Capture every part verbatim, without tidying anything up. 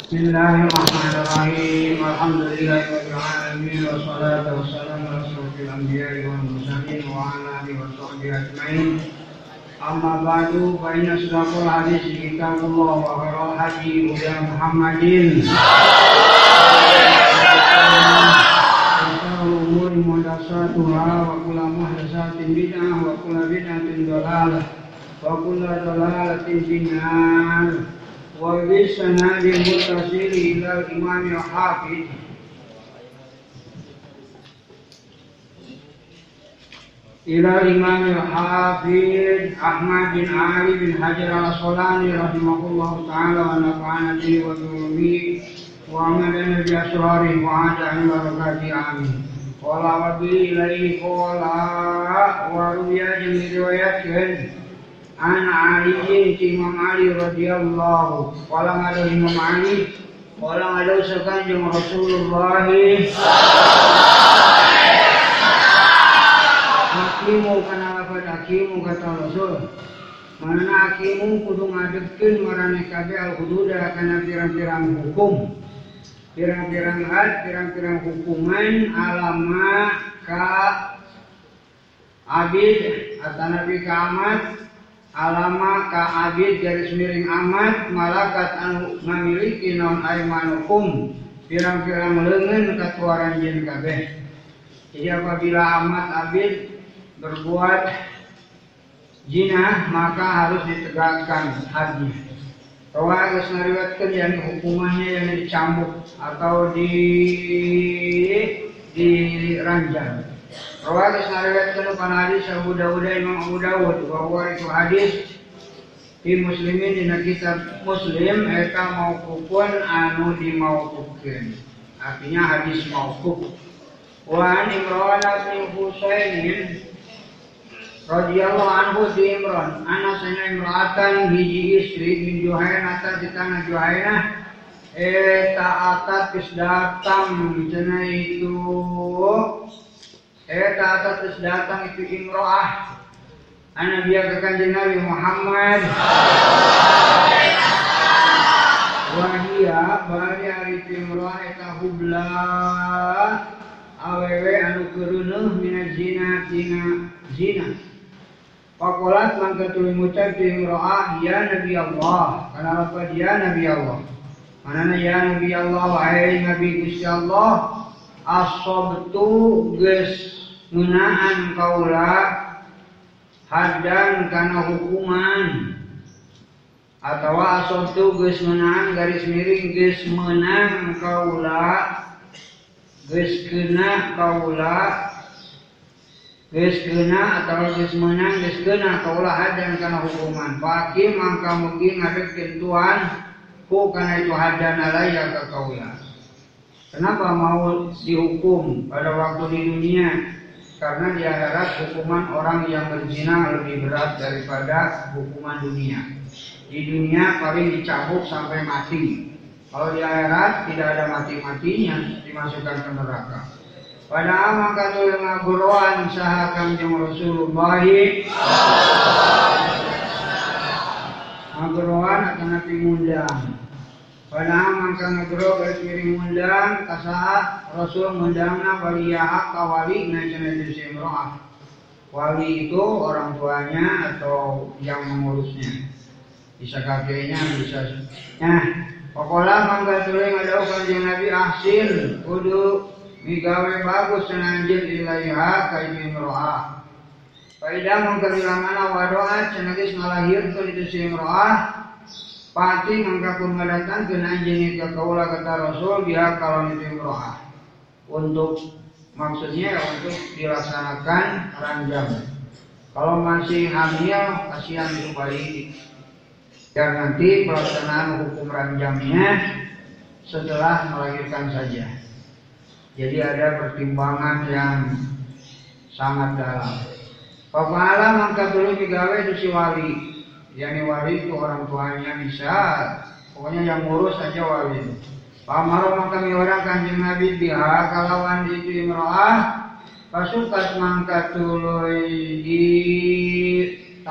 Bismillahirrahmanirrahim. Alhamdulillahirabbil alamin wassalatu wassalamu ala asyrofil anbiya'i wal mursalin wa ala alihi washabbihi ajmain. Amma ba'du, fa inna asdaqal hadits kitabullah wa khairal hadi hadi Muhammadin. Umur muhdatsatuha wa kullu muhdatsatin bid'ah wa kullu bid'atin dhalalah wa kullu dhalalatin finnar. Wa bisanadil muttasil ila al-imam al-hafiz ila al-imam al-hafiz Ahmad bin Ali bin Hajar al-Asqalani rahimahullahu ta'ala wa nafa'ana bihi wa bi wa amadana bi asrarihi wa aja'al barakati amin. Qala wa bi ilaihi qala wa ruwiya min riwayatkan an Ali Imam Ali radhiyallahu qala ngado Imam Ali qala ngado sakanjeng Rasulullah hakimu kana lafaz hakimu kata Rasul manana hakimu kudu ngadegkeun marane kabeh al-hududa kana pirang-pirang hukum pirang-pirang had pirang-pirang hukuman alama ka abid atanabi ka amat alama ka abid garis miring amat malakat anu mamiliki naon aymanukum pirang-pirang leungeun katuaran jin kabeh. Jadi apabila amat abid berbuat zina maka harus ditegakkan hadnya. Bahwa harus ngariwatkeun yang hukumannya yang dicambuk atau di diranjang. Rawat isnariwayatkeun kana hadis Abu Dawud Imam Abu Dawud bahwa itu hadis di muslimin dina kitab Muslim eta mauqufun anu dimauqufkeun. Artinya hadis mauquf. Wa an Imran bin Husain radhiyallahu anhu di Imran anasanya imra'atan hiji istri min Juhainah di tanah Juhainah eta atat geus datang cenah itu Eta atas datang itu imro'ah ana biya ke kanjeng Nabi Muhammad wahia bari ari imro'ah eta hubla awewe anu keureuh mina zina tina zina pakolat mangka tuluy ngucap ti imro'ah ya Nabi Allah kana apa dia Nabi Allah manana ya Nabi Allah wahai Nabi Gusti Allah asobtu geus ngeunaan kaula haddan kana hukuman atawa asobtu geus ngeunaan garis miring geus menang kaula geus keuna kaula geus keuna atawa geus menang geus keuna kaula haddan kana hukuman faqim mangka mugi ngadegkeun Tuhan ku kana itu haddan alaya ka kaula. Kenapa mau dihukum pada waktu di dunia? Karena di akhirat hukuman orang yang berzina lebih berat daripada hukuman dunia. Di dunia paling dicambuk sampai mati. Kalau di akhirat tidak ada mati-matinya, dimasukkan ke neraka. Padahal maka tu ngaguruan saha Kanjeng Rasulullah ngaguruan akan nabi ngundang. Padahal mangka ngegro garis miring ngundang kasaat Rasul ngundangna waliyah ka wali na cenah si imro'ah. Wali itu orang tuanya atau yang mengurusnya. Bisa kakeknya, bisa. Nah, pokoknya mangka tuluy ngadau Kanjeng Nabi ahsin kudu migawe bagus cenah anjeun ilaiha ka imro'ah. Faida mangka bilangan wadoa cenah geus ngalahirkeun itu si imro'ah pati mangkakun ngadatang ke anjeun ka kaula kata Rasul biha kalau itu imro'ah untuk maksudnya untuk dilaksanakan ranjang. Kalau masih hamil kasihan itu bayi dan nanti pelaksanaan hukum ranjangnya setelah melahirkan saja. Jadi ada pertimbangan yang sangat dalam. Papa mangka dulu digawe itu si wali. Yani wali itu orang tuanya bisa, pokoknya yang ngurus saja wali itu. Pamaro maka miwara Kanjeng Nabi biha kalawan itu imro'ah pasukat mangka tuluy di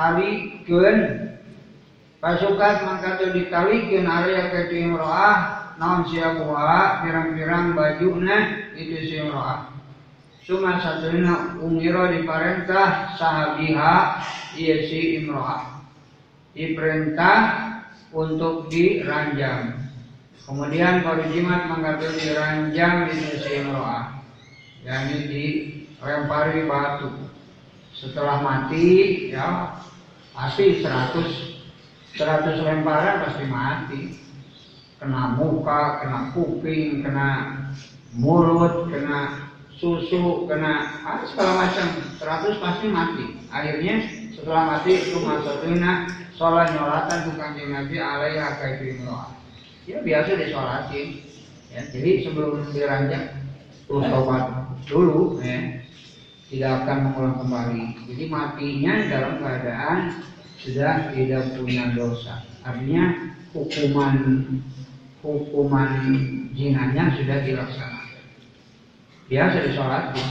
talikeun pasukat mangka tuluy ditalikeun area ka imro'ah naon siabuha pirang-pirang bajuna itu si imro'ah. Cuma satunya umiro diperintah sahabiha iya si imro'ah, diperintah untuk diranjang. Kemudian baru jimat mengatakan diranjang itu si imro'ah, yakni dilempari batu. Setelah mati ya pasti seratus seratus lemparan pasti mati. Kena muka, kena kuping, kena mulut, kena susu, kena ah, segala macam, seratus pasti mati. Akhirnya setelah mati itu maksudnya sholat nyolatan bukan Nabi alaiha kaifi imro'ah. Ya biasa disolatin. Ya, jadi sebelum diranjang terus tobat dulu, ya, tidak akan mengulang kembali. Jadi matinya dalam keadaan sudah tidak punya dosa. Artinya hukuman hukuman jinanya sudah dilaksanakan. Biasa disolatin.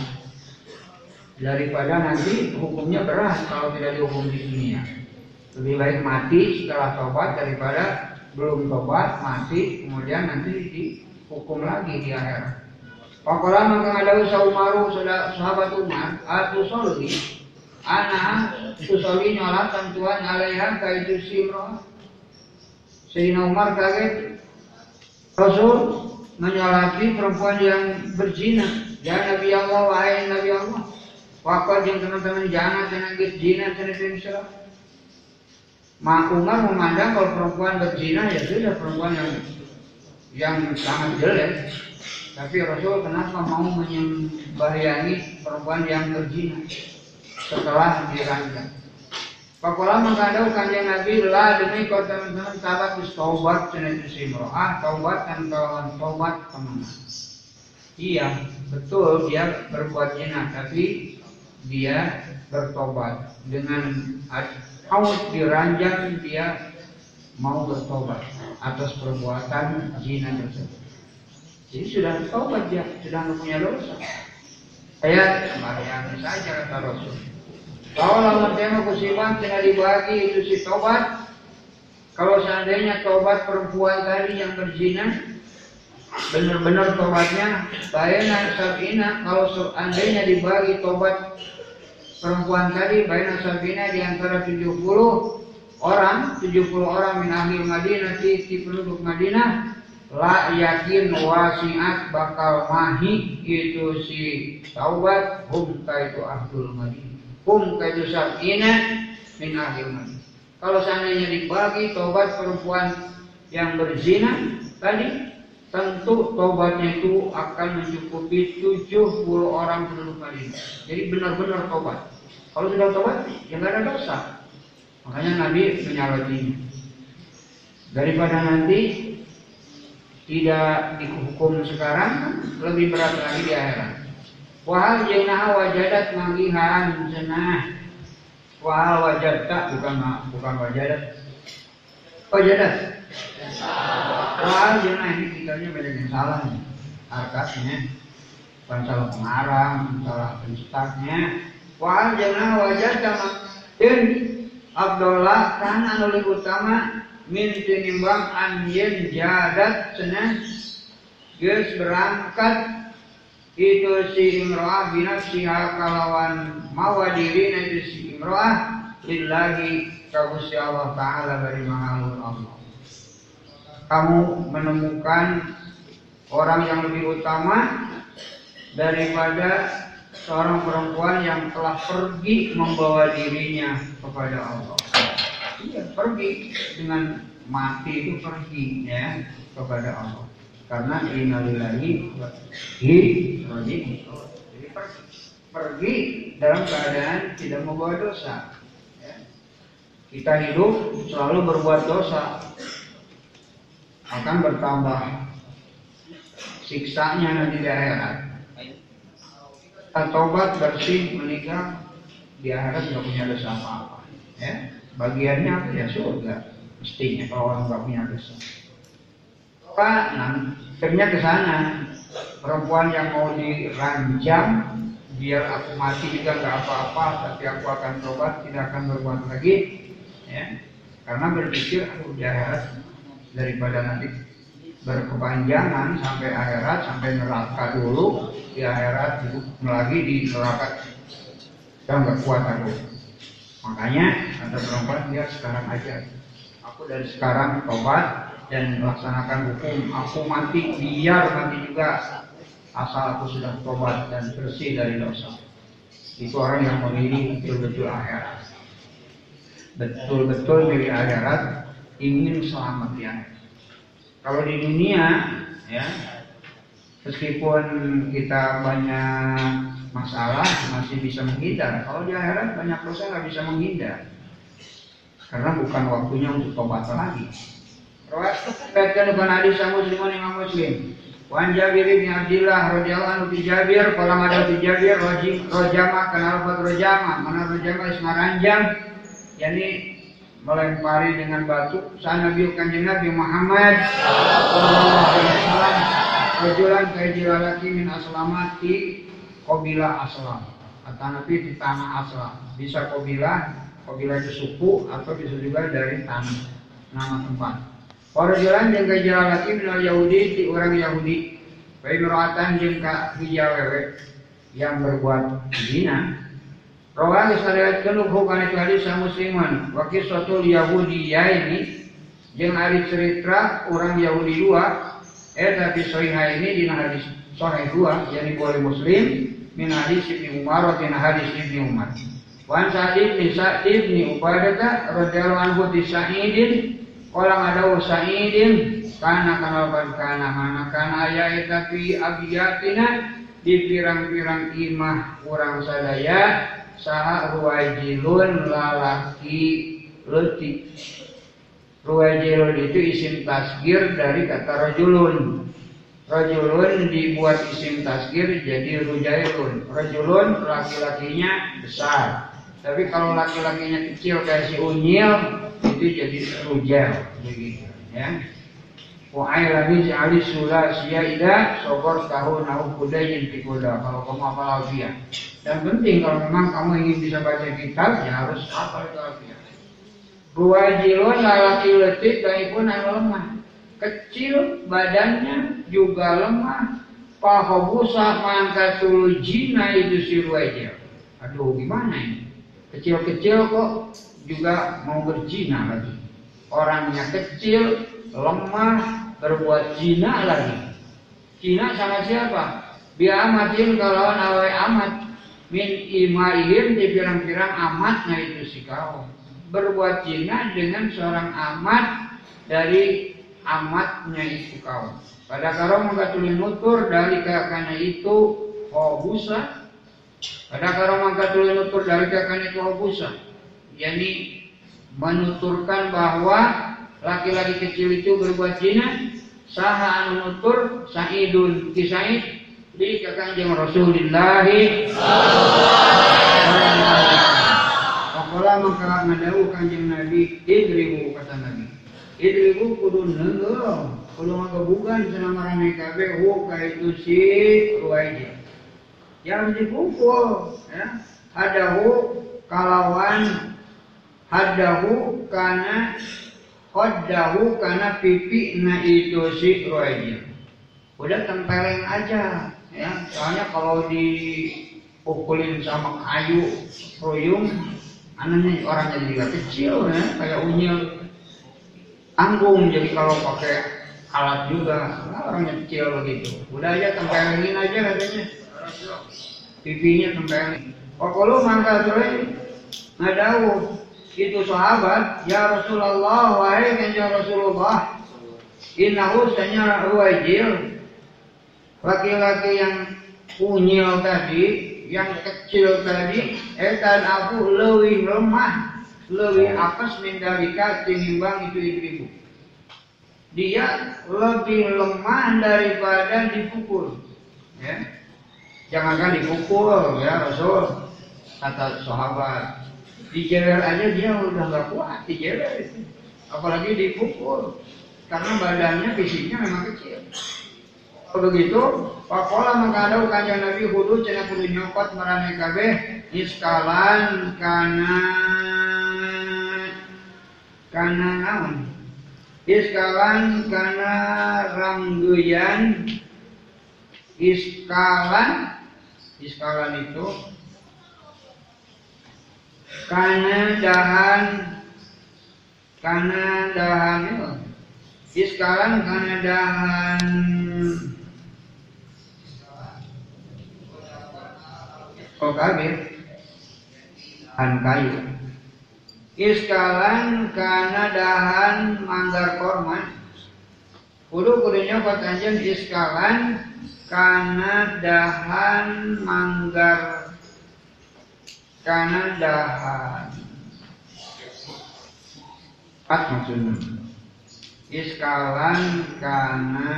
Daripada nanti hukumnya berat kalau tidak dihukum di dunia. Lebih baik mati setelah tobat daripada belum tobat mati kemudian nanti dihukum lagi di akhirat. Pakola maka ada usaha Umaru sahabat Umar atu soli anak susoli nyolatan Tuhan alaihan kaitu simro. Sayyidina Umar kaget Rasul menyolati perempuan yang berzina. Ya Nabi Allah, wahai Nabi Allah, waktu yang teman-teman jangan tenagis zina tenagis. Mak Umar memandang kalau perempuan berzina ya sudah perempuan yang yang sangat jelek. Tapi Rasul kenapa mau menyembahyangi perempuan yang berzina setelah diranjang? Pakola mengkadau kanjeng Nabi lah demi kau teman-teman sahabat taubat jenis imro'ah taubat dan kawan taubat kemana? Iya betul dia berbuat zina tapi dia bertobat dengan haus diranjang dia mau bertobat atas perbuatan zina tersebut. Jadi sudah bertobat dia sudah tidak punya dosa. Saya sembahyang saja kata Rasul. Kalau lawan tema kusiban tidak dibagi itu si tobat. Kalau seandainya tobat perempuan tadi yang berzina benar-benar tobatnya bayana sabina. Kalau seandainya dibagi tobat perempuan tadi bayana sabina di antara tujuh puluh orang, tujuh puluh orang min ahli Madinah di penduduk Madinah, la yakin wasiat bakal mahi itu si taubat hum kaitu ahlul Madinah. Hum kaitu sab'ina min ahli Madinah. Kalau seandainya dibagi tobat perempuan yang berzina tadi, tentu tobatnya itu akan mencukupi tujuh puluh orang penduduk Madinah. Jadi benar-benar tobat. Kalau sudah tobat, ya nggak ada dosa. Makanya Nabi menyalatinya. Daripada nanti tidak dihukum sekarang, lebih berat lagi di akhirat. Wahal jenah wajadat manggihan jenah. Wahal wajadta bukan bukan wajadat. Wajadat. Wahal jenah ini kitanya banyak yang salah nih. Arkasnya bukan salah pengarang, salah pencetaknya. Wahal jenah wajadta dan Abdullah kan anu lebih utama min tinimbang anjen jadat cenah geus berangkat itu si imro'ah binafsiha kalawan mawa diri itu si imro'ah lillahi kagusti Allah Ta'ala bari mahalun Allah. Kamu menemukan orang yang lebih utama daripada seorang perempuan yang telah pergi membawa dirinya kepada Allah. Iya, pergi dengan mati itu pergi ya kepada Allah. Karena innalillahi wa inna ilaihi raji'un. Jadi pergi, pergi dalam keadaan tidak membawa dosa. Ya. Kita hidup selalu berbuat dosa, akan bertambah siksanya nanti di akhirat. Kita tobat bersih meninggal di akhirat nggak punya dosa apa-apa. Ya. Bagiannya apa ya surga mestinya kalau orang nggak punya dosa. Pak, nah, akhirnya ke sana perempuan yang mau diranjang biar aku mati juga nggak apa-apa, tapi aku akan tobat tidak akan berbuat lagi, ya, karena berpikir aku jahat daripada nanti berkepanjangan sampai akhirat, sampai neraka dulu, di akhirat hidup lagi di neraka yang gak kuat aku. Makanya kata perempuan, dia sekarang aja, aku dari sekarang tobat dan melaksanakan hukum, aku mati biar mati juga asal aku sudah tobat dan bersih dari dosa. Itu orang yang memilih betul-betul akhirat, betul-betul milih akhirat, ingin selamat di akhirat. Kalau di dunia, ya, meskipun kita banyak masalah masih bisa menghindar. Kalau di akhirat banyak dosa nggak bisa menghindar, karena bukan waktunya untuk tobat lagi. Riwayatkan bukan hadis Muslimun Imam Muslim. Wan Jabir bin Abdullah radhiyallahu anhu bi Jabir, kalau ada bi Jabir rojim rojama kenal buat rojama, mana rojama isma ranjam, yakni melempari dengan batu. Sana Nabi Kanjeng Nabi Muhammad sallallahu alaihi wasallam rajulan kaijilalaki min aslamati qabilah aslam. Kata Nabi di tanah aslam. Bisa qabilah, qabilah itu suku atau bisa juga dari tanah, nama tempat. Rajulan jeung kaijilalaki min Yahudi ti orang Yahudi. Bae meratan jeung ka hijawewe yang berbuat zina. Rawi syariatkeun hukana itu hadis Musliman. Wa qissatul Yahudiyya ini jeung ari cerita orang Yahudi dua eta fi sahih ini dina hadis sahih dua yakni Bukhari Muslim min hadis Ibnu Umar wa min hadis Ibnu Umar. Wa an Sa'id bin Sa'id bin Ubadah radhiyallahu anhu di Sa'idin qala ngadawu Sa'idin kana kana kana mana kana aya eta fi abiyatina di pirang-pirang imah urang sadaya saha ruwajilun lalaki leutik. Ruwajilun itu isim tasgir dari kata rajulun. Rajulun dibuat isim tasgir jadi rujailun. Rajulun laki-lakinya besar. Tapi kalau laki-lakinya kecil kayak si unyil itu jadi rujal begitu ya. Wa ailani ja'ali sulasiya ida sobor tahu nahu kudayin tikuda. Kalau kamu hafal alfiah. Dan penting kalau memang kamu ingin bisa baca kitab ya harus hafal itu alfiah. Ruwajilun lalaki letik daipun lemah. Kecil badannya juga lemah. Pahobusa mangkatul jina itu si ruwajil. Aduh gimana ini? Kecil-kecil kok juga mau berzina lagi. Orangnya kecil, lemah, berbuat zina lagi. Zina sama siapa? Biamatin kalau awai amat min imaihim di pirang-pirang amatnya itu si kaum. Berbuat zina dengan seorang amat dari amatnya itu kaum. Pada karo mengkatulin nutur dari kakaknya itu hobusa. Pada karo mengkatulin nutur dari kakaknya itu hobusa. Yani menuturkan bahwa laki-laki kecil itu berbuat zina. Saha anu nutur Sa'idun ki Sa'id di Kanjeng Rasulullah Pakola maka ngadawu Kanjeng Nabi idribu kata Nabi. Idribu kudu neungeul, kudu ngagebugan cenah marane kabeh hu ka itu si ruwaiji. Yang dipukul ya. Hadahu kalawan hadahu kana Qaddahu kana pipi na itu si ruwaiji. Udah tempeleng aja ya. Soalnya kalau dipukulin sama kayu ruyung anaknya orangnya juga kecil ya, kayak unyil anggung. Jadi kalau pakai alat juga nah, orangnya kecil begitu. Udah aja tempelengin aja katanya. Pipinya tempeleng. Pokoknya mangga terus ngadawuh itu sahabat, ya Rasulullah, wahai kanjeng Rasulullah, innahu sanya ruwajil, laki-laki yang unyil tadi, yang kecil tadi, etan aku leuwih lemah, leuwih apes mindalika tinimbang itu ibu-ibu. Dia lebih lemah daripada dipukul. Ya. Jangankan dipukul ya Rasul, kata sahabat. Dijewer aja dia udah gak kuat dijewer itu. Apalagi dipukul. Karena badannya fisiknya memang kecil. Kalau begitu, pakola maka ada kanjeng Nabi hudu cenah kudu nyokot marane kabeh iskalan kana kana naon? Iskalan kana ranggeyan. Iskalan iskalan itu kana dahan kana dahan itu iskalan kana dahan oh kabeh dahan kayu iskalan kana dahan manggar korma kudu kudunya patanjeun iskalan kana dahan manggar kana dahan empat maksudnya iskalan kana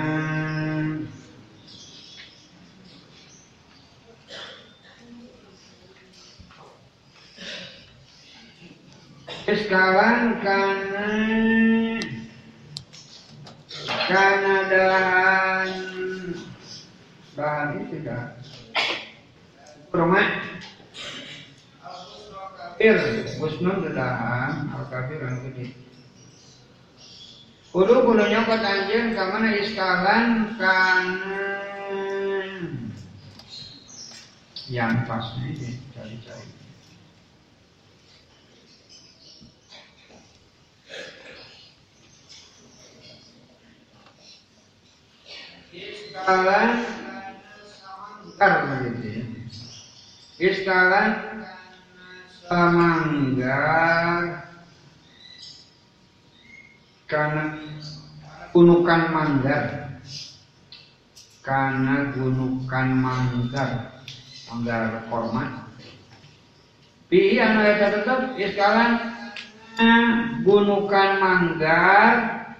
iskalan kana kana dahan bahan itu dah rumah kafir musnun kedahan al kafir anu gede kudu kudu nyokot anjeun ka mana iskalan kana yang pasnya ini cari-cari iskalan karena gitu ya. Iskalan samanggar karena gunukan manggar karena gunukan manggar manggar korma pilih anu eta tetep iskalan gunukan manggar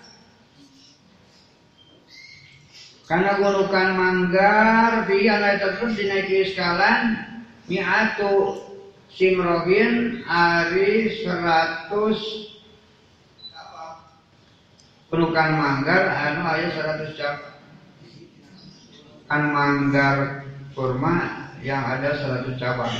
karena gunukan manggar biar anu tetep dinaiki iskalan mi'atu simrohin ari seratus gunukan manggar anu aya seratus cabang kan manggar kurma yang ada seratus cabang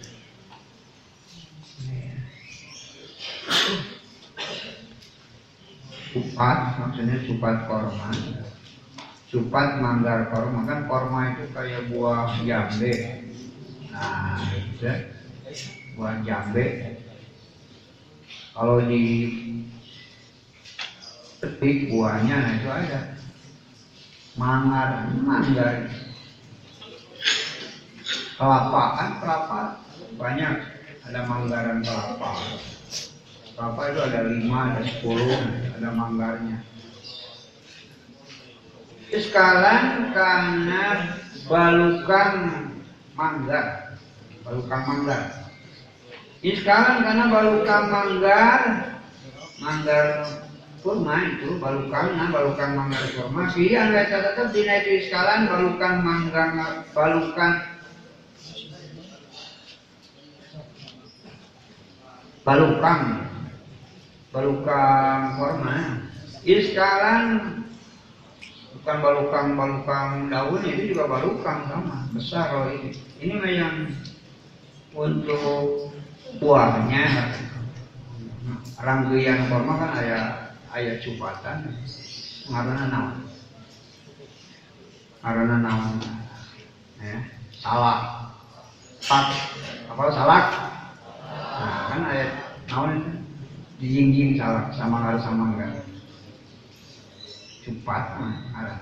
supat maksudnya supat korma supat manggar korma kan korma itu kayak buah jambe nah itu buah jambe kalau di petik buahnya nah itu ada manggar manggar kelapa kan kelapa banyak ada manggaran kelapa kelapa itu ada lima ada sepuluh ada manggarnya iskalan karena balukan manggar balukan manggar iskalan karena balukan manggar manggar kurma itu balukan nah balukan manggar kurma pilihan mereka tetap dinaiki iskalan balukan manggar balukan balukan balukan kurma iskalan bukan balukang-balukang daun itu juga balukang sama besar loh ini ini mah yang untuk buahnya rangkaian korma kan ada aya cupatan ngaranna naon ngaranna naon ya salak salak apa salak nah kan aya naon itu dijingjing salak sama ngar sama enggak cupat manggar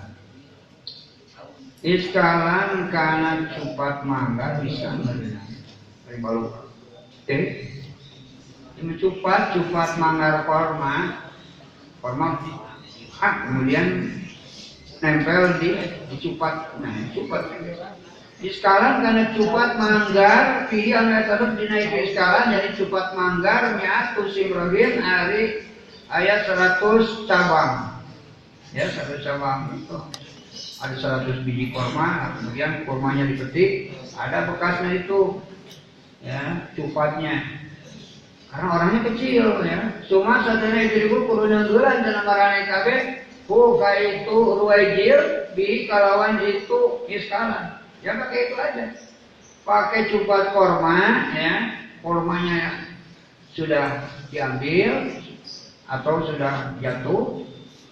iskalan kana cupat manggar bisa bener dari balu eh ini cupat cupat manggar korma korma ah kemudian nempel di, di cupat nah cupat iskalan kana cupat manggar pilih anu tetep dinaiki iskalan jadi cupat manggar mi'atu simrohin ari aya seratus cabang ya seratus cabang itu ada seratus biji korma kemudian kormanya dipetik ada bekasnya itu ya cupatnya karena orangnya kecil ya cuma satana itu ribu kurunan bulan dan marane kabeh ku itu ruwajir bi kalawan itu iskalan ya pakai itu aja pakai cupat korma ya kormanya sudah diambil atau sudah jatuh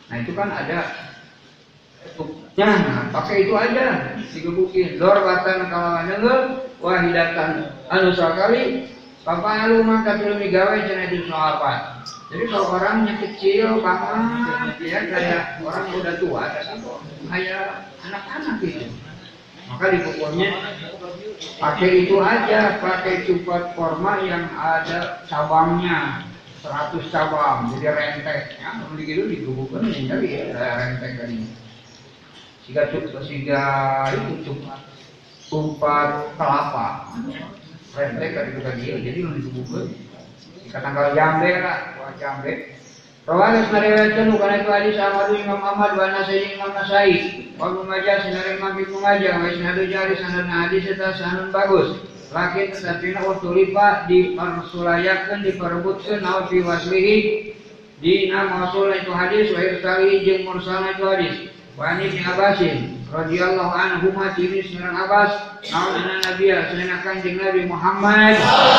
Nah itu kan ada tutupnya, nah, pakai itu aja digebukin. Dorbatan kalau nengel wahidatan anu sakali papa alu maka tuluy gawe cenah itu sahabat. Jadi kalau orangnya kecil banget ya kayak orang udah tua tapi kok kayak anak-anak gitu. Maka dipukulnya pakai itu aja, pakai cupat korma yang ada cabangnya seratus cabang, jadi rentek. Ya, kalau begitu digebukan jadi ya, rentek tadi. Siga cukup, siga itu cukup tupat kelapa, rentek tadi itu tadi, jadi lu digebukan. Jika tanggal jambe lah, wah jambe. Rawanas meriwayatkan karena itu hadis Ahmad Imam Ahmad wa Nasai Imam Nasai. Wa Majah sinar Imam Ibnu Majah wa isnadu jari sanad hadis eta sanad bagus. Lakin tetapi utulipa dipersulayakeun diperebutkeun naon fi waslihi dina mausul itu hadis wa irsali jeung mursalna itu hadis. Wa ani bin Abbasin radhiyallahu anhu ma tibi sinar Abbas naon anna nabiyya sayyidina kanjeng Nabi Muhammad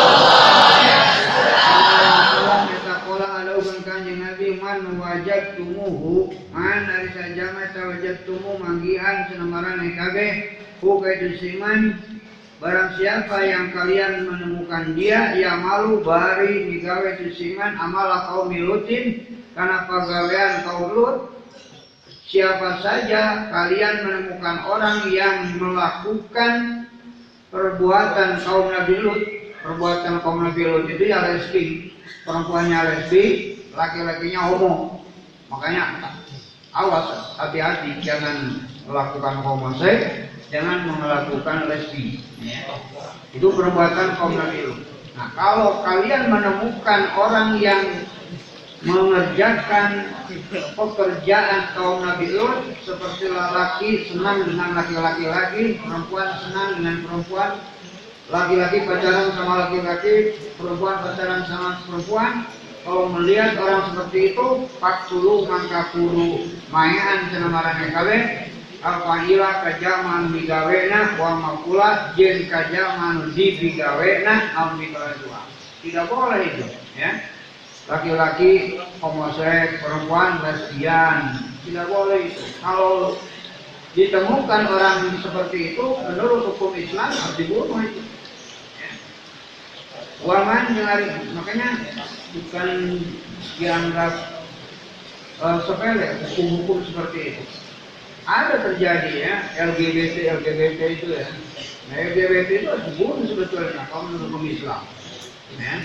kanjeng Nabi man wajadtumuhu man dari sajama tawajadtumu manggihan senamaran kabeh hu kaitu siman barang siapa yang kalian menemukan dia ya malu bari digawe itu siman amala kaum Lutin karena pegawaian kaum Lut. Siapa saja kalian menemukan orang yang melakukan perbuatan kaum Nabi Lut, perbuatan kaum Nabi Lut itu ya lesbi, perempuannya lesbi, laki-lakinya homo. Makanya awas, hati-hati jangan melakukan homoseks, jangan melakukan lesbi. Ya. Itu perbuatan kaum Nabi Lut. Nah, kalau kalian menemukan orang yang mengerjakan pekerjaan kaum Nabi Lut seperti laki senang dengan laki-laki laki, perempuan senang dengan perempuan, laki-laki pacaran sama laki-laki, perempuan pacaran sama perempuan. Kalau melihat orang seperti itu, faktulu maka kuru mayan senamaran kabeh al-fa'ila kajaman bigawena wa maqula jen kajaman di bigawena al bigawena. Tidak boleh itu, ya. Laki-laki homoseks, perempuan lesbian, tidak boleh itu. Kalau ditemukan orang seperti itu, menurut hukum Islam harus dibunuh itu. Ya. Waman dengan makanya bukan dianggap uh, sepele hukum-hukum seperti itu. Ada terjadi ya L G B T L G B T itu ya. Nah, L G B T itu harus dibunuh sebetulnya kalau menurut hukum Islam. Ya.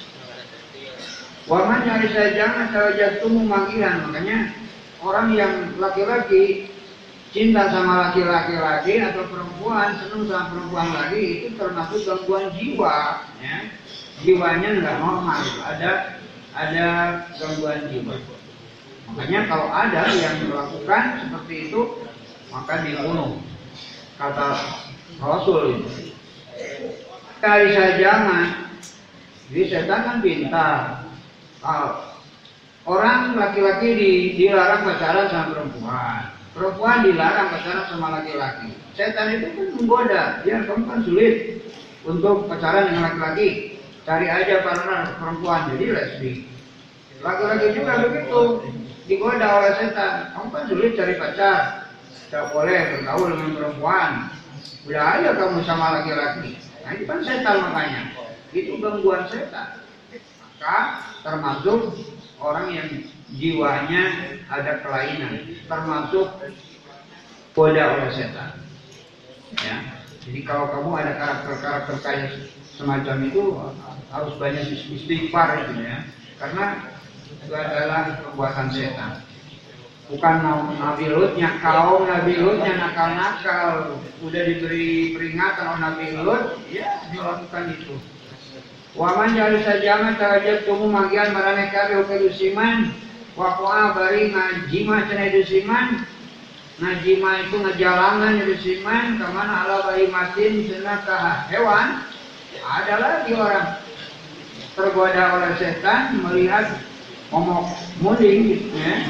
Waman nyari saja kalau jatuh memanggilan, makanya orang yang laki-laki cinta sama laki-laki laki atau perempuan senang sama perempuan lagi itu termasuk gangguan jiwa, ya. Jiwanya nggak normal, ada ada gangguan jiwa. Makanya kalau ada yang melakukan seperti itu maka dibunuh, kata Rasul itu. Kali saja mah, jadi setan kan pintar. Oh, orang laki-laki di, dilarang pacaran sama perempuan, perempuan dilarang pacaran sama laki-laki. Setan itu kan menggoda, dia kamu kan sulit untuk pacaran dengan laki-laki, cari aja partner perempuan jadi lesbi. Laki-laki juga begitu, digoda oleh setan, kamu kan sulit cari pacar, tidak boleh bergaul dengan perempuan, udah aja kamu sama laki-laki. Nah itu kan setan makanya, itu gangguan setan. Maka termasuk orang yang jiwanya ada kelainan, termasuk goda oleh setan. Ya, jadi kalau kamu ada karakter-karakter kayak semacam itu harus banyak istighfar itu ya, karena itu adalah perbuatan setan. Bukan Nabi Lutnya, kaum Nabi Lutnya nakal-nakal, udah diberi peringatan oleh Nabi Lut, ya dilakukan itu. Waman jari sajama tawajat tumu magian marane kabe ukedusiman wakoa bari ngajima cina edusiman najima itu ngejalangan edusiman kemana ala bayi matin cina kah hewan. Ada lagi orang tergoda oleh setan melihat momok muling gitu ya,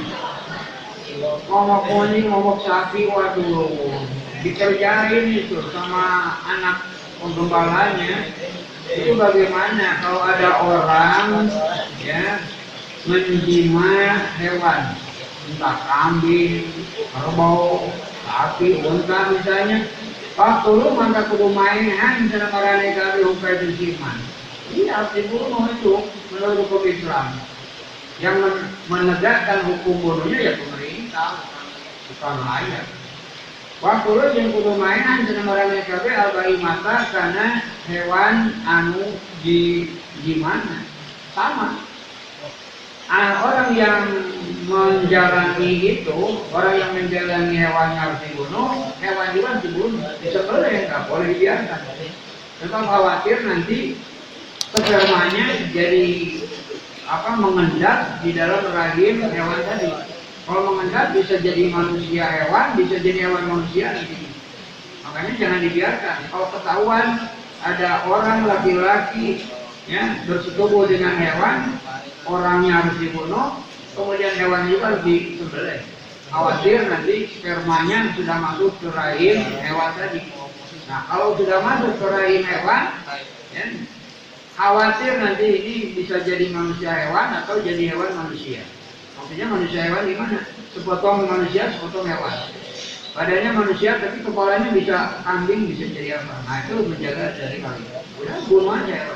momok muling momok sapi, waduh dikerjain itu sama anak penggembalanya. Itu bagaimana kalau ada orang ya menjima hewan, entah kambing, kerbau, sapi, unta misalnya. Pas dulu maka kudu mainan misalnya marane kali hukai disiman. Ini harus dibunuh itu menurut hukum Islam. Yang menegakkan hukum bunuhnya ya pemerintah, bukan rakyat. Waktu dulu yang kudu mainan misalnya marane kali albai mata karena hewan anu di di mana sama. Ah, orang yang menjalani itu, orang yang menjalani hewannya harus dibunuh, hewan juga harus dibunuh. Sebenarnya nggak boleh dibiarkan. Tetap khawatir nanti spermanya jadi apa mengendap di dalam rahim hewan tadi. Kalau mengendap bisa jadi manusia hewan, bisa jadi hewan manusia. Makanya jangan dibiarkan. Kalau ketahuan ada orang laki-laki ya bersetubuh dengan hewan, orangnya harus dibunuh, kemudian hewan juga harus disembelih. Khawatir nanti spermanya sudah masuk ke rahim hewan tadi. Nah, kalau sudah masuk ke rahim hewan, ya, khawatir nanti ini bisa jadi manusia hewan atau jadi hewan manusia. Maksudnya manusia hewan gimana? Sepotong manusia, sepotong hewan. Badannya manusia, tapi kepalanya bisa kambing, bisa jadi apa? Nah, itu menjaga dari kalian. Udah bunuh aja hewan.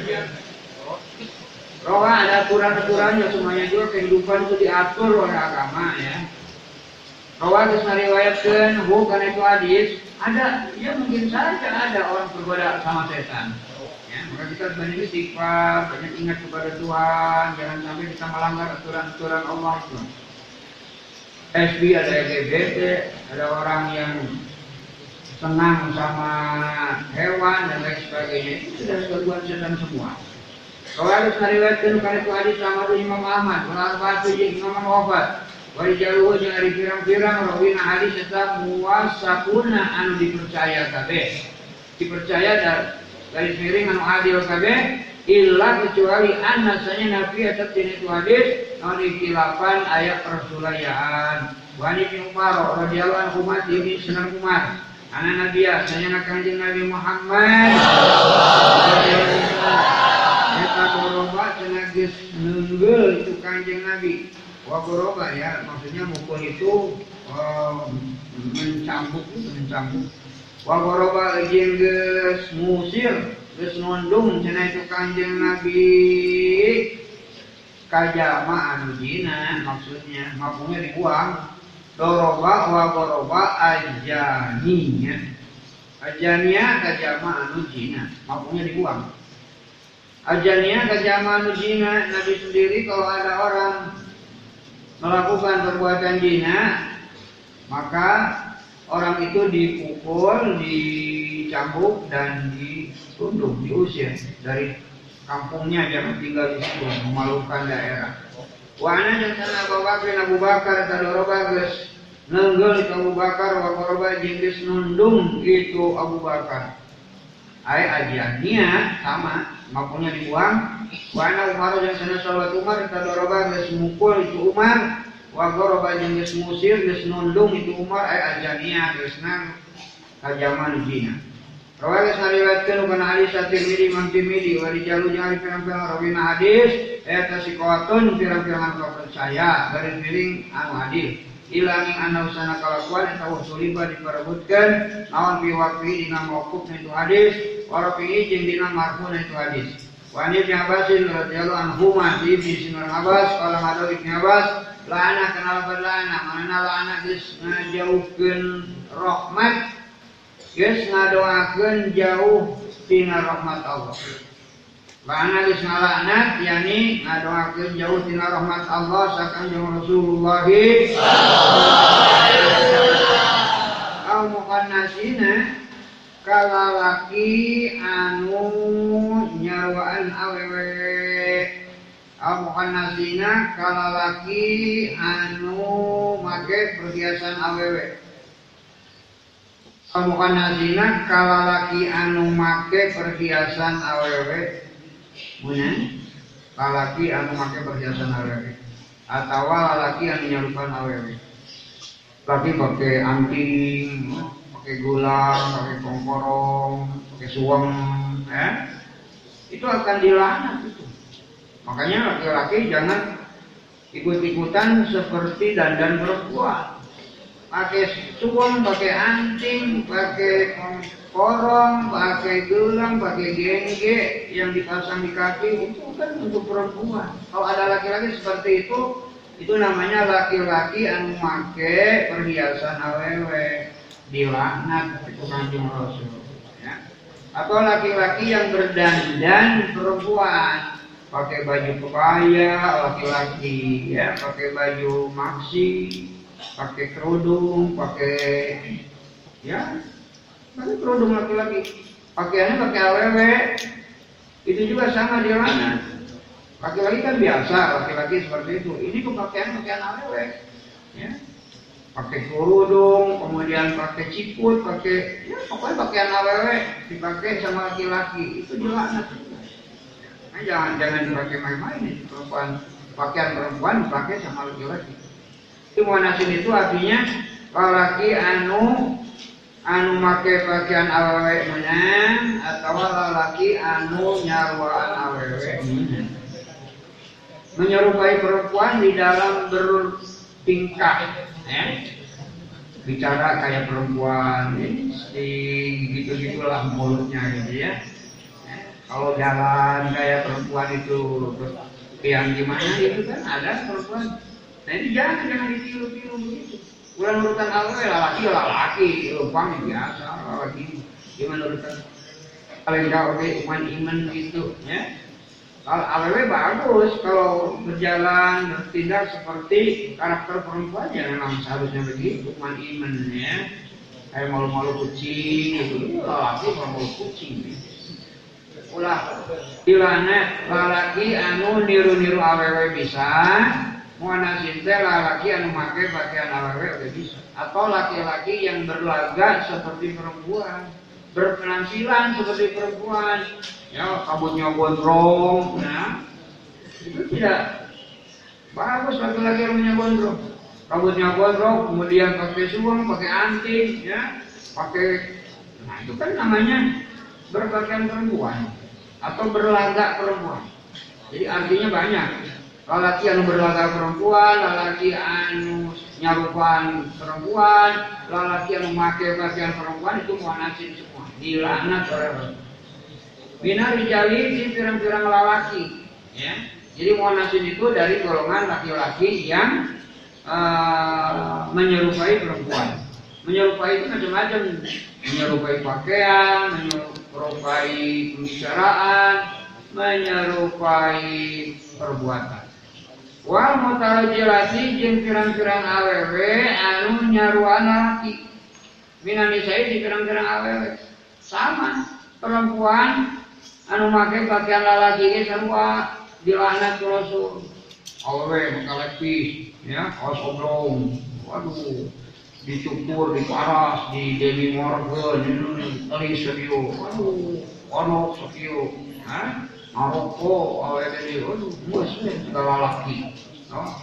Roh ada aturan-aturannya, semuanya juga kehidupan itu diatur oleh agama ya. Roh harus meriwayatkan, bukan itu hadis. Ada, ya mungkin saja ada orang tergoda sama setan. Ya, maka kita banyak istighfar, banyak ingat kepada Tuhan, jangan sampai kita melanggar aturan-aturan Allah itu. S B ada L G B T, ada orang yang senang sama hewan dan lain sebagainya, itu sudah gangguan setan semua. Kalau harus meriwayatkan karena itu hadis sama tu Imam Ahmad, kalau batu je Imam Wafat, wali jaluh jeung ari pirang-pirang rawina hadis eta muwasaquna anu dipercaya kabeh. Dipercaya dari miring anu adil kabeh, illa kecuali annasanya Nabi eta tina itu hadis anu ikhtilafan aya persulayaan. Wani bin Umar radhiyallahu anhu mati bin Sunan Umar. Anak Nabi asanya Kanjeng Nabi Muhammad eta goroba cenah geus neunggel itu Kanjeng Nabi. Wa goroba ya maksudnya mukul itu uh, mencambuk mencambuk. Wa goroba jeung geus musir, geus nondong cenah itu Kanjeng Nabi. Kajama anu jina maksudnya mafhumnya dibuang. Doroba wa goroba ajaninya. Ajaniya kajama anu jina mafhumnya dibuang. Ajaniya kajama anu jina, Nabi sendiri kalau ada orang melakukan perbuatan zina, maka orang itu dipukul, dicambuk dan ditunduk, diusir dari kampungnya, jangan tinggal di situ, memalukan daerah. Wa ana jeung sana Abu Bakar Abu Bakar tadoroba geus neunggel itu Abu Bakar wa qoroba jeung geus nundung itu Abu Bakar. Ai ajaniya sama mapunya dibuang. Wa ana Umar jeung sana sahabat Umar tadoroba geus mukul itu Umar wa qoroba jeung geus musir geus nundung itu Umar ai ajaniya geusna kajaman zina. Rawal sariwatkeun kana hadis At-Tirmidzi Imam Tirmidzi wa rijalu jeung ari pirang-pirang rawina hadis eta siqatun pirang-pirang anu percaya garis miring anu adil. Ilangin anu sana kalakuan eta usuliba diperebutkeun naon fi waqfi dina mauquf itu hadis wa rafi'i jeung dina marfu itu hadis. Wa ani Ibnu Abbas radhiyallahu anhu ma di Ibnu Abbas qala hadu Ibnu Abbas la'ana kana la'ana manana la'ana geus ngajauhkeun rahmat geus ngadoakeun jauh tina rahmat Allah. La'ana geus ngalaknat yakni ngadoakeun jauh tina rahmat Allah sakanjeng Rasulullah sallallahu alaihi wasallam. Au muqannasina kalalaki anu nyarwaan awewe. Au muqannasina kalalaki anu make perhiasan awewe. Kamukan nasina kalalaki anu make perhiasan awewe, mana? Lalaki anu make perhiasan awewe, atau lalaki anu nyalukan awewe. Tapi pakai anting, pakai gulang, pakai kongkorong, pakai suweng, eh? Itu akan dilaknat itu. Makanya laki-laki jangan ikut-ikutan seperti dandan perempuan, pakai suwung, pakai anting, pakai korong, pakai gelang, pakai gengge yang dipasang di kaki, itu kan untuk perempuan. Kalau ada laki-laki seperti itu, itu namanya laki-laki anu make perhiasan awewe, dilaknat itu Kanjeng Rasul. Ya. Atau laki-laki yang berdandan perempuan, pakai baju kebaya laki-laki, ya, pakai baju maksi, pakai kerudung, pakai ya, pakai kerudung laki-laki, pakaiannya pakai awewe, itu juga sama dilaknat. Laki-laki kan biasa, laki-laki seperti itu. Ini pakaian pakaian awewe, ya, pakai kerudung, kemudian pakai ciput, pakai, ya, pokoknya pakaian awewe dipakai sama laki-laki, itu dilaknat. Nah, jangan jangan dipakai main-main ini perempuan, pakaian perempuan dipakai sama laki-laki. Itu muanasin itu artinya laki anu anu make pakaian awewe menang atau laki anu nyarwaan awewe menang. Menyerupai perempuan di dalam bertingkah, ya. Bicara kayak perempuan, di gitu-gitulah mulutnya gitu ya. Kalau jalan kayak perempuan itu, yang gimana itu kan ada perempuan. Nah ini jangan jangan ditiru-tiru begitu. Ulang urutan awewe laki laki, lupang biasa laki. Gimana urutan? Paling jauh oke iman-iman gitu, ya. Kalau awewe bagus, kalau berjalan bertindak seperti karakter perempuan ya memang seharusnya begitu, iman-iman ya. Kayak malu-malu kucing gitu, laki malu kucing. Ulah dilana lalaki anu niru-niru awewe bisa, muanasin teh lalaki anu make pakaian awewe udah bisa. Atau laki-laki yang berlagak seperti perempuan, berpenampilan seperti perempuan, ya kabutnya gondrong, nah itu tidak bagus laki-laki yang punya gondrong. Kabutnya gondrong, kemudian pakai suwung, pakai anting, ya, pakai, nah itu kan namanya berpakaian perempuan atau berlagak perempuan. Jadi artinya banyak. Lelaki anu berlagak perempuan, lelaki anu nyarupan perempuan, lelaki anu make pakaian perempuan itu muanasin semua. Dilaknat oleh Allah. Bina rijali di pirang-pirang lelaki, ya. Jadi muanasin itu dari golongan laki-laki yang uh, menyerupai perempuan. Menyerupai itu macam-macam, menyerupai pakaian, menyerupai pembicaraan, menyerupai perbuatan. Wal mutarajilati jeung pirang-pirang awewe anu nyaruan laki. Minanisai di pirang-pirang awewe sama perempuan anu make pakaian lalaki ge sarua dilaknat ku Rasul. Awewe make lepis, ya, kaos oblong. Waduh, dicukur, diparas, di demi morgeun, teulis sakieu. Waduh, onok sakieu. Hah? Maroko, awewe teh, waduh, geus segala laki. Oh.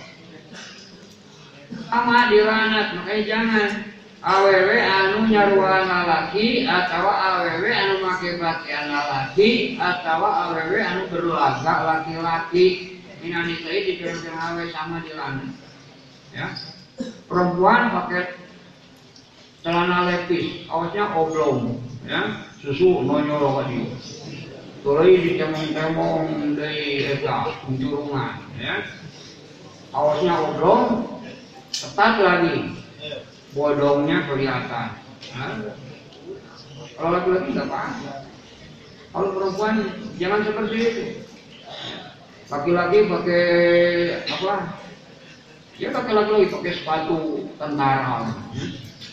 Sama dilaknat, makanya jangan awewe anu nyaruan lalaki atau awewe anu make pakaian lalaki atau awewe anu berlagak laki-laki. Minani saya di pirang-pirang awewe sama dilaknat. Ya. Perempuan pakai celana lepis, awasnya oblong, ya, susu nonyol ka dieu. Tuluy dicemong-cemong dari eta pencurungan, ya. Awasnya oblong, ketat lagi, bodongnya kelihatan. Nah, kalau laki-laki nggak apa-apa. Kalau perempuan jangan seperti itu. Laki-laki pakai apa? Ya pakai laki-laki pakai sepatu tentara. Hmm?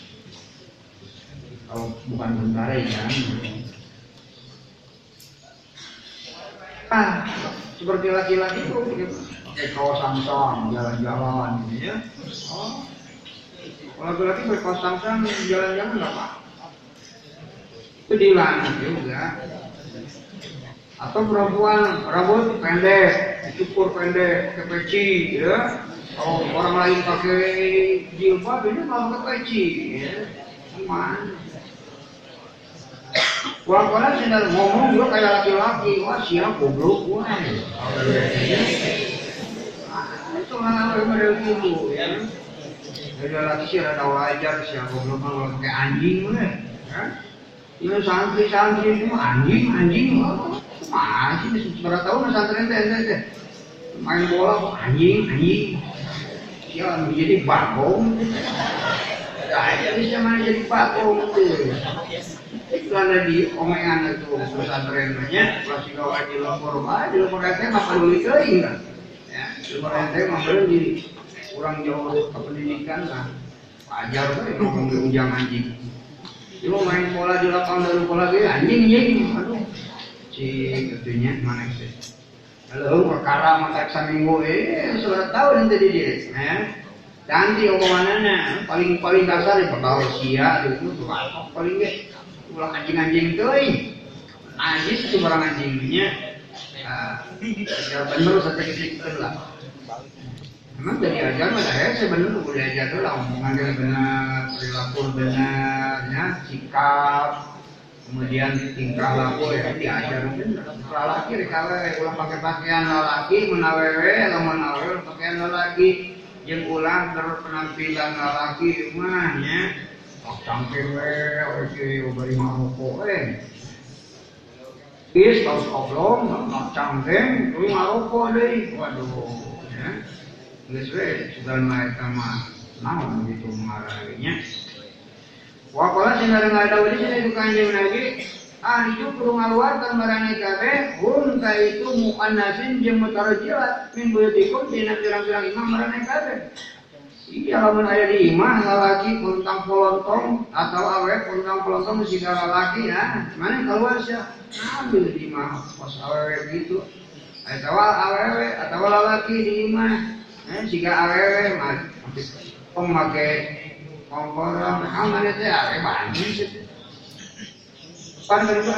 Kalau bukan tentara ya. Ah, seperti laki-laki itu pakai kaos samsam jalan-jalan gitu ya. Oh, kalau laki-laki pakai kaos samsam jalan-jalan nggak apa? Itu dilaknat juga. Atau perempuan rambut pendek, dicukur pendek, pakai peci, ya. Kalau orang lain pakai jilbab ini malah pakai peci, ya. Gimana? Walaupun sedang ngomong juga kayak laki-laki, wah siap goblok, wah. soalnya model gitu ya. Jadi lagi sih ada wajar sih aku belum kalau pakai anjing mana, kan? Ini santri-santri itu anjing anjing, masih berapa tahun santri ente ente main bola kok anjing anjing, siapa menjadi bakong? Aja bisa mana jadi bakong tuh? Itu ada di omongan itu pesantren banyak, kalau si kau aja lapor aja lapor ente apa dulu kering kan? Ya, lapor ente mah belum kurang jauh ke pendidikan lah, wajar tuh ngomong di ujang anjing. Lu main bola di lapangan dari bola gitu anjing anjing, aduh, si ketunya mana sih? Halo, perkara mata seminggu eh sudah tahu nanti dia, ya. Ganti omongannya, paling paling kasar ya bakal sia itu tuh apa paling gak ulah anjing-anjing tuh, najis itu barang anjingnya, ya bener satu ketik lah. Memang dari ajar mah saya sebenarnya udah ajar tuh lah omongan yang benar, perilaku benar, ya, sikap, kemudian tingkah laku ya diajar benar. Lelaki kalau ulah pakai pakaian lelaki, menawewe atau menawewe pakaian lelaki, yang ulah berpenampilan lelaki rumahnya, cangkir we, oke, beri maroko eh. Is tahu oblong, cangkeng, beri maroko deh, waduh, ya. Nggak sudah naik sama naon begitu mengarahnya. Wakola sehingga nggak ada wali sini itu kanjeng Nabi. Ah itu kurung aluarkan marane kabe. Hunta itu muannasin jeung mutarajilat min buyutikum dina pirang-pirang imam marane kabe. Iya lamun aya di imah lalaki kuntang polontong atau awe kuntang polontong si lalaki ya. Mana keluar sih? Ambil di imah pas awe gitu. Atau awe atau lalaki di imah. Eh, jika awewe mah pemakai kompor aman itu awewe banyak sih. Pan berubah.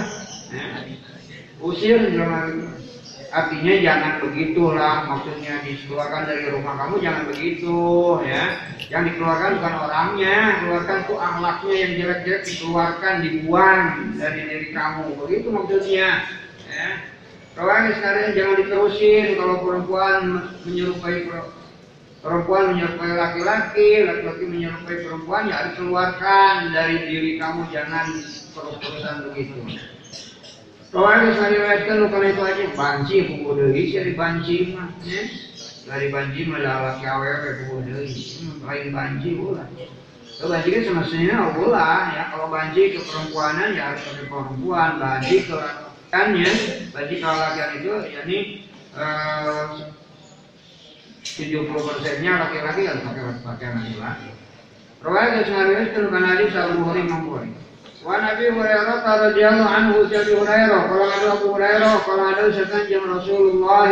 Usir jangan. Artinya jangan begitulah, maksudnya dikeluarkan dari rumah kamu jangan begitu ya. Yang dikeluarkan bukan orangnya, keluarkan tuh akhlaknya yang jelek-jelek dikeluarkan, dibuang dari diri kamu. Begitu maksudnya. Ya. Kalau sekarang jangan diterusin kalau perempuan menyerupai perempuan menyerupai laki-laki, laki-laki menyerupai perempuan, ya harus keluarkan dari diri kamu, jangan terus-terusan begitu. Kalau ada sariwayatkan bukan itu aja, banci buku deui dari banci mah, ya. Dari banci mah laki awewe buku deui, lain banci ulah. Kalau banci kan semestinya ulah ya, kalau banci ke perempuanan ya harus ke perempuan, banci ke kannya, banci ke laki-laki itu yakni uh, tujuh puluh persennya laki-laki yang pakai pakaian laki-laki. Riwayat Sahih itu kan hadis Abu Hurairah Bukhari. Wa Nabi Hurairah radhiyallahu anhu Abi Hurairah, kalau ada Abu Hurairah, kalau ada usahakan jam Rasulullah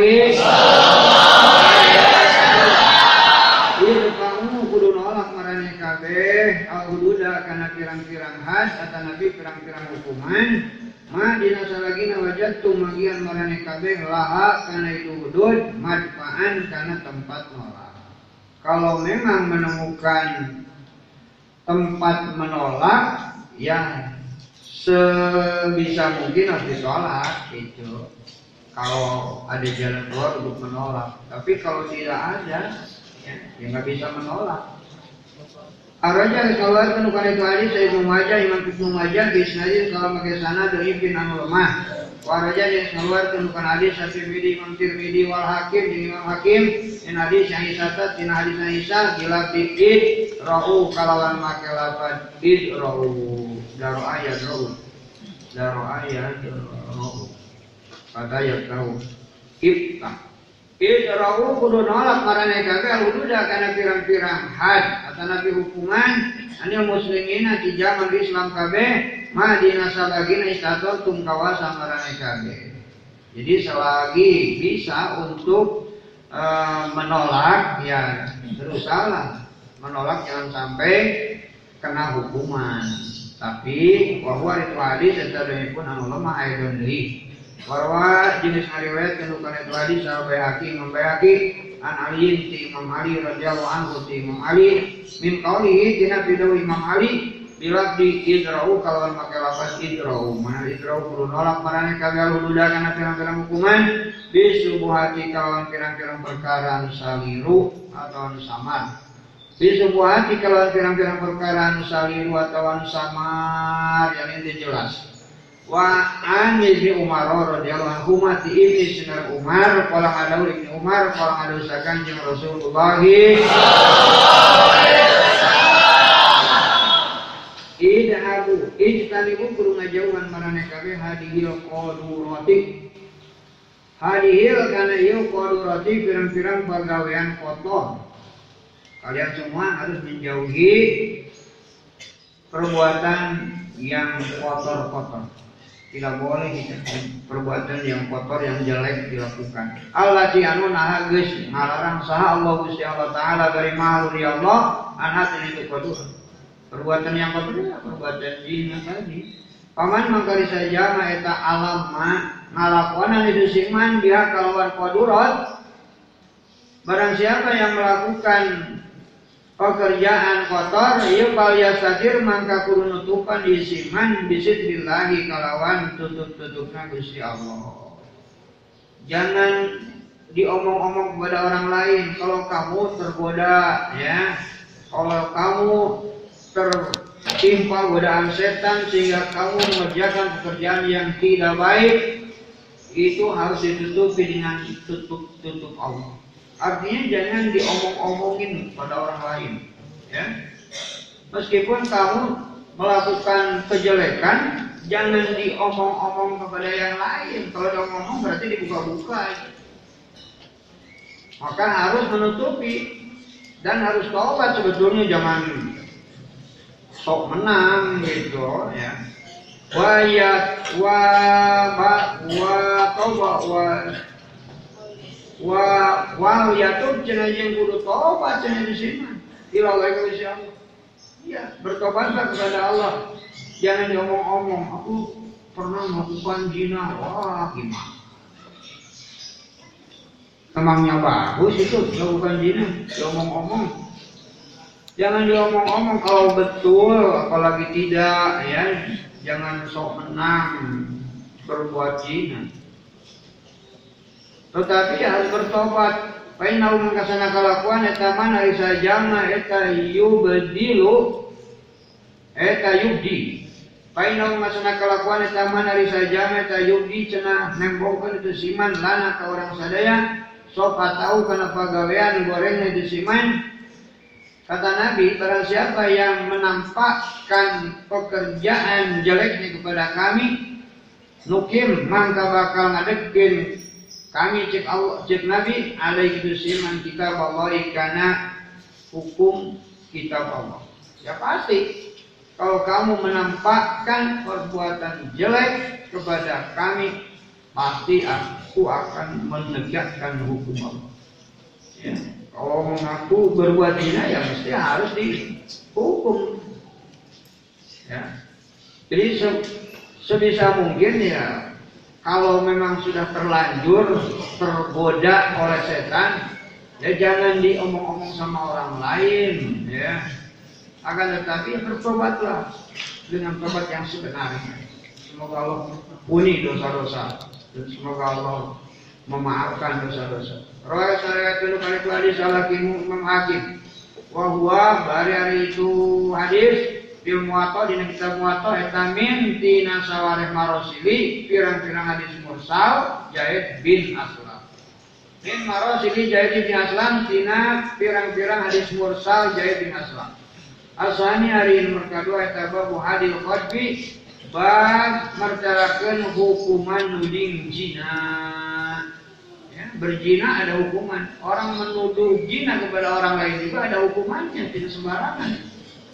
itu kamu kudu nolak marane kabeh al-hududa kana pirang-pirang had atau Nabi pirang-pirang hukuman. Ma dina salagina wajadtu magian marane kabeh laha kana itu hudud madfa'an kana tempat nolak. Kalau memang menemukan tempat menolak ya sebisa mungkin harus ditolak gitu. Kalau ada jalan keluar untuk menolak, tapi kalau tidak ada ya nggak bisa menolak. Araja keluar kenukan itu hadis saya Ibnu Majah Imam Ibnu Majah bisnadin kalau pakai sana dari bin anu lemah. Waraja yang keluar kenukan hadis Tirmidzi Imam Tirmidzi wal Hakim dan Imam Hakim in hadis yang isatat in hadis Aisyah gila bidid ra'u kalawan make lafaz id ra'u daru ayat ra'u daru ayat ra'u kata ya tahu kita Idra'u kudu nolak marane kabeh al-hududa kana pirang-pirang had atau nabi hukuman anil muslimina di zaman Islam kabeh madina salagina istatul kawasan marane kabeh. Jadi selagi bisa untuk e, menolak ya berusaha menolak jangan sampai kena hukuman. Tapi bahwa itu hadis tetap pun anu lemah aidon deui. Warwa jenis riwayat kenukan itu hadis sahabat Hakim membayaki an Ali ti Imam Ali radhiyallahu anhu ti Imam Ali min qaulihi dina bidawi Imam Ali bila di idrau kalau pakai lafaz idrau mana idrau kudu nolak marane kagak lududa kana pirang-pirang hukuman bisubuhati kalau pirang-pirang perkara anu saliru atau anu samar bisubuhati kalau pirang-pirang perkara anu saliru atau anu samar yang ini jelas wa an ibni Umar radhiyallahu anhu mati ibni sinar Umar qala adaul ibni Umar qala adaul sakan jeung Rasulullah idhabu ijtanibu kudu ngajauhan marane kabeh hadihil qadurati hadihil kana ieu qadurati pirang-pirang pagawean kotor kalian semua harus menjauhi perbuatan yang kotor-kotor. Tidak boleh perbuatan yang kotor yang jelek dilakukan. Allati anu naha geus ngalarang saha Allah Gusti Allah taala dari mahluk ya Allah anat itu kotor. Perbuatan yang kotor ya perbuatan zina tadi. Paman mangkari saja ma eta alam ma ngalakonan itu siman dia kalawan kodurat. Barang siapa yang melakukan pekerjaan kotor ieu balias sadir mangka kudu nutupan disiman bisrillahi kalawan tutup-tutupna Gusti Allah. Jangan diomong-omong kepada orang lain kalau kamu tergoda ya. Kalau kamu tertimpa godaan setan sehingga kamu mengerjakan pekerjaan yang tidak baik itu harus ditutupi dengan tutup-tutup Allah. Artinya jangan diomong-omongin pada orang lain, ya. Meskipun kamu melakukan kejelekan, jangan diomong-omong kepada yang lain. Kalau diomong-omong berarti dibuka-buka. Maka harus menutupi dan harus taubat sebetulnya jangan sok menang gitu, ya. Wa ya wa wa wa taubat wa wa wal yatub cenah jeung kudu tobat cenah di sini ilallah ka Allah. Ya, bertobatlah kepada Allah. Jangan diomong-omong, aku pernah melakukan zina. Wah, gimana? Emangnya bagus itu melakukan zina, diomong-omong. Jangan diomong-omong kalau betul, apalagi tidak ya. Jangan sok menang berbuat zina. Tetapi harus bertobat. Pain nau mangkasana kalakuan eta man ari sajama eta yubdilu eta yubdi. Pain nau mangkasana kalakuan eta man ari sajama eta yubdi cenah nembongkeun itu siman lana ka urang sadaya sok tahu kana pagawean gorengna itu siman. Kata Nabi, barang siapa yang menampakkan pekerjaan jeleknya kepada kami, nukim mangka bakal ngadekeun kami cek Allah, cek Nabi, alaihi tusiman kitab Allah karena hukum kitab Allah. Ya pasti, kalau kamu menampakkan perbuatan jelek kepada kami, pasti aku akan menegakkan hukum Allah. Ya. Kalau mengaku berbuat zina, ya mesti harus dihukum. Ya. Jadi se sebisa mungkin ya. Kalau memang sudah terlanjur tergoda oleh setan, ya jangan diomong-omong sama orang lain, ya. Akan tetapi bertobatlah dengan tobat yang sebenarnya. Semoga Allah puni dosa-dosa dan semoga Allah memaafkan dosa-dosa. Rawat syariat dulu kali itu hadis alakimu Imam Hakim. Wahwa bari hari itu hadis. Fil muwatta dina kitab muwatta eta min tina sawareh marosili pirang-pirang hadis mursal Zaid bin Aslam. Min marosili Zaid bin Aslam tina pirang-pirang hadis mursal Zaid bin Aslam. Asani hari nomor kedua eta bab hadil qadbi bab martarakeun hukuman nuding zina. Ya, berzina ada hukuman. Orang menuduh zina kepada orang lain juga ada hukumannya, tidak sembarangan.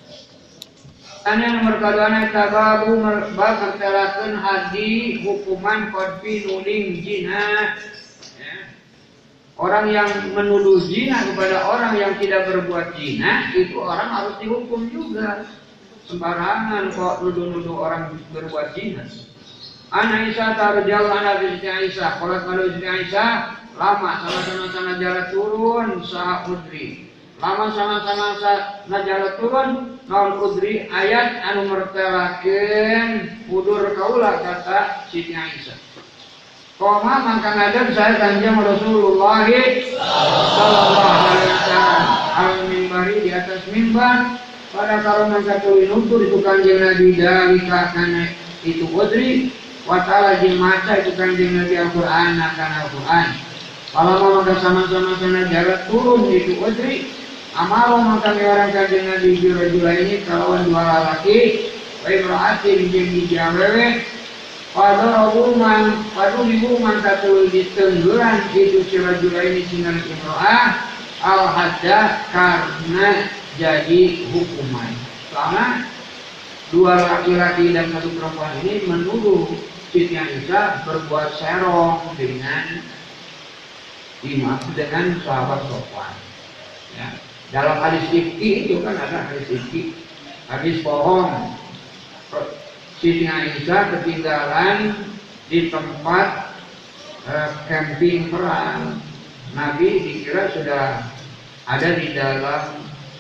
Tanya nomor kedua eta babu bab martarakeun hadi hukuman qadfi nuding zina. Ya. Orang yang menuduh zina kepada orang yang tidak berbuat zina itu orang harus dihukum juga. Sembarangan kok nuduh-nuduh orang berbuat zina. Ana Aisyah radhiyallahu anha binti Aisyah, qalat qalu binti Aisyah, lama sama-sama sana jalan turun saha udri. Lamun sama-sama najala turun naon udri ayat anu mertelakeun udur kaula kata Siti Aisyah. Koma mangka ngaden saya Kanjeng Rasulullah sallallahu alaihi wasallam al mimbari di atas mimbar pada karunan katuluy nutur itu Kanjeng Nabi dalika kana itu udri wa ta'ala jeung maca itu Kanjeng Nabi Al-Qur'an kana Al-Qur'an. Kalau maka sama-sama sana jarak turun itu udri amaro maka ngelarang Kanjeng Nabi jura-jura ini kalawan dua lalaki wa imra'atin jeung hiji awewe pada ruman pada ruman katuluy ditengguran itu jura-jura ini sinan imra'ah al-hadda karena jadi hukuman. Karena dua laki-laki dan satu perempuan ini menuduh Siti Aisyah berbuat serong dengan dimaksud dengan sahabat Sofwan. Ya. Dalam hadis ifki itu kan ada hadis ifki, hadis bohong. Siti Aisyah ketinggalan di tempat eh, camping perang. Nabi dikira sudah ada di dalam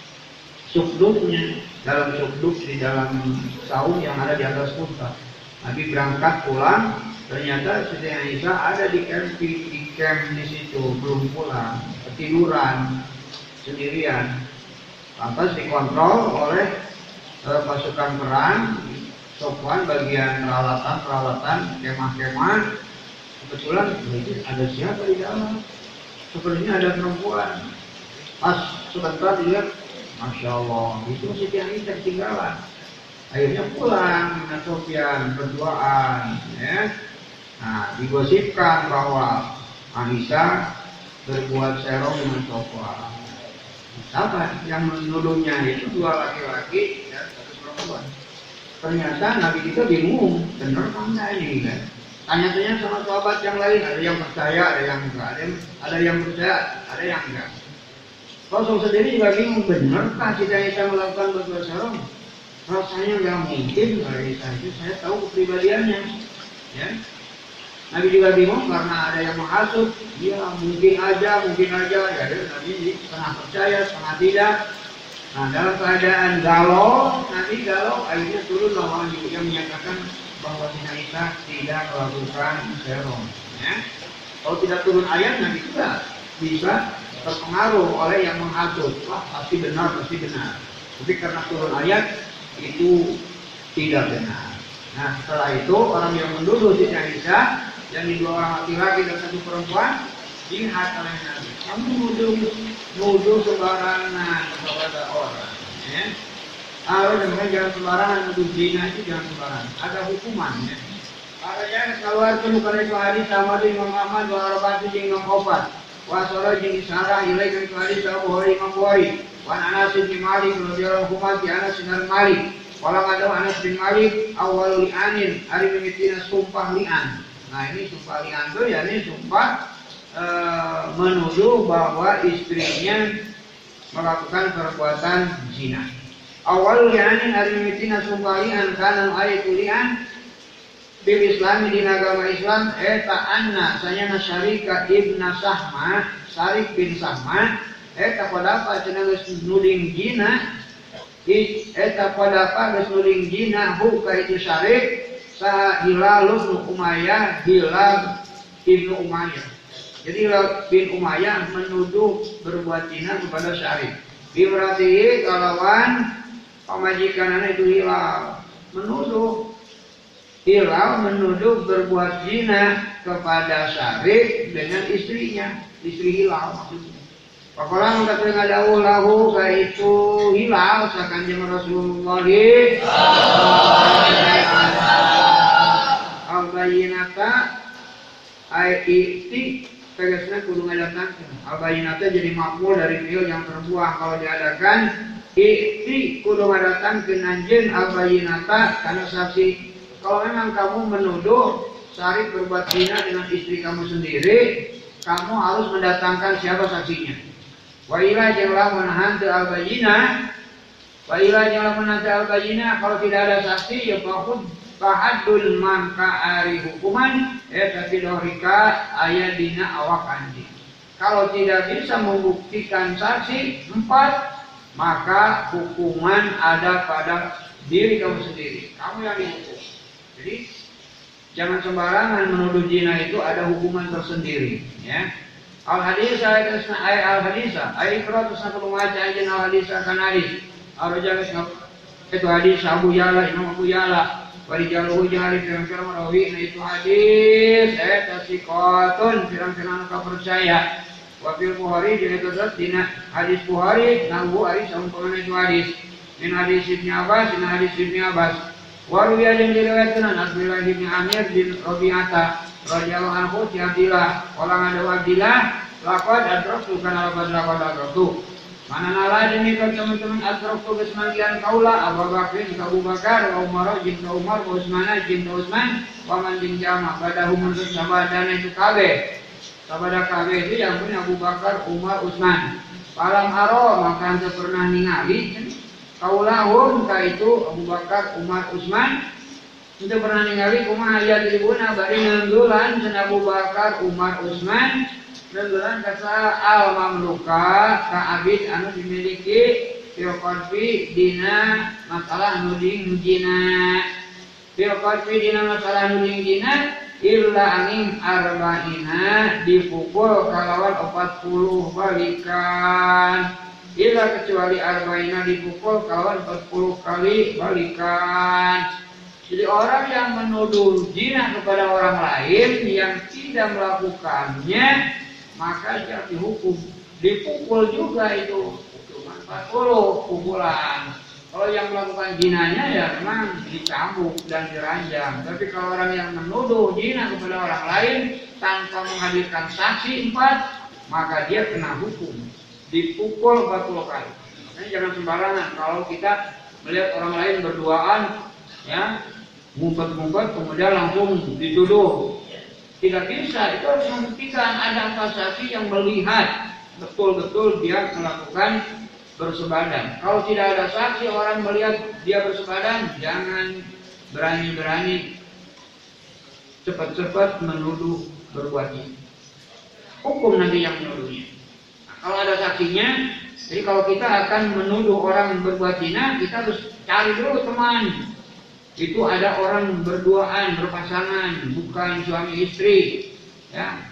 sukduknya, dalam sukduk di dalam saung yang ada di atas unta. Nabi berangkat pulang, ternyata Siti Aisyah ada di camping di camp di situ belum pulang, ketiduran sendirian. Lantas dikontrol oleh eh, pasukan perang, Sofwan bagian peralatan-peralatan kemah-kemah. Kebetulan ada siapa di dalam? Sepertinya ada perempuan. Pas sebentar dilihat, Masya Allah, itu Siti Aisyah ketinggalan. Akhirnya pulang dengan Sofyan berduaan, ya. Nah, digosipkan bahwa Aisyah berbuat serong dengan Sofwan. Siapa yang menuduhnya itu dua laki-laki dan satu perempuan. Ternyata Nabi kita bingung, benar mana ini kan? Tanya-tanya sama sahabat yang lain, ada yang percaya, ada yang enggak, ada yang, ada yang percaya, ada yang enggak. Rasul sendiri juga bingung, benarkah Siti Aisyah melakukan berbuat serong? Rasanya nggak mungkin Aisyah itu, saya tahu kepribadiannya. Ya. Nabi juga bingung karena ada yang menghasut, ya mungkin aja, mungkin aja, ya Nabi setengah percaya, setengah tidak. Nah dalam keadaan galau, Nabi galau, akhirnya turun lawan yang menyatakan bahwa Siti Aisyah tidak melakukan serong. Ya. Kalau tidak turun ayat, Nabi juga bisa terpengaruh oleh yang menghasut. Wah pasti benar, pasti benar. Tapi karena turun ayat itu tidak benar. Nah setelah itu orang yang menuduh Siti Aisyah, yang dua orang laki-laki dan satu perempuan, dilihat oleh Nabi. Kamu nuduh, nuduh sembarangan kepada orang. Ya. Kalau dengan jangan sembarangan nuduh zina itu jangan sembarangan. Ada hukumannya. Makanya kalau ada bukan itu hadis sama dengan Imam Ahmad wa arba'atu jeung Imam Opat. Wasara jeung isara ilai kan hadis Abu Hurairah Imam Bukhari. Wan Anas bin Malik radhiyallahu anhu Anas bin Malik. Walau ada Anas bin Malik awal li'anin hari mimitina sumpah li'an. Nah ini sumpah li'an itu ya ini sumpah e, menuduh bahwa istrinya melakukan perbuatan zina. Awal li'anin hari mimitina sumpah li'an kana ayatu li'an bil Islami di agama Islam eta anna sayana syarika ibna Sahma Sarik bin Sahma eta pada apa cenah geus nuding zina eta pada apa geus nuding zina hu ka itu Sarik sa Hilal bin Umayyah Hilal bin Umayyah. Jadi Hilal bin Umayyah menuduh berbuat zina kepada Sarik. Bibrati kalawan pamajikanana itu Hilal menuduh Hilal menuduh berbuat zina kepada Sarik dengan istrinya, istri Hilal maksudnya. Pakola mengatakan ngadawuh lahu kaitu Hilal sakanjeng Rasulullah al-bayinata ai-ikti tegasna kudu ngadatangkeun. Al-bayinata jadi makmul dari fi'il yang terbuang kalau diadakan ikti kudu ngadatangkeun anjeun al-bayinata kana saksi. Kalau memang kamu menuduh Sarik berbuat zina dengan istri kamu sendiri, kamu harus mendatangkan siapa saksinya. Wa ila janganlah menahan al-bayyinah. Wa ila janganlah menahan al-bayyinah. Kalau tidak ada saksi, ya fakud bahadul man ka'ari hukuman. Eh tapi lorika ayat dina awak anjing. Kalau tidak bisa membuktikan saksi empat, maka hukuman ada pada diri kamu sendiri. Kamu yang dihukum. Jadi jangan sembarangan menuduh zina, itu ada hukuman tersendiri. Ya. Al hadis ayat al hadis ayat seratus enam puluh aja al hadis akan hadis. Arujal itu hadis Abu Yala, Imam Abu Yala. Warijaluhu jahari firman-firman rawi, nah itu hadis eta sikotun firman-firman ka percaya. Wafil Bukhari jadi terus dina hadis Bukhari nanggu hadis umpamana itu hadis min hadis Ibnu Abbas min hadis Ibnu Abbas waru ya jeung diriwayatkeun Abdullah bin Amir bin Rabi'ah radhiyallahu anhu ti Abdillah qala ngadu Abdillah laqad adraktu kana laqad laqad adraktu mana nala demi teman-teman adraktu geus manggian kaula Abu Bakar ka Abu Bakar wa Umar jeung Umar wa Utsman jeung Utsman wa man jeung jama badahu menurut sabadana itu kabeh. Sabada kabeh itu yang punya Abu Bakar, Umar, Utsman. Palam aro maka ente pernah ningali kaulahum ka itu Abu Bakar, Umar, Utsman. Ente pernah ningali kumaha aya di ibuna bari ngeunggulan cenah Abu Bakar, Umar, Utsman. Ngeunggulan ka al mamluka ka abid anu dimiliki fil qalbi dina masalah anu ding jina. Fil qalbi dina masalah anu ding jina. Illa angin arba'ina dipukul kalawan empat puluh balikan. Illa kecuali arba'ina dipukul kalawan empat puluh kali balikan. Jadi orang yang menuduh zina kepada orang lain yang tidak melakukannya, maka dia dihukum. Dipukul juga itu, hukuman empat puluh pukulan. Kalau yang melakukan zinanya ya memang dicambuk dan diranjang. Tapi kalau orang yang menuduh zina kepada orang lain tanpa menghadirkan saksi empat, maka dia kena hukum, dipukul empat puluh kali. Makanya jangan sembarangan kalau kita melihat orang lain berduaan, ya ngumpet-ngumpet kemudian langsung dituduh. Tidak bisa, itu harus membuktikan ada empat saksi yang melihat betul-betul dia melakukan bersebadan. Kalau tidak ada saksi orang melihat dia bersebadan, jangan berani-berani cepat-cepat menuduh berbuat zina. Hukum nanti yang menuduhnya. Nah, kalau ada saksinya, jadi kalau kita akan menuduh orang berbuat zina, kita harus cari dulu teman. Itu ada orang berduaan, berpasangan, bukan suami istri, ya.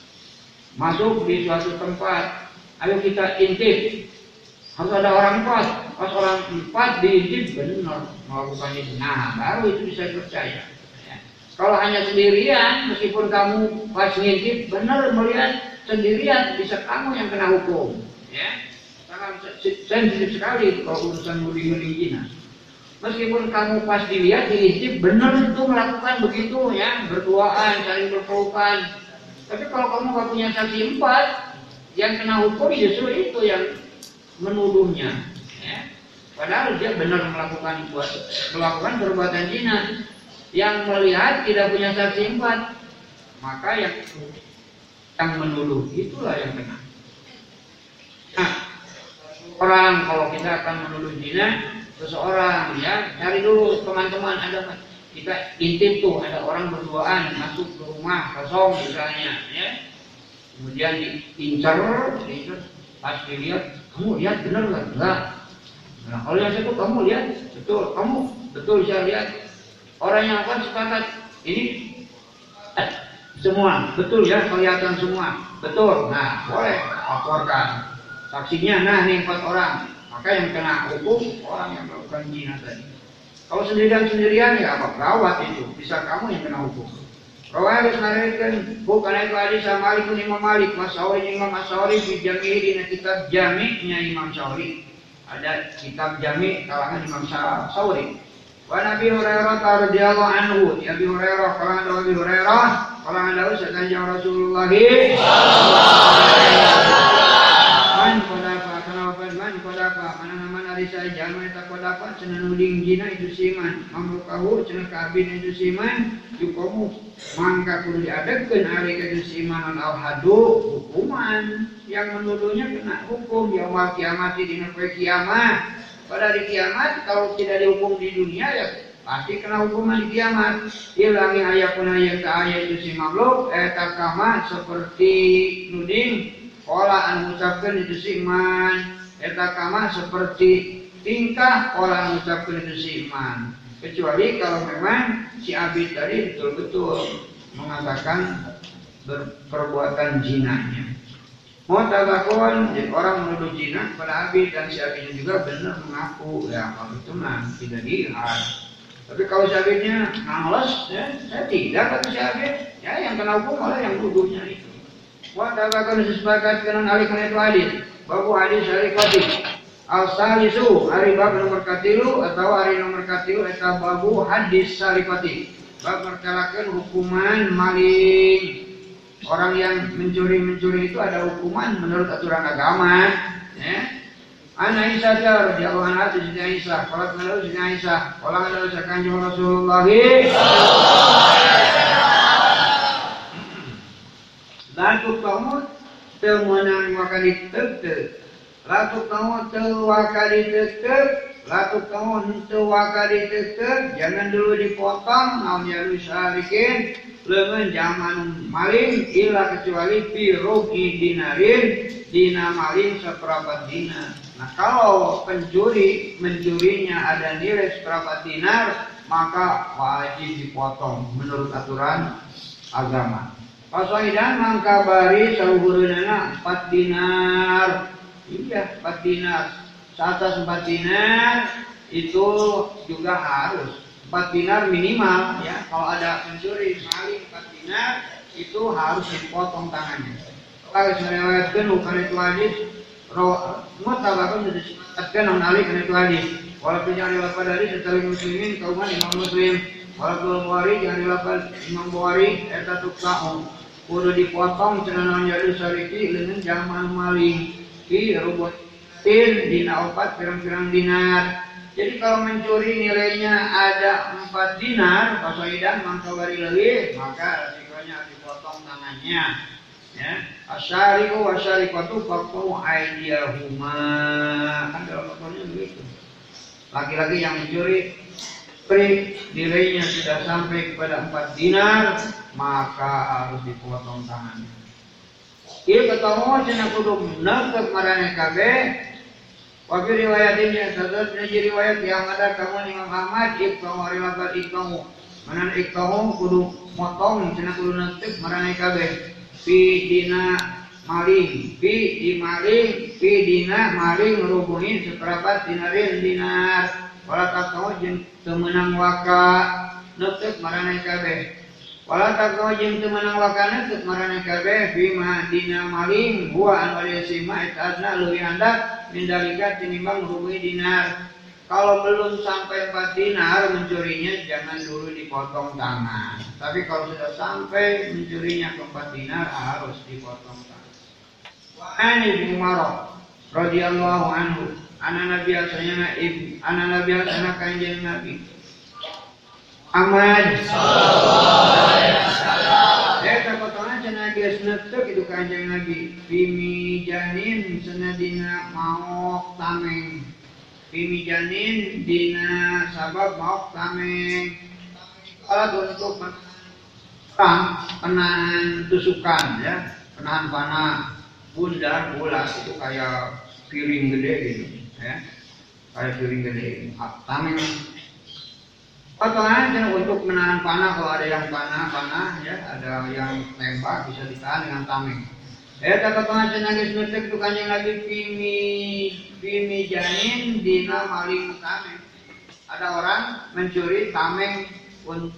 Masuk di suatu tempat, ayo kita intip. Harus ada orang empat, pas orang empat diintip benar melakukan itu. Nah, baru itu bisa dipercaya. Ya. Kalau hanya sendirian, meskipun kamu pas ngintip benar melihat sendirian, bisa kamu yang kena hukum. Ya, sangat sensitif sekali kalau urusan muling-muling zina. Meskipun kamu pas dilihat diintip benar itu melakukan begitu, ya, berduaan, saling berpelukan. Tapi kalau kamu nggak punya saksi empat, yang kena hukum justru itu yang menuduhnya, ya. Padahal dia benar melakukan buat melakukan perbuatan zina. Yang melihat tidak punya saksi empat, maka yang yang menuduh itulah yang kena. Nah, orang kalau kita akan menuduh zina seseorang, ya cari dulu teman-teman, ada kita intip tuh ada orang berduaan masuk ke rumah kosong misalnya, ya. Kemudian diincar, diincar, pas dilihat, kamu lihat benar nggak? Enggak. Nah, kalau yang satu kamu lihat, betul, kamu betul saya lihat. Orang yang akan sepakat ini eh, semua betul ya, kelihatan semua betul. Nah, boleh laporkan saksinya. Nah, ini empat orang. Maka yang kena hukum orang yang melakukan zina tadi. Kalau sendirian-sendirian ya apa? Rawat itu, bisa kamu yang kena hukum. Rawat disarikan bukan itu hadis Malik bin Imam Malik, Masauri Imam Masauri di Jami' di kitab Jami'-nya Imam Sauri. Ada kitab Jami' kalangan Imam Sauri. Wa Nabi Hurairah radhiyallahu anhu, Nabi Hurairah kalangan Nabi Hurairah kalangan Daud sekanjeng Rasulullah sallallahu alaihi wasallam. Man qadafa kenapa man qadafa mana nama arisa jaman tak qadafa cenah nuding jina itu siman, mamlukahu cenah kabin itu siman, yukomu mangka kudu diadekeun ari ka itu siman al hadu hukuman yang menuduhnya kena hukum yaumul kiamat di poe kiamat. Pada hari kiamat kalau tidak dihukum di dunia ya pasti kena hukuman di kiamat. Ilangi ayakuna yang ka ayat itu si makhluk eta kama seperti nuding Qala an ngucapkeun itu si iman eta kama seperti tingkah qala an ngucapkeun itu si iman. Kecuali kalau memang si abid tadi betul-betul mengatakan perbuatan zinanya. Mu'tadakun, jadi orang menuduh zina pada abid dan si abidnya juga benar mengaku, ya kalau itu mah tidak dilihat. Tapi kalau si abidnya males, ya saya tidak kata si abid, ya yang kena hukum malah yang tuduhnya itu. Mu'tadakun sesepakat kenan alih karena itu hadis, babu hadis hari kotip. Al-salisu, hari bab nomor katilu atau hari nomor katilu eta babu hadis sarikoti. Bab mercalakan hukuman maling. Orang yang mencuri-mencuri itu ada hukuman menurut aturan agama, ya. An Aisyah radhiyallahu anha dari Aisyah, kalau menurut Aisyah, kalau menurut Kanjeng Rasulullah Lalu kamu temenang wakali tete. Lalu kamu tewakali tete. Lalu kamu tewakali tete. Jangan dulu dipotong. Namanya lu syarikin. Lengan zaman maling. Ila kecuali piruki dinarin. Dina maling seperempat dinar. Nah kalau pencuri mencurinya ada nilai seperempat dinar, maka wajib dipotong menurut aturan agama. Pasaidan mangkabari saluhureunana empat dinar. Iya, empat dinar. Seatas empat dinar itu juga harus empat dinar minimal ya. Kalau ada pencuri maling empat dinar itu harus dipotong tangannya. Kalau meriwayatkeun bukan itu hadis mutabakun disebutkan namun alih karena itu hadis. Walaupun jangan dilapar dari setelah muslimin kauman imam muslim. Walaupun Bukhari jangan dilapar imam Bukhari eta tuksa'um. Kudu dipotong cenah jadi sariki leungeun jaman maling di rubutin dina opat pirang-pirang dinar. Jadi kalau mencuri nilainya ada empat dinar, pasaidan mangkabari leuwih, maka resikonya dipotong tangannya. Ya, asyariku wasyarikatu faqtu aydiyahuma. Kan dalam Al-Qur'an begitu. Laki-laki yang mencuri pri nilainya sudah sampai kepada empat dinar, maka harus dipotong tangannya. Ieu ketemu cenah kudu neukeup marane kabeh. Wa fi riwayatin sadad jadi riwayat yang ada kamu Imam Ahmad ibnu riwayat ibnu manan ibnu kudu motong cenah kudu neukeup marane kabeh. Fi dina maling, fi di maling, fi dina maling rubuhin seperempat dinarin dinar. Wala takau jeung teu meunang waka neukeup marane kabeh. Wala takau jeung teu meunang waka neukeup marane kabeh bima dina maling huwa an walisima etadna leuwih handap min dalika tinimbang rubuh dinar. Kalau belum sampai empat dinar mencurinya jangan dulu dipotong tangan. Tapi kalau sudah sampai mencurinya ke empat dinar harus dipotong tangan. Wa ani bin Umar radhiyallahu anhu anak Nabi asanya ibu, anak Nabi asanya kanjeng Nabi Ahmad sallallahu alaihi wasallam. Eh kapotona cenah geus neuteuk itu kanjeng Nabi bimi janin senadina maok tameng. Bimi janin dina sabab maok tameng. Kalau untuk penahan tusukan ya, penahan panah bundar bulas itu kayak piring gede gitu ya, kayak piring gede tameng. Potongan untuk menahan panah, kalau ada yang panah-panah ya, ada yang tembak bisa ditahan dengan tameng. Eh kata potongan cenah geus neuteuk tu kanjeng Nabi pimi pimi janin dina maling tameng. Ada orang mencuri tameng untuk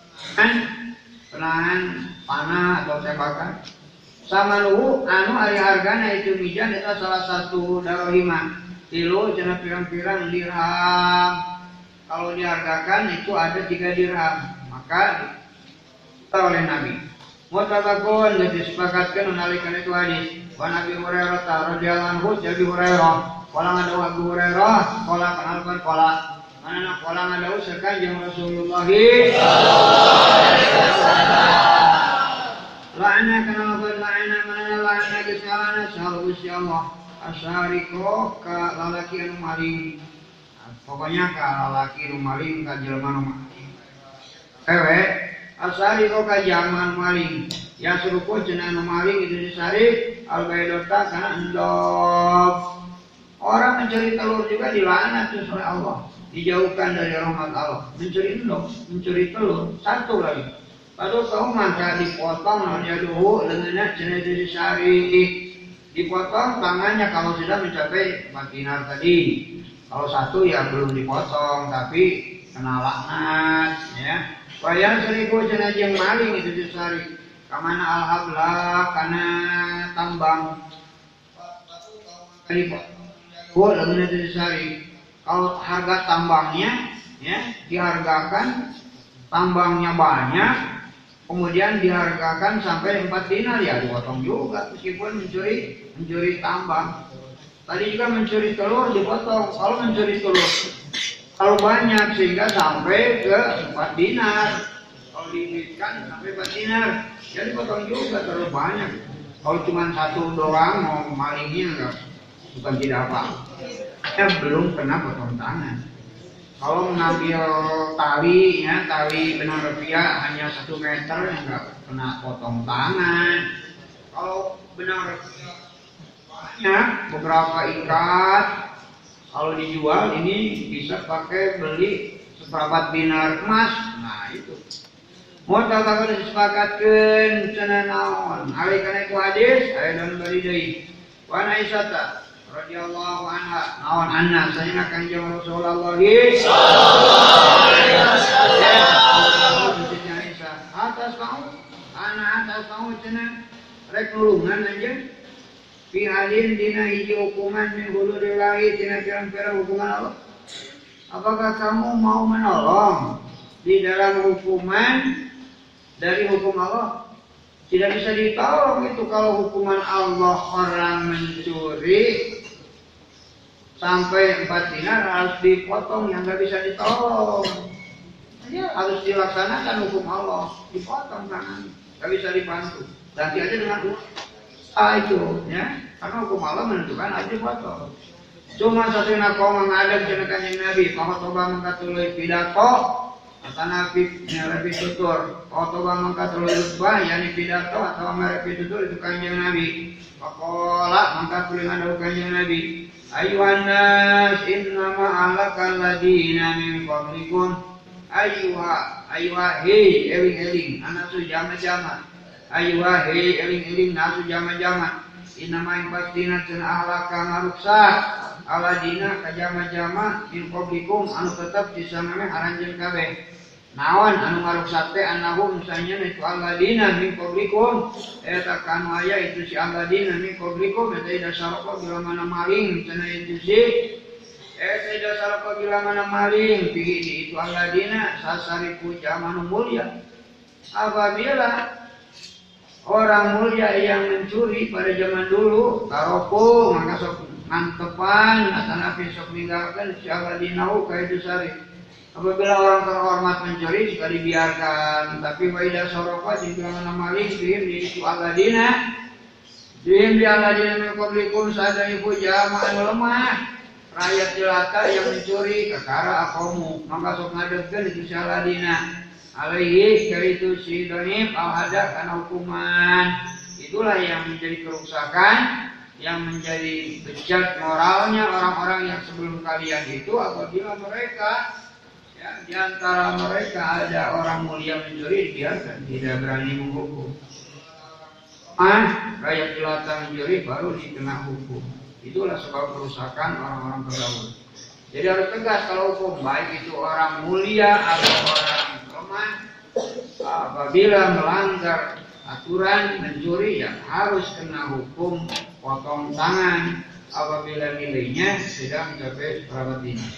penahan panah atau tembakan. Sama lu anu ari hargana itu mijan eta salah satu darohima. Tilu cenah pirang-pirang dirham. Kalau dihargakan itu ada tiga dirham, maka oleh Nabi. Mutabakun disepakatkan menalikan itu hadis. Wa Nabi Hurairah radhiyallahu anhu jadi Hurairah. Qala ada Abu Hurairah, qala kenalkan qala. Mana qala ada usakan jeung Rasulullah sallallahu alaihi wasallam. La'ana kana la'ana mana la'ana kesalana sallallahu alaihi Allah. Asyariko ka lalaki anu maling. Pokoknya ka lalaki nu maling ka jelema nu maling. Ewe asari roka jaman maling ya suruku cenah maling itu disari albaidota karena endop. Orang mencuri telur juga dilaknat oleh Allah, dijauhkan dari rahmat Allah. Mencuri endop, mencuri telur, satu lagi. Lalu kau maka dipotong namanya dulu lengannya cenah disari, dipotong tangannya kalau sudah mencapai empat dinar tadi. Kalau satu ya belum dipotong tapi kena laknat ya. Wayang seribu cenah jeung maling itu disari. Kamana alhabla kana tambang. Oh, lalu disari. Kalau harga tambangnya ya dihargakan tambangnya banyak, kemudian dihargakan sampai empat dinar ya dipotong juga meskipun mencuri mencuri tambang. Tadi juga mencuri telur dipotong. Kalau mencuri telur kalau banyak sehingga sampai ke empat dinar. Kalau diikan sampai empat dinar, jadi potong juga terlalu banyak. Kalau cuma satu doang mau malingnya enggak, bukan tidak apa. Ya belum kena potong tangan. Kalau mengambil tali, ya tali benang rupiah hanya satu meter enggak kena potong tangan. Kalau benang rupiah banyak beberapa ikat, kalau dijual ini bisa pakai beli seperempat dinar emas. Nah itu. Mau tak disepakatkan cenah naon. Ari kana ku hadis aya dan bari deui. Wa Aisyah radhiyallahu anha naon anna sayyidina Kanjeng Rasulullah sallallahu alaihi wasallam. Atas kamu, ana atas kamu cenah rek nulungan anjeun. Fi halin dina hiji hukuman min huludillahi tina pirang-pirang hukuman Allah. Apakah kamu mau menolong di dalam hukuman dari hukum Allah? Tidak bisa ditolong itu kalau hukuman Allah orang mencuri sampai empat dinar harus dipotong, yang nggak bisa ditolong. Ya, harus dilaksanakan hukum Allah, dipotong tangan, nggak bisa dibantu. Ganti aja dengan uang. Ah itu, ya, karena hukum Allah menentukan aja potong. Cuma satu nak kau mengadap jenah Kanjeng Nabi, kau coba mengkatului pidato, atau Nabi merepi tutur, kau coba mengkatului khutbah, yakni pidato atau merepi tutur itu Kanjeng Nabi. Pakola mengkatului ada Kanjeng Nabi. Ayuhan nas innama alakal ladina min qablikum. Ayuha, ayuha hei eling eling, anak su jama jama. Ayuha hei eling eling nasu jama jama. Inama yang pastina cenah ahlaka ngaruksak aladina kajama-jama min qablikum anu tetep disameme haranjeun kabeh. Naon anu ngaruksak teh annahum sanya itu aladina min qablikum eta kanu aya itu si aladina min qablikum eta ida saroko bila mana maling cenah itu si eta ida saroko bila mana maling pihi itu aladina sasariku zaman mulia. Apabila orang mulia yang mencuri pada zaman dulu taroko maka sok ngantepan atau nabi sok meninggalkan si aladinahu kaitu sari. Apabila orang terhormat mencuri jika dibiarkan, tapi waidah sorofa jika mana maling dihim di itu aladina dihim di aladina mengkoblikum sada ibu jamaah lemah rakyat jelata yang mencuri kekara akomu maka sok ngadepkan itu si aladina alaihi kaitu si donib al-hada karena hukuman. Itulah yang menjadi kerusakan, yang menjadi bejat moralnya orang-orang yang sebelum kalian itu apabila mereka ya, di antara mereka ada orang mulia mencuri dibiarkan, tidak berani menghukum. Ah, rakyat jelata mencuri baru dikena hukum. Itulah sebab kerusakan orang-orang terdahulu. Jadi harus tegas kalau hukum, baik itu orang mulia atau orang lemah, apabila melanggar aturan mencuri ya harus kena hukum potong tangan apabila nilainya sudah mencapai seperempat dinar.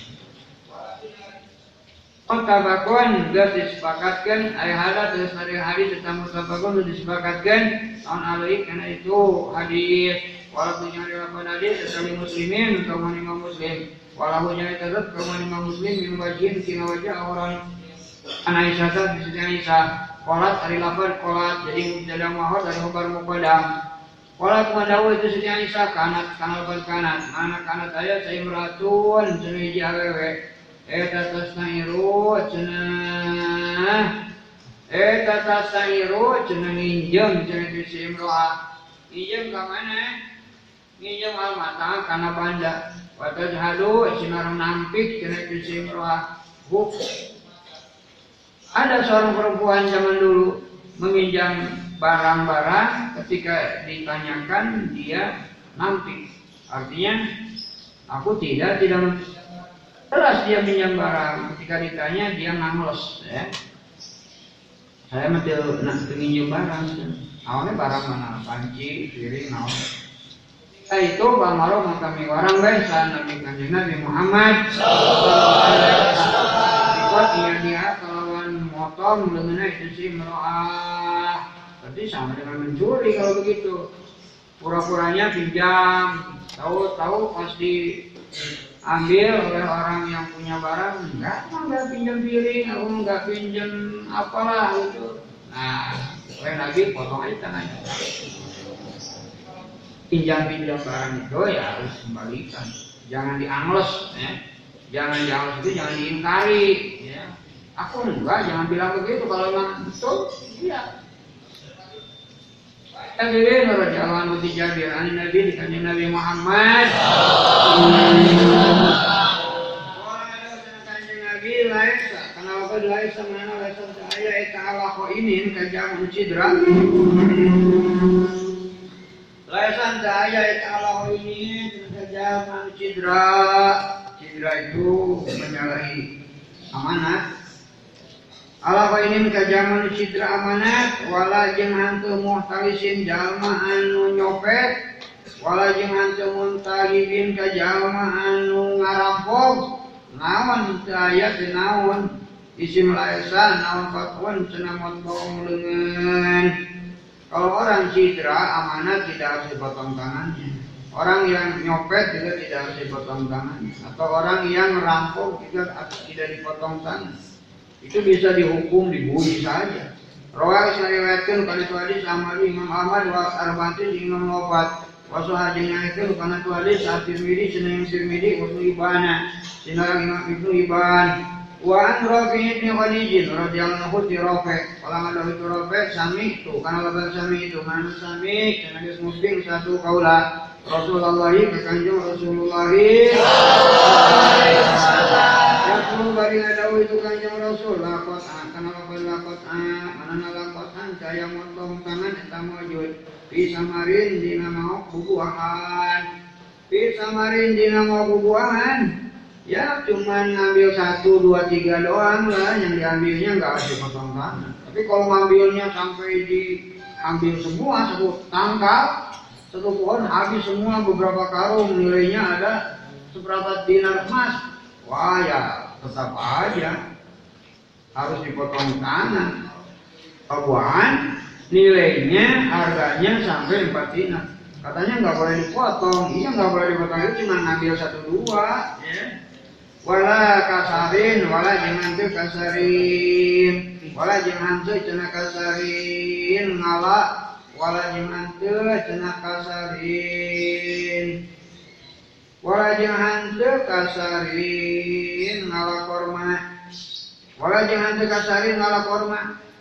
Mutabakun sudah disepakatkan ayat hadis terus dari hadis tentang mutabakun sudah disepakatkan tahun alaihi karena itu hadis walaupun yang dilakukan hadis dari muslimin atau imam muslim walaupun yang terdapat kaum imam muslim min wajhin kina wajah orang anak Aisyah di sini Aisyah kolat hari lapan kolat jadi mubtada mahor dari khobar muqaddam kolat madawu itu sini Aisyah kanat kanal lapan kanat mana kanat aya saya meratun cenah awewe eta tasnairu cenah Eh tata sairu cenah nginjem cenah itu si imro'ah. Nginjem ka mana? Nginjem al-mata kana banda. Wa tajhadu cenah nampik cenah itu si imro'ah. Buk. Ada seorang perempuan zaman dulu meminjam barang-barang, ketika ditanyakan dia nampik. Artinya aku tidak tidak terus dia minjam barang, ketika ditanya dia nganglos ya. Saya mesti nak pinjam barang. Awalnya barang mana? Panci, piring, naon. Setelah itu Pak Maro kami orang biasa Nabi Kanjeng Nabi Muhammad sallallahu alaihi wasallam. Ikut dia dia kalawan motong dengan itu si imro'ah. Berarti sama dengan mencuri kalau begitu. Pura-puranya pinjam, tahu-tahu pasti ambil oleh orang yang punya barang. Enggak, enggak pinjam piring, aku enggak pinjam apalah itu. Nah, oleh Nabi potong aja tangannya. Pinjam-pinjam barang itu ya harus kembalikan. Jangan diangles, ya. Jangan diangles itu jangan diingkari, ya. Aku enggak, jangan bilang begitu kalau memang betul, iya. Tabi'in radhiyallahu anhu Jabir an Nabi Kanjeng Nabi Muhammad. Kanjeng Nabi laisa kana apa laisa mana laisa saya eta ala qainin kajamun cidra. Laisa saya eta ala qainin kajamun cidra. Cidra itu menyalahi amanat. Ala qainin kajamun cidra amanat wala jeung hanteu muhtalisin jalma anu nyopet wala jeung hanteu muntahibin ka jalma anu ngarampok naon teu aya teh naon isim laisa naon fatwan cenah motong leungeun. Kalau orang cidra amanat tidak harus dipotong tangannya. Orang yang nyopet juga tidak harus dipotong tangannya. Atau orang yang merampok juga tidak dipotong tangan. Itu bisa dihukum, dibunuh saja. Rawah isnariwayatkeun kana tu hadis Ahmad Imam Ahmad wa Arba'in Imam Lobat. Wa sahajanya itu kana tu hadis At-Tirmidzi cenah Tirmidzi wa Ibana cenah Imam Ibnu Ibban. Wa an Rafi' bin Khadij radhiyallahu anhu ti Rafi'. Kalau ada itu Rafi' sami itu kana laban sami itu mana sami cenah geus muslim satu kaula Rasulullah ka Kanjeng Rasulullah sallallahu alaihi wasallam. Rasul bari ngadawu itu Kanjeng Rasul lakot kana lakot lakot mana lakot saya motong tangan eta mujud fi samarin dina mau bubuahan fi samarin dina mau bubuahan ya cuman ngambil satu dua tiga doang lah yang diambilnya enggak ada potong tangan. Tapi kalau ngambilnya sampai diambil semua satu tangkal satu pohon habis semua beberapa karung nilainya ada seperempat dinar emas. Wah ya tetap aja harus dipotong tangan. Kawan nilainya harganya sampai empat dinar. Katanya nggak boleh dipotong. Iya nggak boleh dipotong itu cuma ngambil satu dua. Ya. Wala kasarin, wala jangan tuh kasarin, wala jangan tuh cina kasarin ngala, wala jangan tuh cina kasarin. Wala jeung hanteu kasarin ngala korma. Wala jeung hanteu kasarin ngala korma.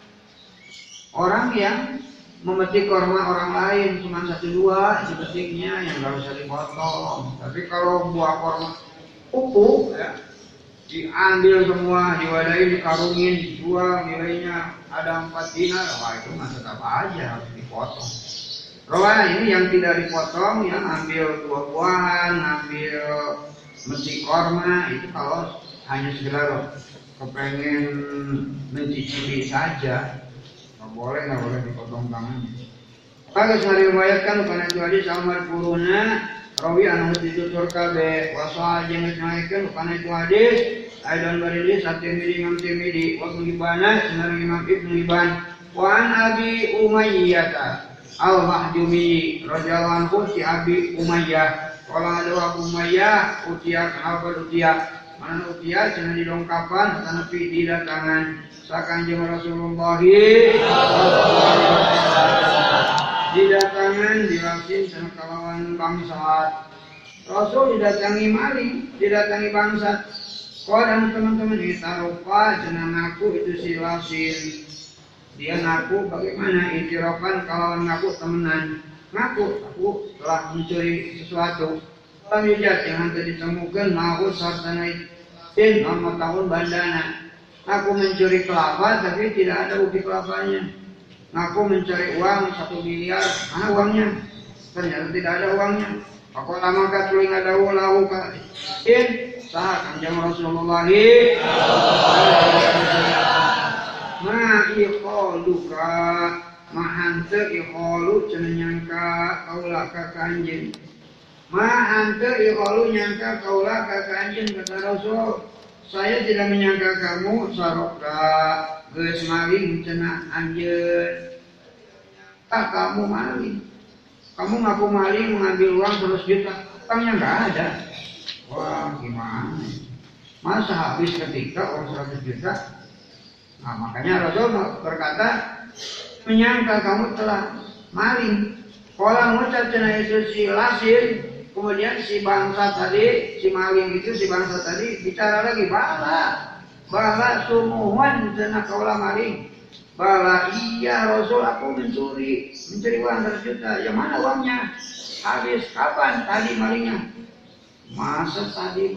Orang yang memetik korma orang lain cuma satu dua dipetiknya yang enggak usah dipotong. Tapi kalau buah korma utuh ya, diambil semua, diwadahi, dikarungin, dijual, nilainya ada empat dinar, wah itu mah tetap aja harus dipotong. Rawah ini yang tidak dipotong, yang ambil buah-buahan, ambil metik korma, itu kalau hanya sekedar kepengen mencicipi saja, nggak boleh, nggak boleh dipotong tangannya. Kalau saya riwayatkan karena itu hadis Ahmad Quruna, rawi anu ditutur kabeh, wasal jeung naikeun karena itu hadis, aidan barili At-Tirmidzi Imam Tirmidzi, wa Ibana sanan Imam Ibnu Ibban, wa an Abi Umayyah Al-Mahdumi radhiyallahu anhu si Abi Umayyah. Kalau ada Abu Umayyah utia kenapa utia? Mana utia cenah didongkapan kana pi didatangan sakanjeng Rasulullah sallallahu alaihi wasallam. Didatangan diwaksin cenah kalawan bangsat. Rasul didatangi maling, didatangi bangsat. Kodan teman-teman ditarupa cenah ngaku itu si Lasin. Dia ngaku bagaimana intirokan kalau ngaku temenan. Ngaku aku telah mencuri sesuatu. Kalau yujat yang nanti ditemukan mau sartana in nama tahun bandana. Aku mencuri kelapa tapi tidak ada bukti kelapanya. Ngaku mencari uang satu miliar, mana uangnya? Ternyata tidak ada uangnya. Aku lama katuling ada ulau in sah kanjeng Rasulullah. Ma iqaluka mahante iqalu cenah nyangka kaula ka kanjeng. Ma ante iqalu nyangka kaula ka kanjeng kata Rasul. Saya tidak menyangka kamu saroka geus maling cenah anjeun. Tak kamu maling. Kamu ngaku maling mengambil uang seratus juta. Utangnya enggak ada. Wah, gimana? Masa habis ketika uang seratus juta? Nah, makanya Rasul berkata menyangka kamu telah maling. Kalau ngucap cenah itu si lasin, kemudian si bangsa tadi, si maling itu si bangsa tadi bicara lagi bala, bala sumuhan cenah kaulah maling. Bala iya Rasul aku mencuri, mencuri uang seratus juta. Yang mana uangnya? Habis kapan tadi malingnya? Masa tadi?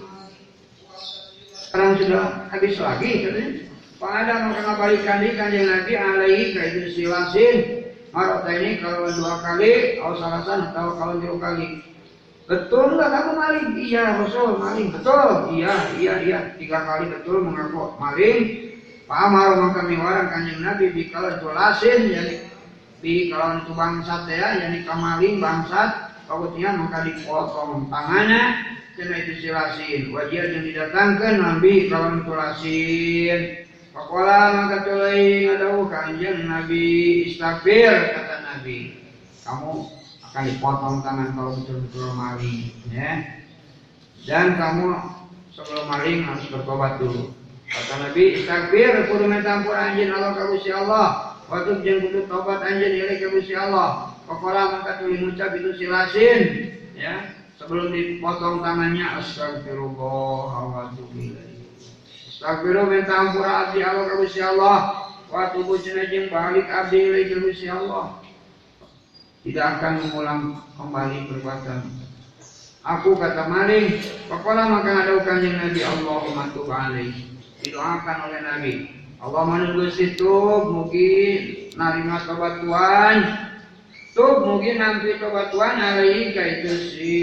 Sekarang sudah habis lagi katanya. Pada maka ngabalikan di kanjeng Nabi alaihi kaitu silasin marota ini kalau dua kali atau salasan atau kalau dua kali. Betul nggak kamu maling? Iya Rasul maling. Betul. Iya iya iya tiga kali betul mengaku maling. Pamar maka miwaran kanjeng Nabi bikalan tulasin yani di kalau itu bangsat ya yani kamaling bangsat kautian maka dipotong tangannya cenah itu silasin wajib yang didatangkan Nabi kalau tulasin. Pakola maka tuluy ngadawuh kanjeng Nabi istighfar kata Nabi. Kamu akan dipotong tangan kalau betul-betul maling ya. Dan kamu sebelum maling harus bertobat dulu. Kata Nabi istighfar kudu minta ampun anjeun Allah ka Gusti Allah. Waktu jeung kudu tobat anjeun ilai ka Gusti Allah. Pakola maka tuluy ngucap itu silasin ya. Sebelum dipotong tangannya astagfirullah wa atubu ilaih. Astagfirullah minta ampun abdi Allah ka Gusti Allah. Wa tubuh cenah jeung balik abdi ilai ka Gusti Allah. Tidak akan mengulang kembali perbuatan. Aku kata maling, pakola maka ngadau kanjeng Nabi Allahumma tub alaihi. Didoakan oleh Nabi. Allah menunggu situ mugi narima tobat Tuhan. Tub mugi nampi tobat Tuhan alaihi ka itu si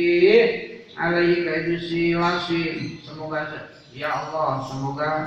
alaihi ka itu si lasin. Semoga ya Allah, semoga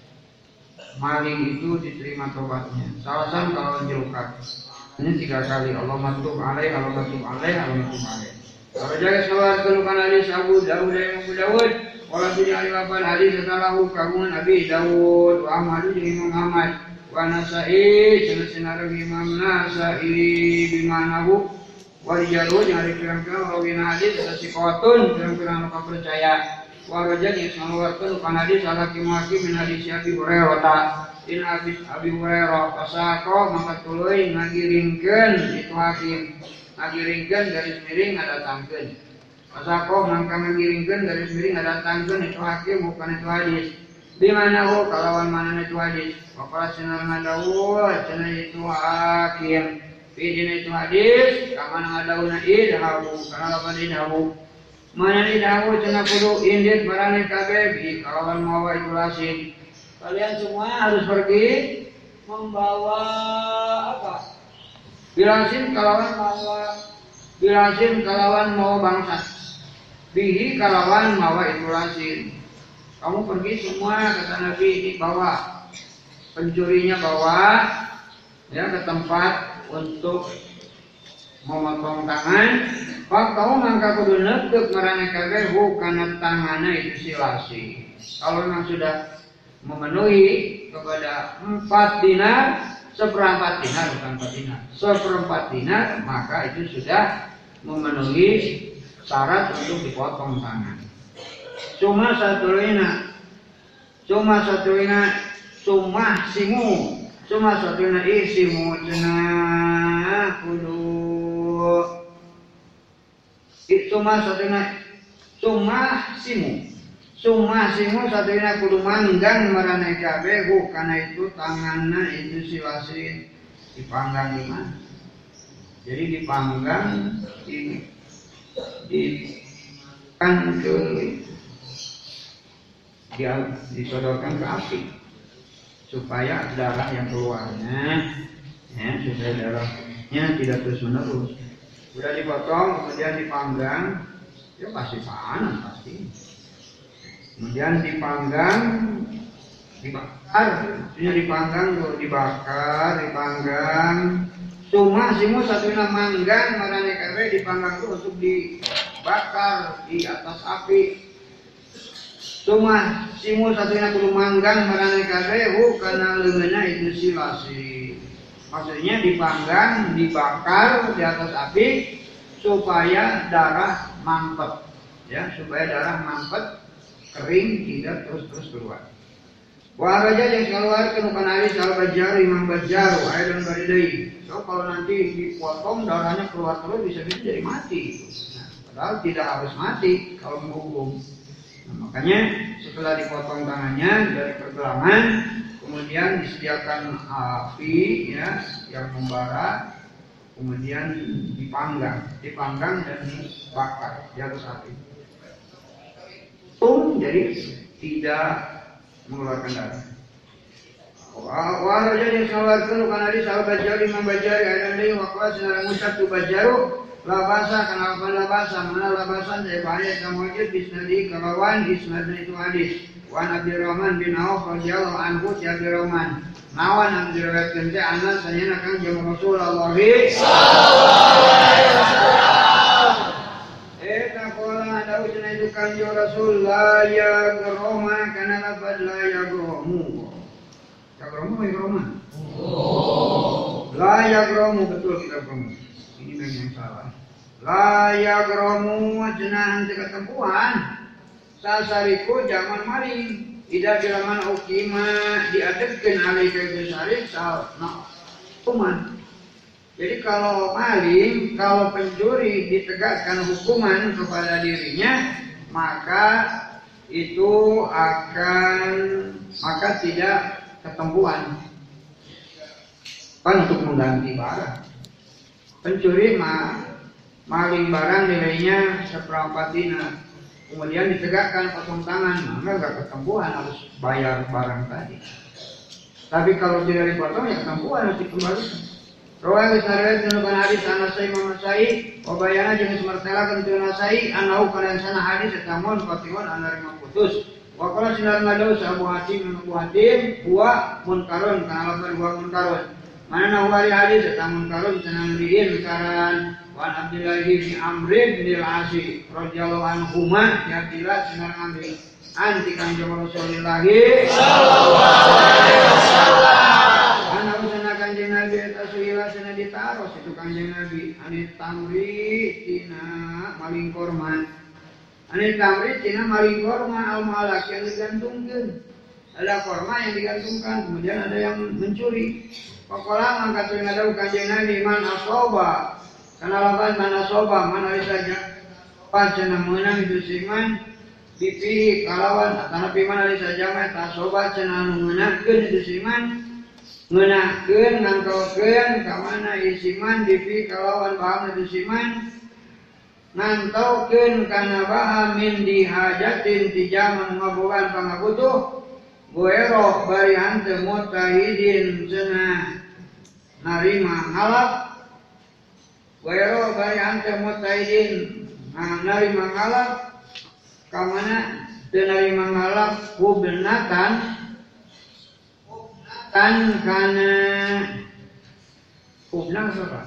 maling itu diterima tobatnya. Salasan kalau jelukat. Ini tiga kali Allah matub alaih, Allah matub alaih, Allah matub alaih. Kalau jaga sawar kelukan hadis Abu Dawud dan Abu Dawud, walau tidak alilapan hadis setelahu kagungan Abi Dawud, wa Ahmadu dan Imam Ahmad, wa Nasai, selesai Imam Nasai bimanahu, wa Rijalu yang ada pirang-pirang rawin hadis atau sikotun pirang-pirang luka percaya, wa Rajal yang selamatkan luka hadis ala kimaki min hadis Abi Hurairah. In Abi Abi Hurairah pasako maka tuluy ngagiringkeun itu hakim ngagiringkeun garis miring ngadatangkeun pasako mangka ngagiringkeun garis miring ngadatangkeun itu hakim bukan itu hadis di mana hu kalawan mana itu hadis maka sinar ngadawuh cenah itu hakim pidina itu hadis kamana ngadawuna idhabu kana lapan idhabu mana idhabu cenah kudu indit barang kabeh bi kalawan mawa itu lasin. Kalian semua harus pergi membawa apa? Bilasin kalawan mawa, bilasin kalawan mawa bangsa, bihi kalawan mawa itu lasin. Kamu pergi semua kata Nabi ini bawa pencurinya bawa ya ke tempat untuk memotong tangan. Pak kamu mangka kudu neuk marane kabeh kana tanganna itu si lasin. Kalau memang sudah memenuhi kepada empat dinar, seperempat dinar bukan empat dinar, seperempat dinar maka itu sudah memenuhi syarat untuk dipotong tangan. Cuma satu lina, cuma satu lina, cuma simu, cuma satu lina isimu cenah kudu, cuma satu lina, cuma simu. Suma simu satuna kudu manggang marane kabeh hu kana itu tanganna itu si wasin dipanggang di mana? Jadi dipanggang di di kan ke dia disodorkan ke api supaya darah yang keluarnya ya supaya darahnya tidak terus menerus. Sudah dipotong kemudian dipanggang, ya pasti panas pasti. Kemudian dipanggang, dibakar, maksudnya dipanggang tuh dibakar, dipanggang. Cuma simu satunya manggang marane kabeh dipanggang tuh untuk dibakar di atas api. Cuma simu satunya kudu manggang marane kabeh hu kana leungeunna itu silasi. Maksudnya dipanggang, dibakar di atas api supaya darah mampet, ya supaya darah mampet kering tidak terus-terus keluar. Wah raja yang keluar ke nukan alis al-Bajjar Imam Bajjar ayat dan baridai. So kalau nanti dipotong darahnya keluar terus bisa-bisa jadi mati. Nah, padahal tidak harus mati kalau menghukum. Nah, makanya setelah dipotong tangannya dari pergelangan, kemudian disediakan api ya yang membara, kemudian dipanggang, dipanggang dan dibakar di atas api. Tung jadi tidak mengeluarkan darah. Wah raja yang sawarkan bukan hadis al-Bajjar Imam Bajjar ayat dari wakwa sinar musab tu Bajjaru labasa kana apa labasa mana labasan dari bahaya samujud bisnadi kalawan isnadnya itu hadis. Wan Abdurrahman bin Auf radhiyallahu anhu si Abdurrahman nawan diriwayatkeun teh anas sanyana kang jeung Rasulullah sallallahu alaihi wasallam. Itu kanjeng Rasul la ya geroma kana lafaz la ya geromu. Ya geromu ya geroma. Oh. La ya geromu betul kita geromu. Ini memang yang salah. La ya geromu cenah teu ketempuhan. Sasariku zaman maling. Ida bilangan ukima diadepkeun alika bisarik sal. Nah, kuman. Jadi kalau maling, kalau pencuri ditegakkan hukuman kepada dirinya, maka itu akan maka tidak ketempuhan. Kan untuk mengganti barang. Pencuri ma, maling barang nilainya seperempat dinar. Kemudian ditegakkan potong tangan, maka nggak ketempuhan harus bayar barang tadi. Tapi kalau tidak dipotong ya ketempuhan harus dikembalikan. Rawal Isnarwet menukan hadis Anasai Mamasai Wabayana jenis mertela kentu Nasai Anau kalian sana hadis Etamun Fatihun Anarima putus Wakala sinar ngadau Abu Hatim Abu Hatim Huwa munkarun Kanalapan huwa munkarun Mana nahuari hadis Etamun karun Senang diin Karan Wan Abdillah bin Amrin bin Al-Asi Radiyallahu anhuma Yabdillah sinar ngambil Anti kanjeng Rasulillahi Sallallahu alaihi wasallam kanjeng Nabi eta suila cenah ditaros itu kanjeng Nabi anit tamri tina maling korma anit tamri tina maling korma al malak yang digantungkan ada korma yang digantungkan kemudian ada yang mencuri pokola mangkat yang ada kanjeng Nabi man asoba kana laban man asoba man ari saja pas cenah meunang itu siman pipi kalawan kana piman ari saja mah tasoba cenah meunangkeun itu siman ngeunahkeun ngantaukeun ka mana isiman dipi kalawan bahan itu siman ngantaukeun kana bahan min dihajatin ti jaman ngabogan pangabutuh goero bari hanteu mutahidin cenah narima ngalap goero bari hanteu mutahidin narima ngalap ka mana teu narima ngalap hubnatan kan kana hubna apa?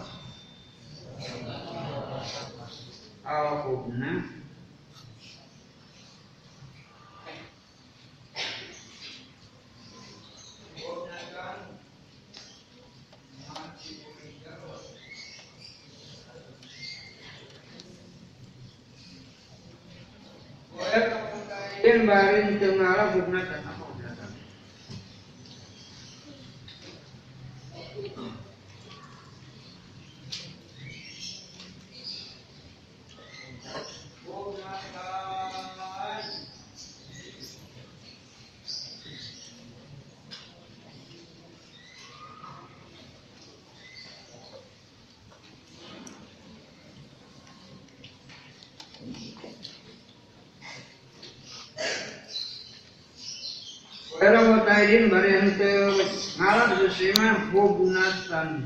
Al hubna Yen barin teu ngalap hubna apa? Era mutaidin bari henteu ngalap sesima hubnatan.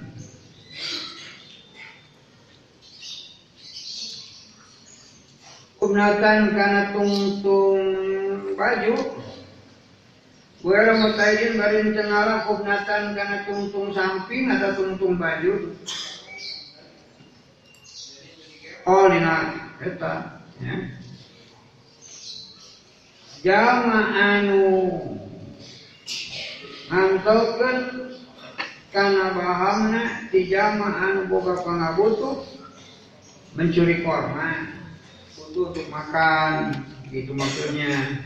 Hubnatan kana tungtung baju. Era mutaidin bari henteu ngalap hubnatan kana tungtung samping atau tungtung baju. Oh dina eta ya. Jama anu ngantaukeun kana bahamna ti jama anu boga pangabutuh mencuri korma butuh untuk makan gitu maksudnya.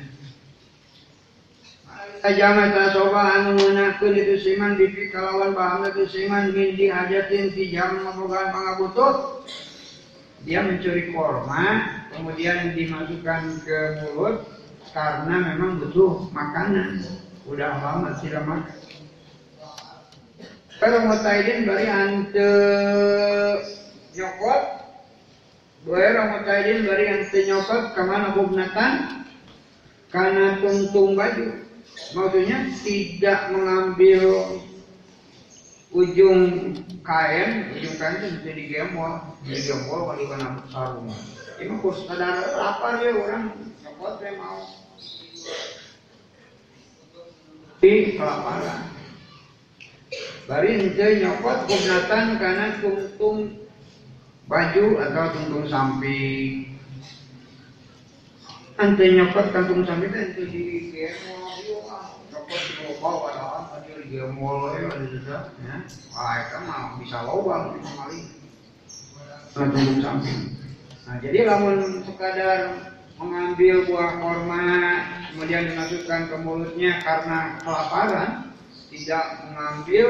Jama tasoba anu ngeunakeun itu siman bibi kalawan bahamna itu siman min di hajatin ti jama boga pangabutuh. Dia mencuri korma kemudian dimasukkan ke mulut karena memang butuh makanan. Udah lama tidak makan. Kalau mutaidin bari ante nyokot, dua mutaidin bari ante nyokot kemana hubnatan karena tungtung baju. Maksudnya tidak mengambil ujung kain, ujung kain itu jadi gembol, jadi gembol kalau kena sarung. Ini kurs sadar lapar ya orang nyokot saya mau. Di kelaparan. Bari ente nyokot hubnatan karena tungtung baju atau tungtung samping. Ente nyokot kantung samping itu di gemol, nyokot di lubang padahal tadi di gemol ya ada juga. Ya, ah itu mah bisa lubang itu kali. Tungtung samping. Nah jadi lamun sekadar mengambil buah korma kemudian dimasukkan ke mulutnya karena kelaparan, tidak mengambil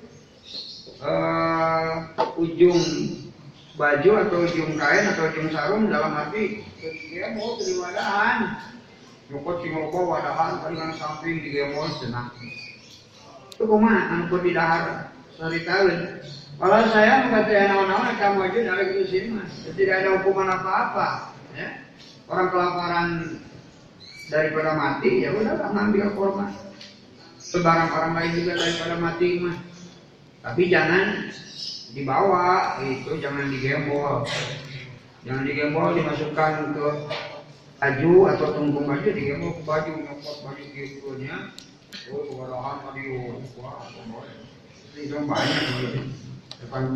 uh, ujung baju atau ujung kain atau ujung sarung dalam arti dia mau di wadahan nyokot singoko wadahan dengan samping di gemol senang itu kumaha angkut di dahar sari tahun. Kalau saya mengatakan naon-naon kamu aja dari itu sini mas tidak ada hukuman apa-apa ya. Orang kelaparan daripada mati, ya udahlah ngambil korma. Sebarang orang lain juga daripada mati mah. Tapi jangan dibawa, itu jangan digembol. Jangan digembol, dimasukkan ke baju atau tungtung baju, digembol ke baju, nyokot baju gitunya. Oh, kewalahan tadi, wah, itu banyak gitu. Depan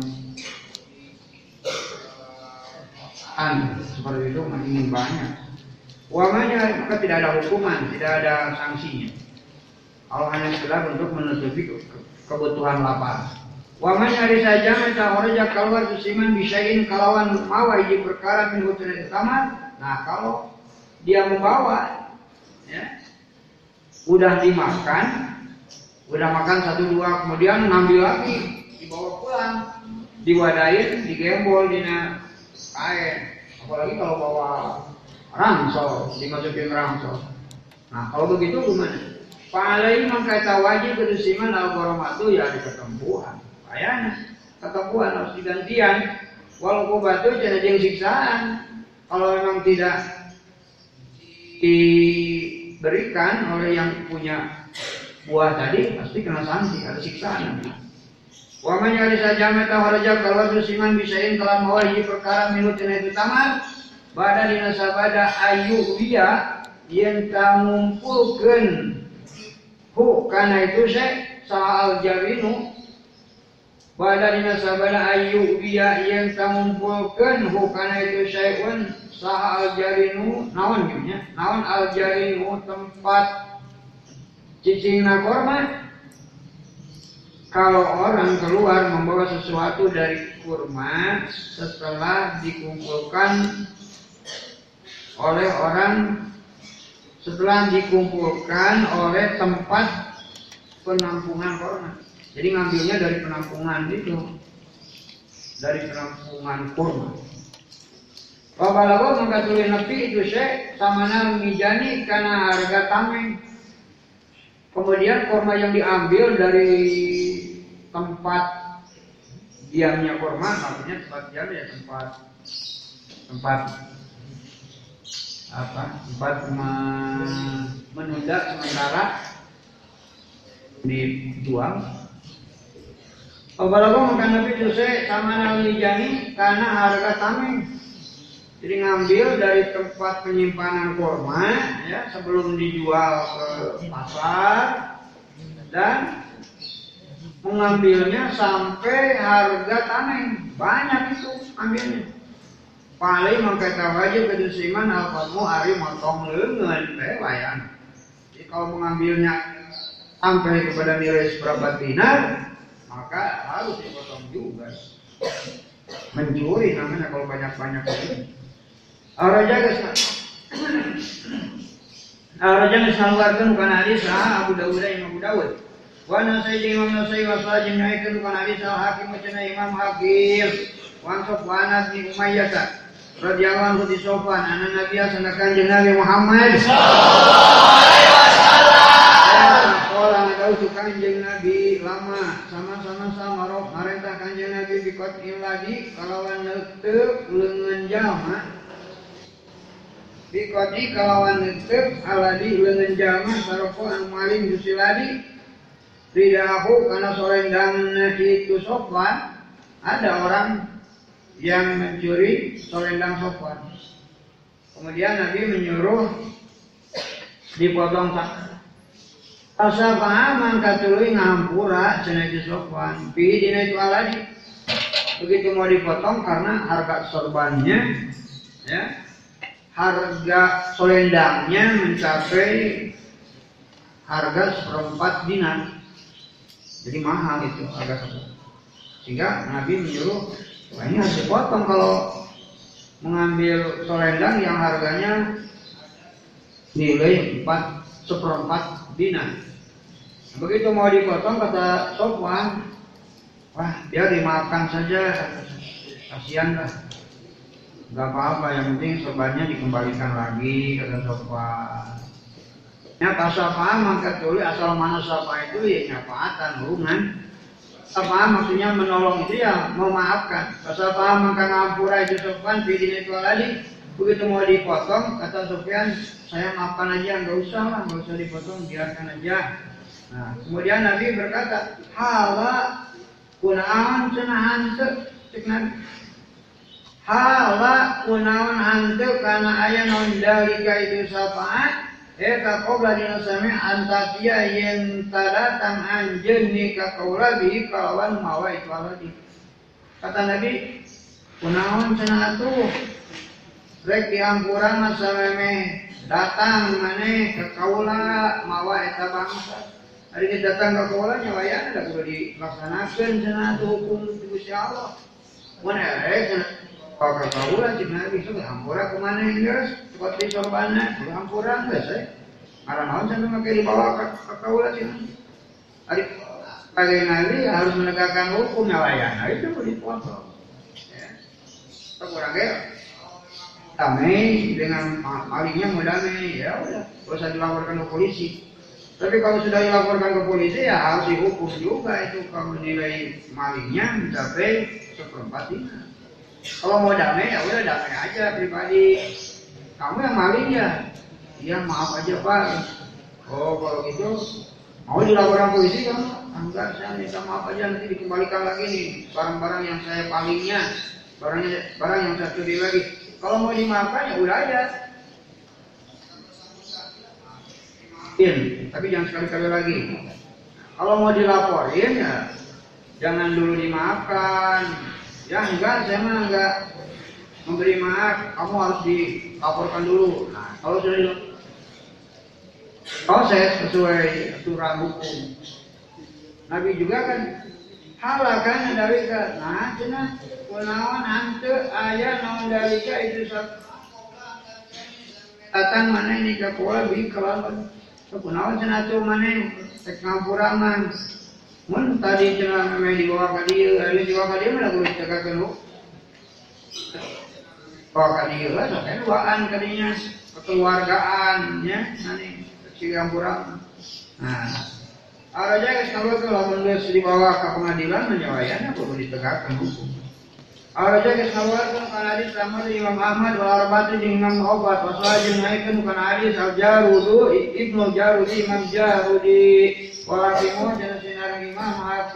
an seperti itu ingin banyak. Wamanya maka tidak ada hukuman, tidak ada sanksinya. Kalau hanya sekedar untuk menutupi kebutuhan lapar. Wamanya hari saja mereka orang keluar tusiman bisain kalawan mawa hiji perkara min hutun taman. Nah kalau dia membawa, ya, udah dimakan, udah makan satu dua kemudian ngambil lagi, dibawa pulang, diwadain, digembol dina kain, apalagi kalau bawa rangsel, dimasukin rangsel. Nah kalau begitu gimana? Palai mengkata wajib kedusiman al-goromatu ya di ketempuhan. Ayana ketempuhan harus digantian. Walaupun batu jadi yang siksaan. Kalau memang tidak diberikan oleh yang punya buah tadi, pasti kena sanksi, ada siksaan nanti. Wa man yarisa jamata haraja kalau dusiman bisain kalam wahi perkara minut itu tamat bada dina sabada ayu dia yen kamumpulkeun hu kana itu se saal jarinu bada dina sabada ayu dia yen kamumpulkeun hu kana itu syai'un saal jarinu naon nya naon al jarinu tempat cicingna korma. Kalau orang keluar membawa sesuatu dari kurma setelah dikumpulkan oleh orang, setelah dikumpulkan oleh tempat penampungan kurma. Jadi ngambilnya dari penampungan itu, dari penampungan kurma. Wabalago mengkatuli nepi itu syekh samana mijani karena harga tameng. Kemudian kurma yang diambil dari tempat diamnya kurma, maksudnya tempat diam ya tempat tempat apa tempat menunda sementara dijual. Apalagi makan Nabi Jose sama Nabi Jani karena harga tameng. Jadi ngambil dari tempat penyimpanan kurma ya sebelum dijual ke pasar dan mengambilnya sampai harga tameng. Banyak itu ambilnya. Paling mengkata wajib kedusiman alfatmu hari motong lengan teh layan. Jadi kalau mengambilnya sampai kepada nilai seberapa dinar, maka harus dipotong juga. Mencuri namanya kalau banyak-banyak itu. Araja geus Araja geus ngaluarkeun bukan hadis ah Abu Dawud Imam Abu Dawud. Wa nasai Imam Nasai wa Sa'id nyaikeun bukan hadis al Hakim cenah Imam Hakim. Wa Sufyan bin Umayyah radhiyallahu anhu di Sofwan anak Nabi sanakan jeung Nabi Muhammad sallallahu alaihi wasallam. Orang tahu kanjeng Nabi lama sama-sama sama roh marentah kanjeng Nabi bikot iladi kalawan neuteuk leungeun jalma. Bikoti kalawan neuteuk aladi leungeun jalma saroko anu maling dusiladi. Ridahu kana sorendangna itu Sofwan ada orang yang mencuri solendang Sofwan. Kemudian Nabi menyuruh dipotong tak. Asa pahaman katuluy ngahampura cenah itu Sofwan. Pi dina itu aladi. Begitu mau dipotong karena harga sorbannya ya. Harga solendangnya mencapai harga seperempat dinar. Jadi mahal itu harga solendang. Sehingga Nabi menyuruh wah ini harus dipotong kalau mengambil selendang yang harganya nilai empat seperempat dinar. Begitu mau dipotong kata Sofwan, wah biar dimaafkan saja, kasihan lah, nggak apa-apa yang penting sorbannya dikembalikan lagi kata Sofwan. Nyapa sapa mangkat dulu asal mana sapa itu ya nyapaatan hubungan. Apa maksudnya menolong itu ya memaafkan. Pasal paham maka ngampura itu Sofyan bidin itu lagi. Begitu mau dipotong kata Sofyan, saya maafkan aja, nggak usah lah, nggak usah dipotong, biarkan aja. Nah, kemudian Nabi berkata, hala kunaon cenah hanteu cek Nabi. Hala kunaon hanteu kana aya naon dalika itu syafaat. Eka qobla dina sami antatia yen tadatang anjeun ni ka kaula bi kalawan mawa itu aladi. Kata Nabi, kunaon cenah atuh rek diampuran masa memeh datang maneh ka kaula mawa eta bangsa. Ari datang ka kaula nya wayana da kudu dilaksanakeun cenah atuh hukum Gusti Allah. Mun erek cenah ka kaula cik Nabi sudah hampura kemana geus seperti sorbanna hampuran geus eh ngaran naon sampai make dibawa ka kaula cik ari kali Nabi harus menegakkan hukum layana itu dipotong ya kurang ge damai dengan malingnya mau damai ya udah enggak usah dilaporkan ke polisi. Tapi kalau sudah dilaporkan ke polisi ya harus dihukum juga itu kalau nilai malingnya mencapai seperempat dinar. Kalau mau damai ya udah damai aja pribadi. Kamu yang maling ya? Iya maaf aja Pak. Oh kalau gitu mau dilaporkan polisi kamu? Enggak, saya minta maaf aja nanti dikembalikan lagi nih barang-barang yang saya palingnya, barangnya barang yang saya curi lagi. Kalau mau dimaafkan ya udah aja. In, tapi jangan sekali-kali lagi. Kalau mau dilaporin ya jangan dulu dimaafkan. Ya enggak, saya mah enggak memberi maaf, kamu harus dilaporkan dulu. Nah, kalau sudah proses sesuai aturan hukum. Nabi juga kan halakan dari ke, nah cenah kunaon hanteu aya naon dalika itu datang mana ini ke kula bi kalawan kunaon cenah tuh mana tek ngampuraman. Mun tadi cenah meme dibawa ka dieu, ari dibawa ka dieu mah kudu dicegahkeun hukum. Bawa ka dieu lah sampai duaan kadinya kekeluargaan nya nani cigampura. Nah, araja geus kalau lamun geus dibawa ka pengadilan nya wayana kudu ditegakkeun hukum. Araja kesawarkan kan hadis Ahmad Imam Ahmad wal arba'atu jeung Imam Obat wasal jeung naikeun kan hadis Al-Jarudi Ibnu Jarudi Imam Jarudi wa Hakim jeung sinareng Imam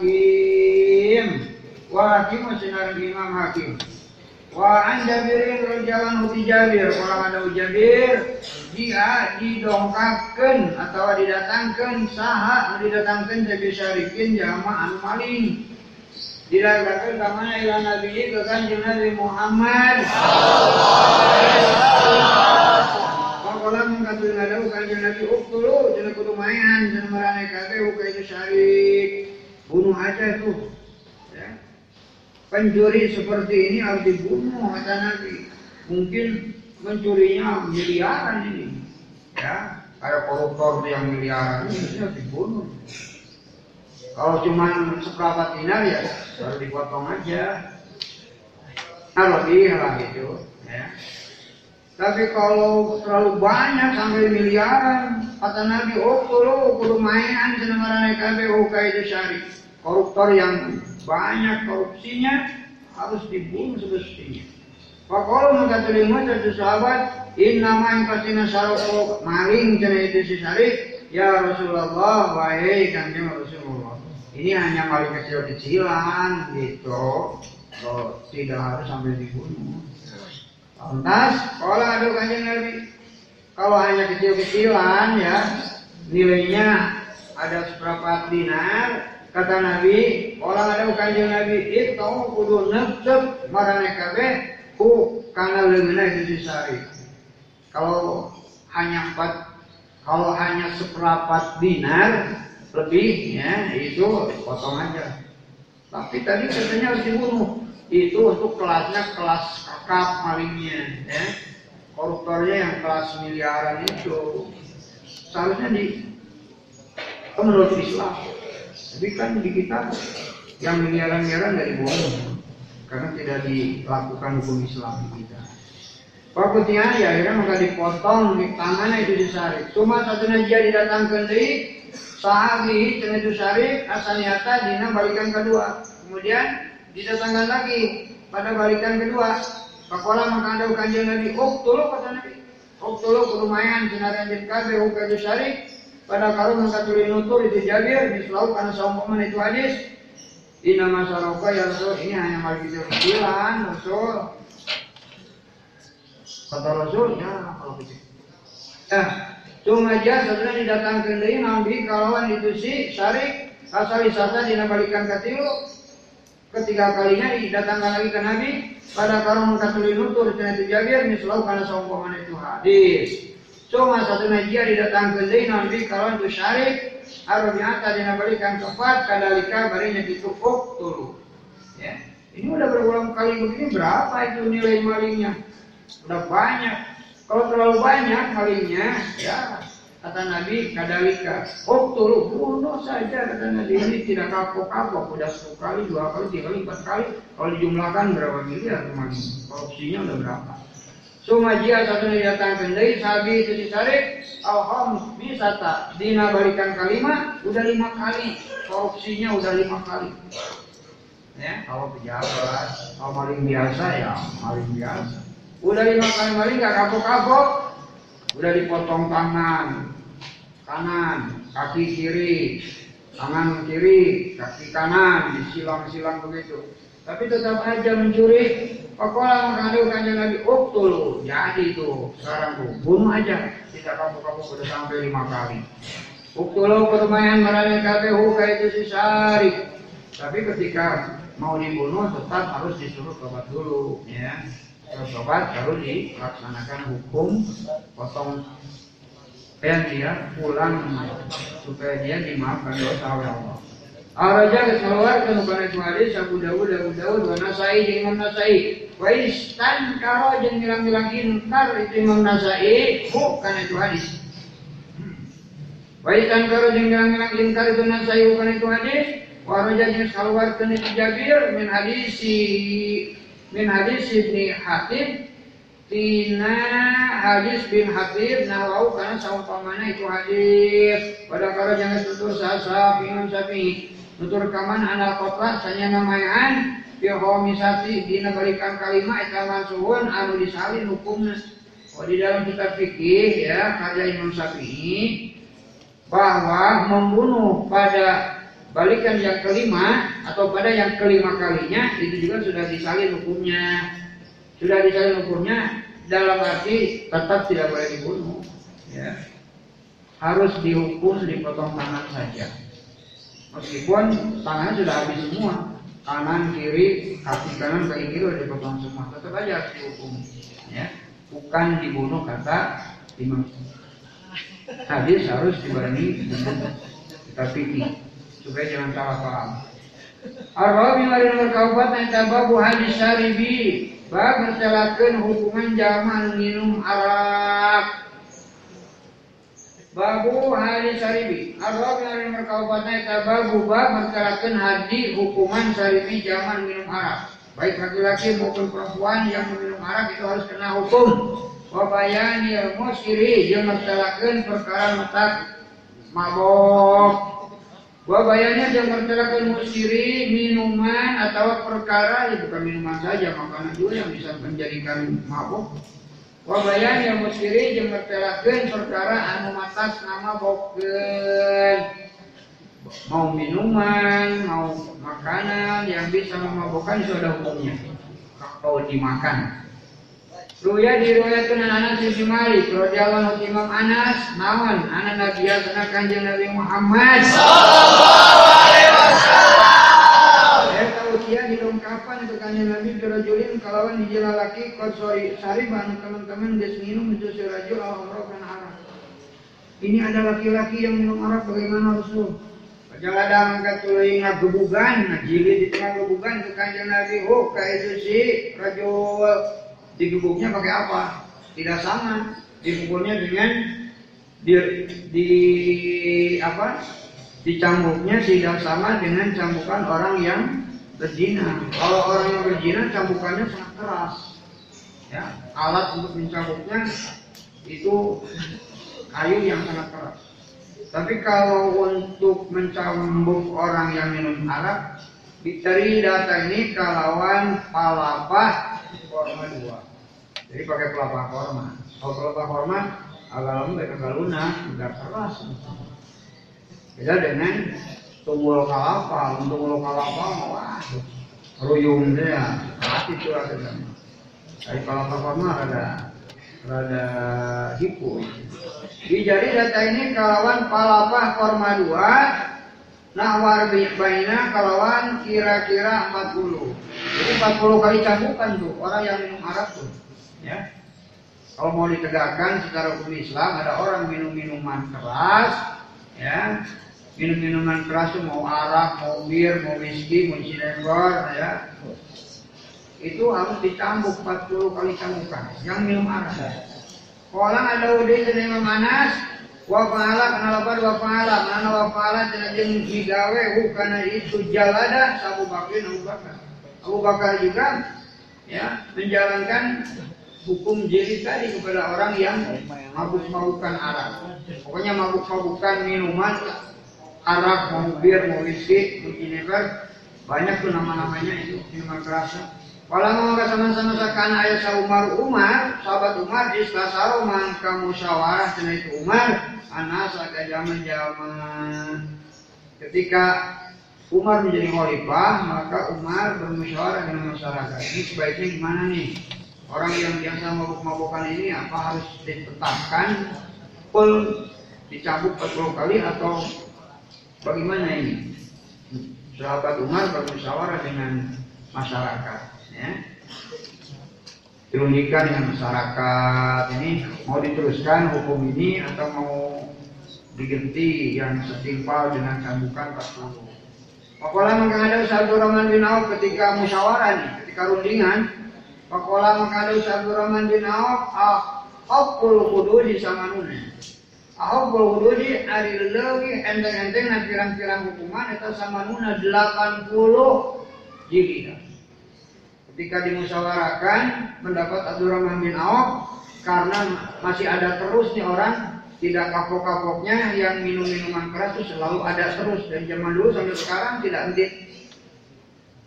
Hakim wa Hakim sinareng Imam Hakim wa an Jabir radhiyallahu anhu Jabir kalau ada Jabir dia didongkapkeun atau didatangkeun saha didatangkeun Jabir syarikin jamaah anu maling didatangkeun ka mana ila Nabi ke Kanjeng Nabi Muhammad sallallahu alaihi wasallam kalau mengkatul ngadau Kanjeng Nabi uktulu cenah kudu maean cenah marane kabeh ka itu syarik bunuh aja tuh ya. Pencuri seperti ini harus dibunuh kata Nabi. Mungkin mencurinya miliaran ini, ya. Ada koruptor yang miliaran ini harus dibunuh. Kalau cuma seperempat dinar ya baru dipotong aja. Nah lebih lah gitu, ya. Tapi kalau terlalu banyak sampai miliaran, kata Nabi, oh kudu kudu mainan senamarane kabeh ukai itu syarik. Koruptor yang banyak korupsinya harus dibunuh semestinya. Pakol mengatakan satu sahabat, inna man fasina saroko maling cenah itu si syarik, ya Rasulullah wahai Kanjeng Rasulullah. Ini hanya maling kecil-kecilan gitu. Oh, tidak harus sampai dibunuh. Lantas, kalau ada Kanjeng Nabi, kalau hanya kecil-kecilan ya, nilainya ada seperempat dinar. Kata Nabi, orang ada Kanjeng Nabi itu kudu nepsep marane kabeh ku kana leungeunna itu disari. Kalau hanya empat, kalau hanya seperempat dinar lebih ya itu potong aja. Tapi tadi katanya harus dibunuh. Itu untuk kelasnya kelas kakap malingnya, ya. Koruptornya yang kelas miliaran itu seharusnya di menurut Islam. Tapi kan di kita yang miliaran-miliaran dari dibunuh karena tidak dilakukan hukum Islam di kita. Pakutian ya akhirnya maka dipotong di tangannya itu disarik. Cuma satu najia didatangkan dari sahabi cenah itu sarik asaniata dina balikan kedua. Kemudian didatangkan lagi pada balikan kedua. Pakola maka ada Kanjeng Nabi uktulu kata Nabi. Uktulu kurumayan cenah ranjit kabeh uka disarik. Pada karun mengkatuli nutur itu Jabir mislau karena saumpaman itu hadis inna masaroka ya Rasul ini hanya maling kecil-kecilan Rasul kata Rasul ya kalau kecil eh cuma aja setelah didatangkan dari Nabi kalawan itu si syarik asal wisata dinabalikan katilu ketiga kalinya didatangkan lagi ke Nabi pada karun mengkatuli nutur itu Jabir mislau karena saumpaman itu hadis. Cuma satu najia didatangkan dari Nabi kalau itu syarik arbiata dinabalikan keempat kadalika barinya ditupuk tulu. Ya, ini udah berulang kali begini berapa itu nilai malingnya? Udah banyak. Kalau terlalu banyak malingnya, ya kata Nabi kadalika. Oh tulu bunuh saja kata Nabi ini tidak kapok-kapok. Udah satu kali, dua kali, tiga kali, empat kali. Kalau dijumlahkan berapa miliar maling? Korupsinya udah berapa? Cuma jika satu didatangkan dari sahabi itu disarik, alham misata dina balikan kalimat udah lima kali, korupsinya udah lima kali. Ya, kalau pejabat, kalau maling biasa ya maling biasa. Udah lima kali maling nggak kapok-kapok, udah dipotong tangan, kanan, kaki kiri, tangan kiri, kaki kanan, disilang-silang begitu. Tapi tetap aja mencuri. Pakola mengandung Kanjeng Nabi uktulu. Jadi itu sekarang tuh bunuh aja. Tidak kamu-kamu sudah sampai lima kali. Uktulu permainan marane kabehu itu si syarik. Tapi ketika mau dibunuh tetap harus disuruh tobat dulu, ya. Terus tobat baru dilaksanakan hukum potong dan dia pulang supaya dia dimaafkan dosa oleh Allah. Araja kesawarkan bukan itu hadis Abu Dawud, Abu Dawud, wa Nasai dengan Nasai. Wa istan karo jeung bilang-bilang inkar itu Imam Nasai, bukan itu hadis. Wa istan karo jeung bilang-bilang inkar itu Nasai bukan itu hadis. Wa araja jeung kesawarkan itu Jabir min hadisi min hadis Ibnu Hatib tina hadis bin Hatib nahwau karena saumpamana itu hadis. Pada karo jangan tutur sasa Imam Syafi'i. Tutur kaman anak kota sanya namayan Bihomisati dina balikan kalimat eta mansuhun anu disalin hukumna. Oh, di dalam kitab fikih ya karya Imam Syafi'i bahwa membunuh pada balikan yang kelima atau pada yang kelima kalinya itu juga sudah disalin hukumnya. Sudah disalin hukumnya dalam arti tetap tidak boleh dibunuh ya. Harus dihukum dipotong tangan saja. Meskipun tangannya sudah habis semua, kanan kiri, kaki kanan kaki kiri sudah dipotong semua, tetap aja harus dihukum ya. Bukan dibunuh kata Imam. Hadis harus dibarengi dengan kita fikih supaya jangan salah paham. Ar-rawi mari nomor kabupaten tababu hadis syaribi bab mencelakeun hukuman jaman minum arak. Babu hadis syaribi ar-rawi mari nomor kabupaten tababu bab mencelakeun hadis hukuman syaribi jaman minum arak. Baik laki-laki maupun perempuan yang meminum arak itu harus kena hukum. Wabayani musyri jeung mertelakeun perkara metak mabok. Wabayani jeung mertelakeun musyri minuman atau perkara ya bukan minuman saja, makanan juga yang bisa menjadikan mabok. Wabayani musyri jeung mertelakeun perkara anu matas ngamabokeun. Mau minuman, mau makanan yang bisa memabukkan sudah hukumnya. Kalau dimakan. Ruya diriwayatkeun Anas bin Malik radhiyallahu anhu Imam Anas naon anak Nabi kana Kanjeng Nabi Muhammad sallallahu alaihi wasallam. Eta utia dilengkapan itu Kanjeng Nabi dirajulin kalawan hiji lalaki qad sariban teman-teman geus minum itu si rajul al-khamra kana arak. Ini ada laki-laki yang minum arak bagaimana Rasul? Jangan ada angkat tuluy ngagebugan, ngajilid di tengah gebugan ke Kanjeng Nabi. Oh, ka itu si rajul digebuknya pakai apa? Tidak sama. Dipukulnya dengan di, di apa? Dicambuknya tidak sama dengan cambukan orang yang berzina. Kalau orang yang berzina cambukannya sangat keras. Ya, alat untuk mencambuknya itu kayu yang sangat keras. Tapi kalau untuk mencambuk orang yang minum arak, dicari data ini kalawan palapa korma dua. Jadi pakai pelapa korma. Kalau pelapa korma agak lembek, agak lunak, agak keras. Beda dengan tunggul kalapa. Tunggul kalapa, wah, ruyung dia. Hati itu ada. Dari pelapa korma ada, ada hipo. Jadi data ini kalawan palapa korma dua, nahwar baina kalawan kira-kira empat puluh. Jadi empat puluh kali cambukan tuh orang yang minum arak tuh. Ya. Kalau mau ditegakkan secara hukum Islam ada orang minum minuman keras, ya, minum minuman keras tuh mau arak, mau bir, mau whisky, mau cirebor, ya, itu harus dicambuk empat puluh kali cambukan. Yang minum arak. Kolang ada udin dan Imam Anas wa fa'ala kana lapar wa fa'ala mana wa fa'ala cenah jeung digawe hukana itu jalada Abu Bakar Abu Bakar Abu Bakar juga ya menjalankan hukum jilid tadi kepada orang yang mabuk-mabukan arak. Pokoknya mabuk-mabukan minuman arak, mau bir, mau whisky, mau cinever, banyak tuh nama-namanya itu minuman keras. Walau maka sama-sama sakan ayat sa Umar Umar, sahabat Umar istasaro mangka musyawarah cenah itu Umar anas aga zaman-zaman ketika Umar menjadi khalifah, maka Umar bermusyawarah dengan masyarakat. Ini sebaiknya gimana nih? Orang yang biasa mabuk-mabukan ini apa harus ditetapkan full dicambuk empat puluh kali atau bagaimana ini? Sahabat Umar bermusyawarah dengan masyarakat. Ya. Dirundingkan dengan masyarakat ini mau diteruskan hukum ini atau mau diganti yang setimpal dengan cambukan empat puluh. Pakola maka ada Abdurrahman bin Auf ketika musyawarah nih, ketika rundingan. Pakola maka ada Abdurrahman bin Auf ah aqul hududi samanuna. Aqul hududi ari leuwih enteng-enteng na pirang-pirang hukuman eta samanuna delapan puluh jilid. Ketika dimusyawarahkan pendapat Abdurrahman bin Auf karena masih ada terus nih orang tidak kapok-kapoknya yang minum minuman keras itu selalu ada terus dari zaman dulu sampai sekarang tidak henti.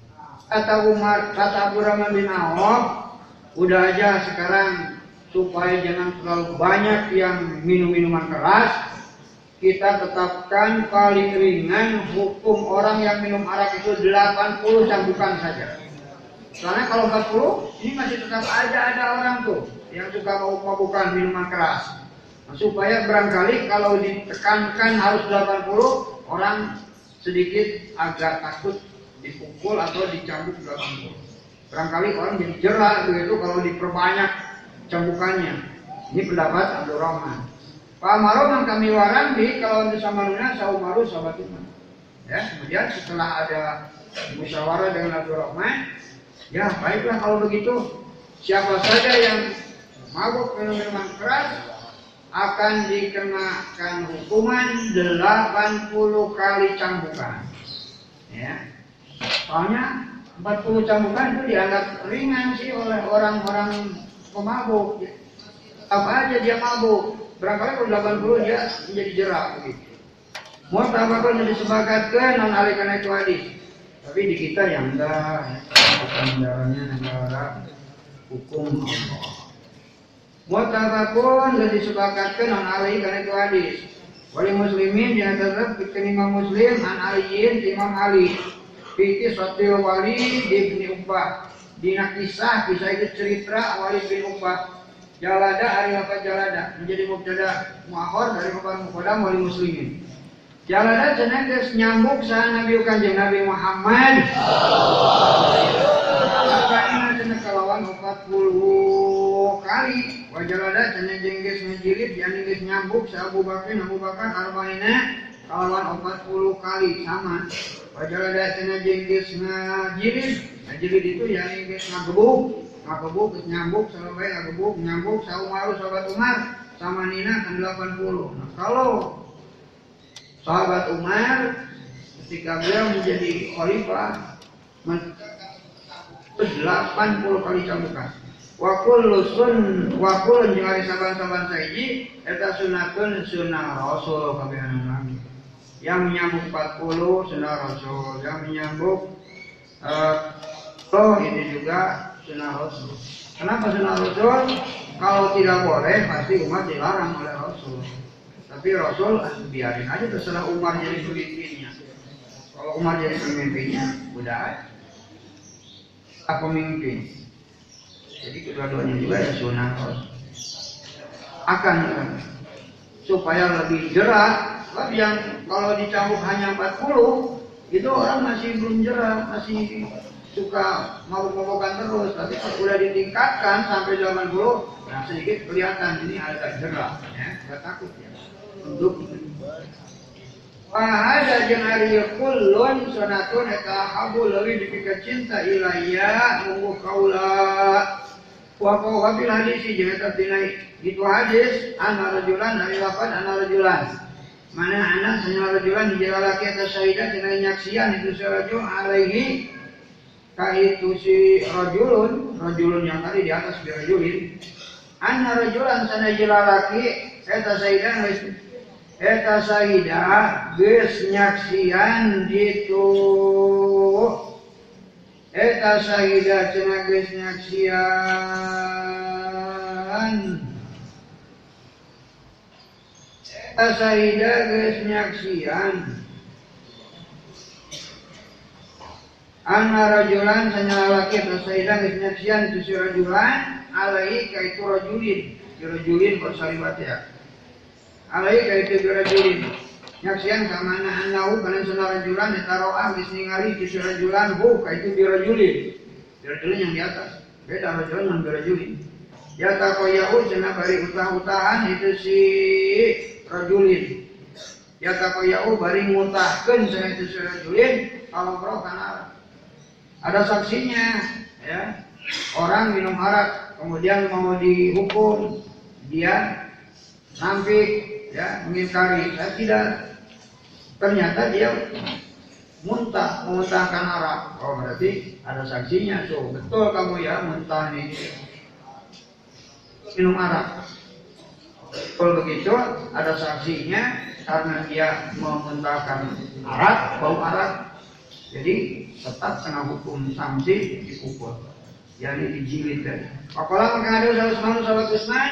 Kata Umar, kata Abdurrahman bin Auf, udah aja sekarang supaya jangan terlalu banyak yang minum minuman keras, kita tetapkan paling ringan hukum orang yang minum arak itu delapan puluh cambukan saja. Soalnya kalau empat puluh, ini masih tetap ada ada orang tuh yang suka mabuk-mabukan minuman keras. Nah, supaya barangkali kalau ditekankan harus delapan puluh, orang sedikit agak takut dipukul atau dicambuk delapan puluh. Barangkali orang jadi jerah begitu kalau diperbanyak cambukannya. Ini pendapat Abdurrahman. Pak Marom kami waran di kalau bersama Luna saumaru sahabat Umar. Ya, kemudian setelah ada musyawarah dengan Abdurrahman, ya baiklah kalau begitu, siapa saja yang mabuk minum-minuman keras akan dikenakan hukuman delapan puluh kali cambukan. Ya. Soalnya empat puluh cambukan itu dianggap ringan sih oleh orang-orang pemabuk. Apa aja dia mabuk. Barangkali kalau delapan puluh dia menjadi jerah begitu. Mutabakun yang disepakatkan non alih karena itu hadis. Tapi di kita yang enggak, bukan negaranya negara hukum Allah. Mutabakun yang disepakatkan non alih karena itu hadis. Wali muslimin yang tetap ketimam muslim an aliyin imam Ali. Fikih sotil wali di bin Uqbah. Dina kisah kisah itu cerita wali bin Uqbah. Jalada hari apa jalada menjadi mubtada muakhir dari kabar muqaddam wali muslimin. Jalada cenah geus nyambung saha Nabi Kanjeng Nabi Muhammad sallallahu alaihi wasallam cenah kalawan empat puluh kali. Wa jalada cenah jeung geus ngejilid yani geus nyambung saha Abu Bakar Abu Bakar arba'ina kalawan empat puluh kali sama. Wa jalada cenah jeung geus ngajilid, ngajilid itu yani geus ngagebuk ngagebuk nyambuk sampai ngagebuk nyambuk sa Umar sahabat Umar sama Nina kan delapan puluh. Nah, kalau sahabat Umar ketika beliau menjadi khalifah delapan puluh kali cambukan. Wa kullu sun wa kullu jeung ari saban-saban saiji eta sunatun sunnah Rasul kabehana Nabi. Yang menyambuk empat puluh sunnah Rasul, yang menyambuk uh, oh ini juga sunnah Rasul. Kenapa sunnah Rasul? Kalau tidak boleh pasti umat dilarang oleh Rasul. Tapi Rasul biarin aja terserah Umar jadi pemimpinnya. Kalau Umar jadi pemimpinnya, udah apa pemimpin. Jadi kedua-duanya juga ya sunnah Rasul. Akan supaya lebih jerak, yang kalau dicambuk hanya empat puluh, itu orang masih belum jerak, masih suka mabuk-mabukan terus. Tapi kalau sudah ditingkatkan sampai delapan puluh, nah sedikit kelihatan ini agak jerak, ya, nggak takut ya. Untuk wahada jeung ari kullun sunatun eta habu leuwih dipikeun cinta ilayya munggu kaula wa qawa bil hadis jeung eta dina itu hadis ana rajulan dari lapan ana rajulan mana ana sanya rajulan di lalaki eta syahidah tina nyaksian itu sarajul alaihi ka itu si rajulun rajulun yang tadi di atas bi rajulin ana rajulan sana lalaki eta syahidah eta sahidah geus nyaksian ditu eta sahidah cenah geus nyaksian eta sahidah geus nyaksian anna rajulan sanya lalaki eta sahidah geus nyaksian itu si rajulan alaihi ka itu rajulin si rajulin bersalibat ya alai kaitu birajulin nyaksian kamana annahu kana sunah rajulan etaroah geus ningali di rajulan hu kaitu birajulin birajulin yang di atas beda rajulan yang birajulin ya taqayyau cenah bari utah-utahan itu si rajulin ya taqayyau bari ngutahkeun cenah itu si rajulin kalau pro kana ada saksinya ya orang minum arak kemudian mau dihukum dia nampik ya mengingkari, saya tidak ternyata dia muntah memuntahkan arak. Oh berarti ada saksinya tuh betul kamu ya muntah nih minum arak. Kalau begitu ada saksinya karena dia memuntahkan arak bau arak Jadi tetap kena hukum sanksi dipukul, jadi dijilid tadi. Pakola maka ada salah semanu salah tusna.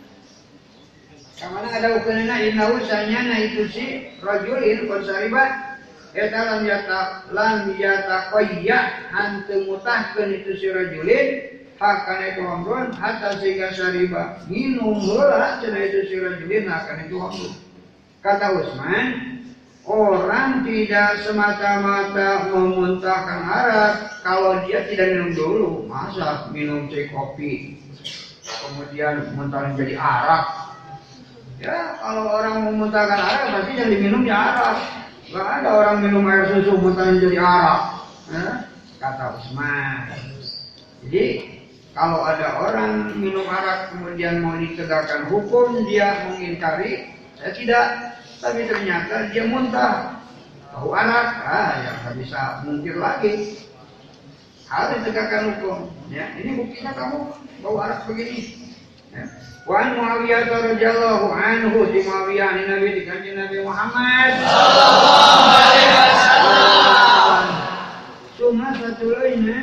Kamana ada ukunina innahu sanyana itu si rajulin konsaribat eta lam yata lam yata qayya hanteu mutahkeun itu si rajulin hakana itu hamrun hatta sehingga sariba minum heula cenah itu si rajulin hakana itu hamrun. Kata Utsman, orang tidak semata-mata memuntahkan arak kalau dia tidak minum dulu. Masa minum teh kopi kemudian muntahkan jadi arak? Ya, kalau orang memuntahkan arak pasti yang diminum ya arak. Gak ada orang minum air susu muntahkan jadi arak. Ya, kata Utsman. Jadi kalau ada orang minum arak kemudian mau ditegakkan hukum, dia mengingkari, saya tidak. Tapi ternyata dia muntah tahu arak, ah ya nggak bisa mungkir lagi, harus ditegakkan hukum. Ya, ini buktinya kamu bawa arak begini. Ya. Wan Muawiyah radhiyallahu anhu di Muawiyah ini Nabi di kanjeng Nabi Muhammad sallallahu alaihi wasallam. Cuma satu lainnya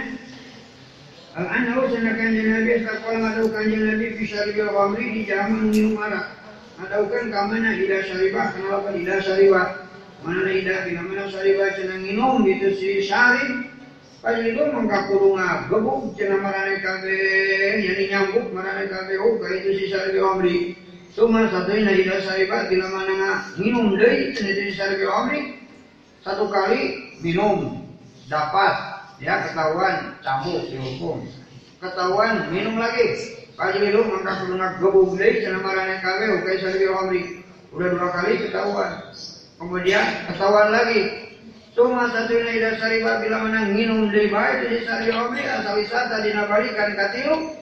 al-anhu sana kanjeng Nabi sakal ngadu kanjeng Nabi bisa ribil khamri di zaman minum arak. Adaukan kamana ida syaribah kenapa ida syaribah mana ida bila mana syaribah cenah minum itu si syarib pasti itu mangka kudu ngagebuk cenah marane kabeh yani nyambuk marane kabeh oh itu si syarib amri cuma satunya ida syaribah bila mana minum deui cenah si syarib amri satu kali minum dapat ya ketahuan cambuk dihukum ketahuan minum lagi pagi itu mangka kudu ngagebuk deui cenah marane kabeh ukai syarib amri udah dua kali ketahuan kemudian ketahuan lagi cuma satu ini ida syaribah bila mana minum deui bae itu syarib amri asal wisata dina balikan katilu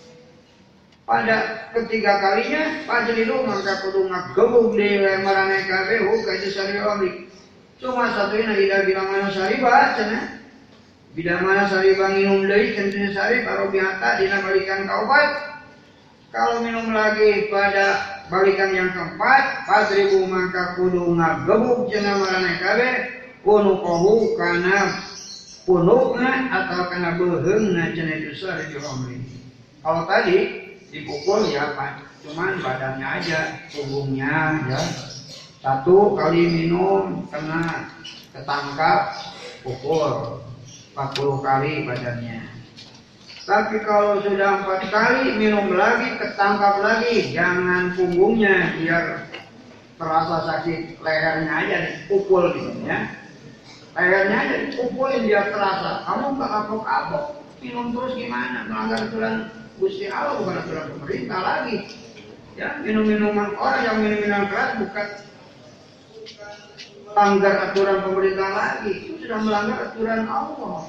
pada ketiga kalinya pagi itu mangka kudu ngagebuk deui marane kabeh ukai syarib amri cuma satu ini ida bila mana syaribah cenah bila mana syaribah minum deui cenah syarib karo biata dina balikan kaobat. Kalau minum lagi pada balikan yang keempat, padribu maka kudu ngagebuk cenah marane kabeh kunuqahu kana punukna atau kana beuheungna cenah itu syarib amri. Kalau tadi dipukul ya Pak, cuman badannya aja, punggungnya ya. Satu kali minum kena ketangkap pukul empat puluh kali badannya. Tapi kalau sudah empat kali minum lagi, ketangkap lagi, jangan punggungnya biar terasa sakit, lehernya aja dipukul gitu ya. Lehernya aja dipukulin biar terasa. Kamu nggak kapok-kapok, minum terus gimana? Melanggar aturan Gusti Allah bukan aturan pemerintah lagi. Ya, minum minuman orang yang minum minuman keras bukan melanggar aturan pemerintah lagi, itu sudah melanggar aturan Allah.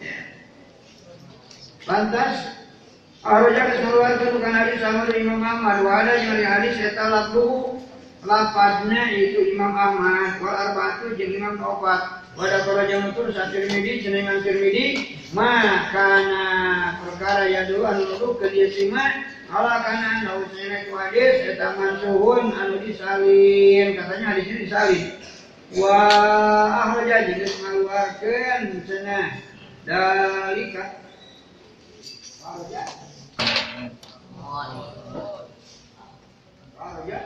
Lantas Arroja keseluruhan bukan hadis sama dari Imam Ahmad. Wada yang dari hadis eta labdu lapatnya itu Imam Ahmad. Wal arba'atu jeung Imam Opat. Wada karaja mutur sa Tirmidzi jeung Imam Tirmidzi makana perkara ya dulu anu nuduh ke dia sima ala kana anu cenah itu hadis eta mansuhun anu disalin katanya hadis ini disalin. Wa ahraja jeung ngaluarkeun cenah dalika Arja. Arja.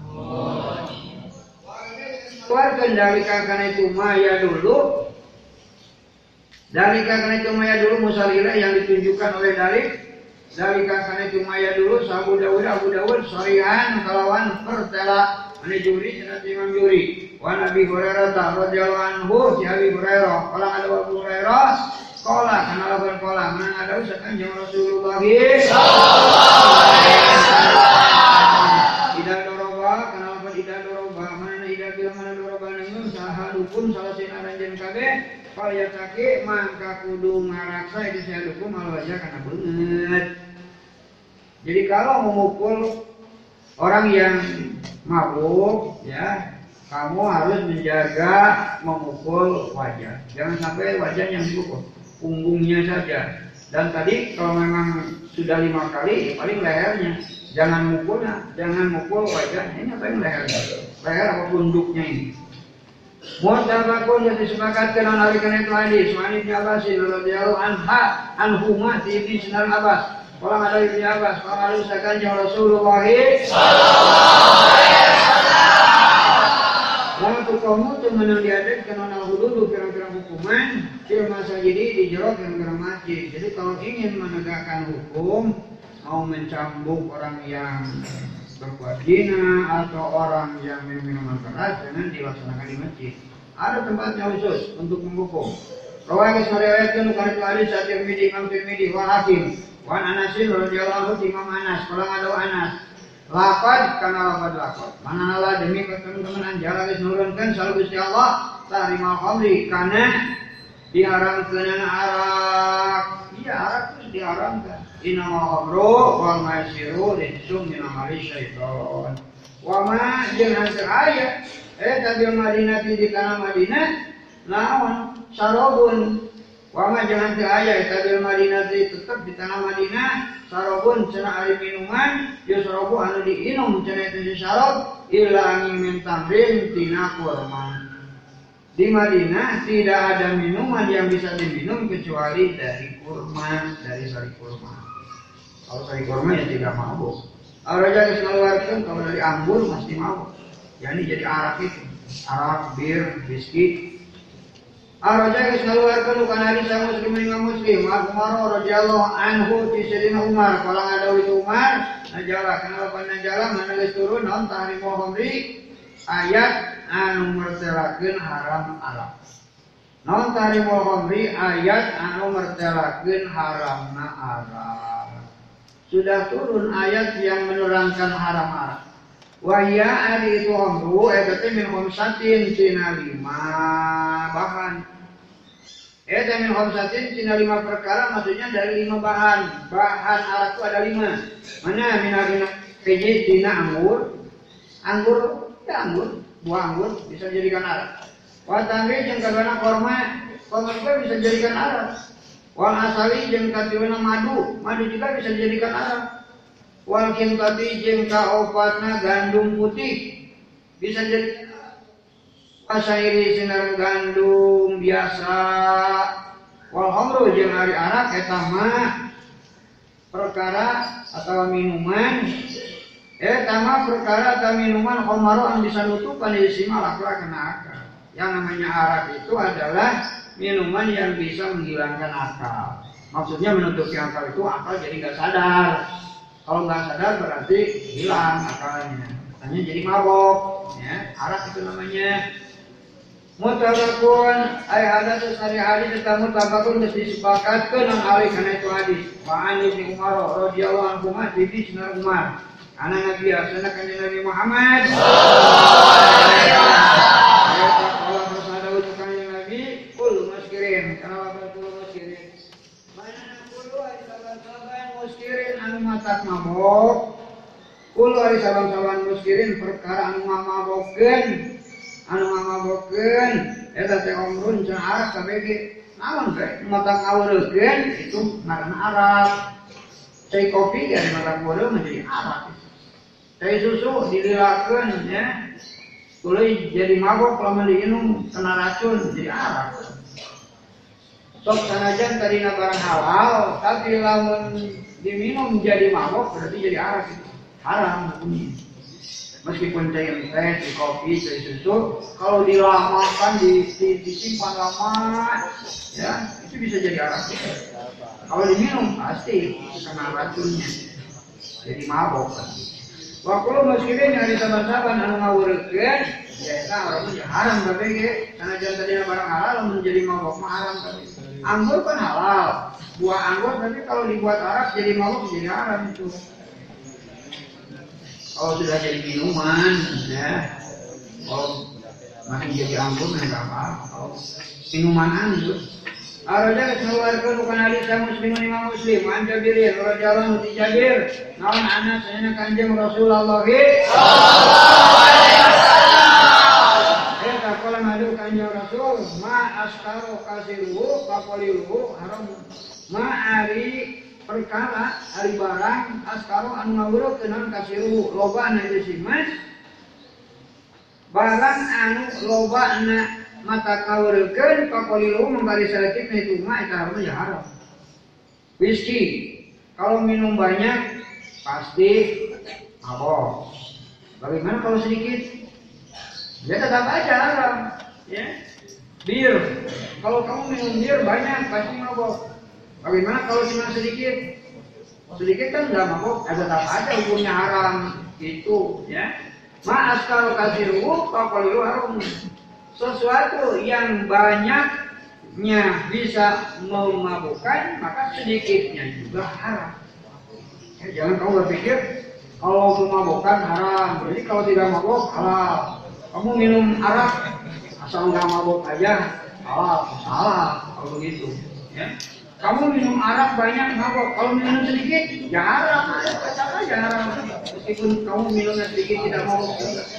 Keluarkan dari kakaknya itu maya dulu. Dari kakaknya itu maya dulu musalirah yang ditunjukkan oleh dalil. Dari kakaknya itu maya dulu Abu Dawud Abu Dawud sarihan kalawan pertela ane juri cenah Imam juri. Wa Nabi Hurairah radhiyallahu anhu si Abi Hurairah qala ada Abu Hurairah Kola, kenal apa kola? Mana ada usaha kanjeng Rasulullah sallallahu alaihi wasallam. Tidak doroba, kenal apa tidak doroba? Mana tidak bilang mana doroba nengin sahadukun salah sina ranjen kabeh. Kalau ya sakit maka kudu ngaraksa itu sahadukum malu aja karena banget. Jadi kalau memukul orang yang mabuk, ya kamu harus menjaga memukul wajah. Jangan sampai wajah yang dipukul. Punggungnya saja. Dan tadi kalau memang sudah lima kali, ya paling lehernya. Jangan mukulnya, jangan mukul wajahnya. Ini apa yang lehernya? Leher apa punduknya ini? Mutabakun yang disepakatkan oleh hari karena itu hadis. Mani Ibn Abbas radhiyallahu anha anhuma ti Ibn Sinar Abbas. Kalau ada Ibn Abbas, kalau ada usahakan yang Rasulullah sallallahu alaihi wasallam. Lalu kamu tu menang diadakan orang hudud kira-kira hukuman kira masa jadi di jero kira-kira masjid. Jadi kalau ingin menegakkan hukum, mau mencambuk orang yang berbuat zina atau orang yang minum minuman keras, jangan dilaksanakan di masjid. Ada tempatnya khusus untuk menghukum. Rawaiyah meriwayatkan bukan hadis saat Tirmidzi, Imam Tirmidzi wa Hakim. Wa Anas radhiyallahu anhu Imam Anas, kalau ada Anas. Laqad kana laqad laqad. Manala demi ketentuan anjala geus nurunkeun sal Gusti Allah tahrimal khamri kana diharamkeun arak. Iya, arak itu diharamkan. Innamal khamru wal maisiru rijsun min amali syaitan. Wa ma jeung hasil ayat eta bil Madinah di kana Madinah naon sarobun. Wa ma jeung hasil ayat eta bil Madinah tetep di tanah Madinah sarobun cenah ari minuman yusrobu anu diinum cenah itu sarab illa min tamrin tina kurma. Di Madinah tidak ada minuman yang bisa diminum kecuali dari kurma, dari sari kurma. Kalau sari kurma ya tidak mabuk. Al-Raja keluarkan kalau dari anggur pasti mabuk. Ya ini jadi arak itu, arak, bir, biskit. Al-Raja keluarkan bukan hadis yang Muslim Imam Muslim. Umar radhiyallahu anhu tisadina Umar. Kalau ada itu Umar, najala kenapa najala mana geus turun naon tahrimul khamri ayat anu mertelakeun haram arak. Naon tahrimul khamri ayat anu mertelakeun haramna arak. Sudah turun ayat yang menerangkan haram arak. Wahya ari itu khamru eta teh min khamsatin tina lima bahan. Eta min khamsatin tina lima perkara maksudnya dari lima bahan. Bahan arak itu ada lima. Mana minagina keji tina anggur. Anggur ya anggur, buah anggur bisa dijadikan arak. Wa tamri jeung kadana korma, korma juga bisa dijadikan arak. Wal asali jeung katiwana madu, madu juga bisa dijadikan arak. Wal kintati jeung kaopatna gandum putih bisa jadi asairi sinar gandum biasa. Wal khamru jeung ari arak eta mah perkara atau minuman eta mah perkara atau minuman khamaro anu bisa nutupan isi malakra kana akal. Yang namanya arak itu adalah minuman yang bisa menghilangkan akal. Maksudnya menutupi akal itu akal jadi nggak sadar. Kalau nggak sadar berarti hilang akalnya. Hanya jadi mabok. Ya, arak itu namanya. Mutabakun ay hadats sari hadis eta mutabakun geus disepakatkeun alih kana itu hadis. Wa an Ibnu Umar radhiyallahu anhu ma bi Sinar Umar. Ana Nabi asana kanjeng Nabi Muhammad sallallahu alaihi wasallam. Kalau bersada ucapan Nabi, kul muskirin, kenapa kul muskirin? Mana kulu ari saban-saban muskirin anu matak mabok. Kul ari saban-saban muskirin perkara anu mabokkeun, anu mabokkeun eta teh omrun jeung arak kabeh naon teh matak ngaweureukkeun itu ngaranna arak. Cai kopi dari matak ngaweureun menjadi arak. Cai susu dililakeun ya. Boleh jadi mabok kalau diminum kena racun jadi arak. Sok sanajan tadina barang halal, tapi lamun diminum jadi mabok berarti jadi arak itu haram hukumnya. Meskipun cai teh, di kopi, cai susu, kalau dilamakan, di, di, disimpan lama, ya itu bisa jadi arak. Kalau diminum pasti kena racunnya, jadi mabok. Waktu muskirin yang disaban-saban anu ngaweureukkeun ya eta orangnya haram tapi ge karena jangan tadina barang halal menjadi mabok mah haram tapi. Anggur kan halal, buah anggur tapi kalau dibuat arak jadi mabok jadi haram itu. Kalau sudah jadi minuman ya. Kalau masih jadi anggur enggak apa-apa. Kalau minuman anggur Araja keluarkan bukan hadis yang Muslim Imam Muslim. An Jabir radhiyallahu anhu Jabir, naon Anas cenah Kanjeng Rasulullah sallallahu alaihi wasallam. Eta kala ngadu Kanjeng Rasul, ma askaru kasiru faqalilu haram. Ma ari perkara ari barang askaru anu ngaweureukkeun kasiru loba na ieu simas. barang anu lobana mata kaweurekeun pakolilu mangkali saeutik na itu mah eta harusnya ya haram. Whisky kalau minum banyak pasti mabok. Bagaimana kalau sedikit? Ya tetap aja haram, ya. Bir, kalau kamu minum bir banyak pasti mabok. Bagaimana kalau cuma sedikit? Sedikit kan nggak mabok, ya tetap aja hukumnya haram itu, ya. Ma'as kalau kasih ruh, kalau haram. Sesuatu yang banyaknya bisa memabukkan, maka sedikitnya juga haram. Ya, jangan kamu berpikir kalau memabukkan haram, jadi kalau tidak mabuk halal. Kamu minum arak asal nggak mabuk aja halal, salah kalau begitu. Ya. Kamu minum arak banyak mabuk, kalau minum sedikit ya haram, tetap aja haram. Meskipun kamu minumnya sedikit tidak mabuk.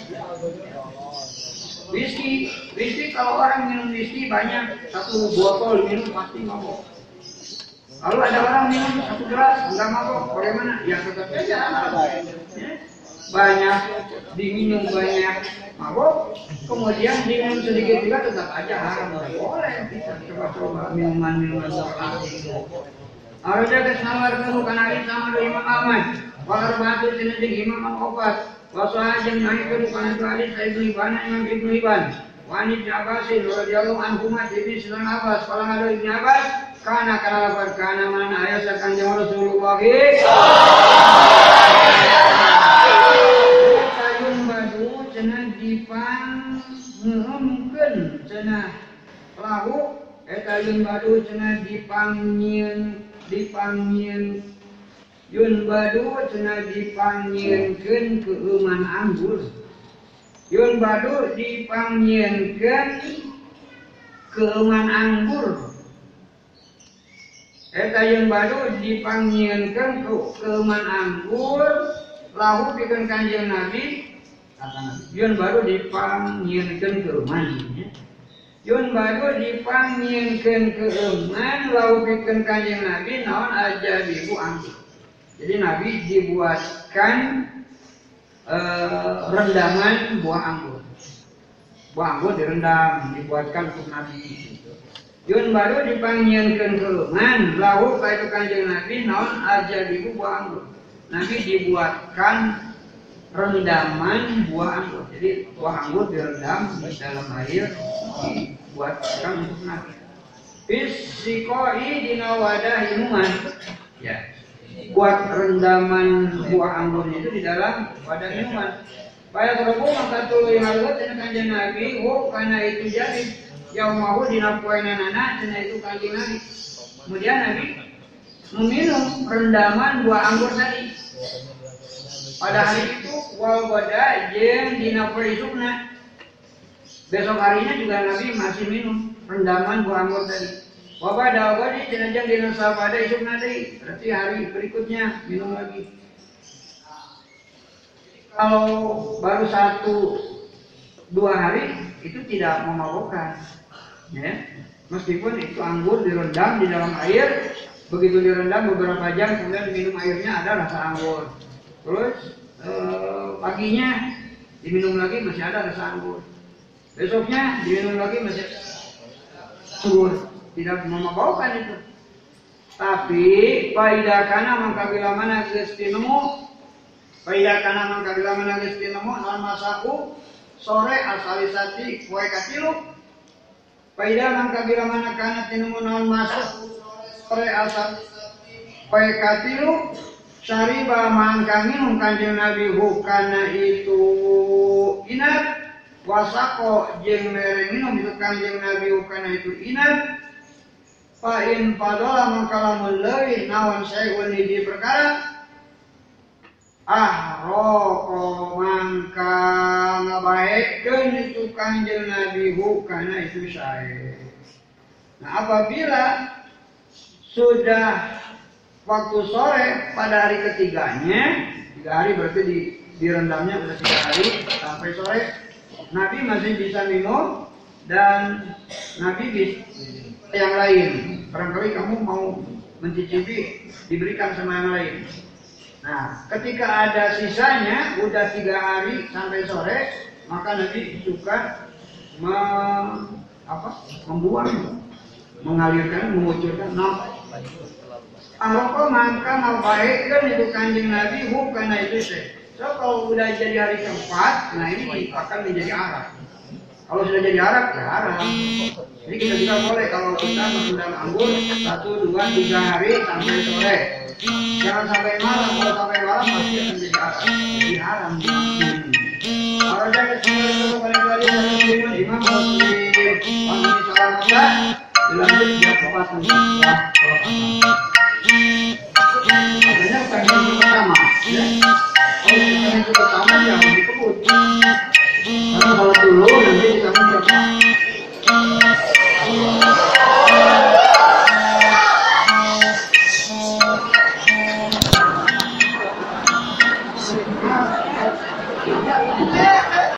Whisky, whisky kalau orang minum whisky banyak, satu botol minum pasti mabuk. Lalu ada orang minum satu gelas enggak mabuk, bagaimana? Ya tetap saja ya. Banyak diminum banyak mabuk, kemudian diminum sedikit juga tetap aja haram. Boleh kita coba-coba minuman-minuman tertentu. Arja kesanawar kanu kanari sama Imam Ahmad, walar batu jenis Imam Al-Obat. Wasah jeung naik ke kana hadis Ibnu Hibban Imam Ibnu Hibban. Wanit Abbasin radhiyallahu anhu ma ibni Sinan Abbas kalau ada Ibnu Abbas kana kana lapar kana mana aya sakanjeng Rasulullah sayun badu cenah dipang ngeukeun cenah lahu eta yun badu cenah dipangieun dipangieun yun badu cenah dipangieunkeun keuman anggur. Yun badu dipangieunkeun keuman anggur. Eta yun badu dipangieunkeun keuman anggur lahu pikeun Kanjeng Nabi. Yun badu dipangieunkeun keuman. Yun badu dipangieunkeun keuman lahu pikeun Kanjeng Nabi naon aja ibu anggur. Jadi Nabi dibuatkan uh, rendaman buah anggur. Buah anggur direndam, dibuatkan untuk Nabi. Yun baru dipangieunkeun keuman, lahu ka itu Kanjeng Nabi naon aja ibu buah anggur. Nabi dibuatkan rendaman buah anggur. Jadi buah anggur direndam di dalam air dibuatkan untuk Nabi. Fisikoi dina wadah minuman. Ya. Buat rendaman buah anggurnya itu di dalam wadah minuman. Pada terbuk maka tuluy halut dan Kanjeng Nabi, oh karena itu jadi yang mau dinapuainan anak dan itu Kanjeng Nabi. Kemudian Nabi meminum rendaman buah anggur tadi. Pada hari itu wal wada jeung dinapuai isukna. Besok harinya juga Nabi masih minum rendaman buah anggur tadi. Wabah dawadi jenajang dinasa pada isuk nanti, berarti hari berikutnya minum lagi. Kalau baru satu dua hari itu tidak memabukkan, ya. Meskipun itu anggur direndam di dalam air, begitu direndam beberapa jam kemudian diminum airnya ada rasa anggur. Terus eh, paginya diminum lagi masih ada rasa anggur. Besoknya diminum lagi masih ada anggur. Tidak memabukkan itu. Tapi faidah kana mangka bila mana geus tinemu, faidah kana mangka bila mana geus tinemu naon masaku sore asalisati poe katilu. Faidah mangka bila mana kana tinemu naon masuk sore asalisati poe katilu syariba mangka minum Kanjeng Nabi hukana itu inat wasako jeung mere minum itu Kanjeng Nabi hukana itu inat. Fa'in padola mengkalamun leuwih naon sayun di perkara ah roko mangka ngabaekeun itu Kanjeng Nabi hukana itu sae. Nah apabila sudah waktu sore pada hari ketiganya, tiga hari berarti di, direndamnya sudah tiga hari sampai sore, Nabi masih bisa minum dan Nabi bisa yang lain. Barangkali kamu mau mencicipi diberikan sama yang lain. Nah, ketika ada sisanya udah tiga hari sampai sore, maka Nabi suka me, apa, membuang, mengalirkan, mengucurkan nafas. Apa maka mau baik kan itu kanjeng Nabi bukan itu sih. So kalau udah jadi hari keempat, nah ini akan menjadi arak. Kalau sudah jadi arak, ya arak. Jadi kita juga boleh kalau kita mengendam anggur satu, dua, tiga hari sampai sore. Jangan sampai malam, kalau sampai malam pasti akan jadi arak. Jadi haram. Kalau jangan sampai sore kali-kali harus lima imam muslim. Kami salah masa dilanjut dia kepas setelah sholat. Adanya bukan yang pertama, ya. Kalau bukan yang pertama ya harus dikebut. Karena kalau dulu nanti kita mencoba.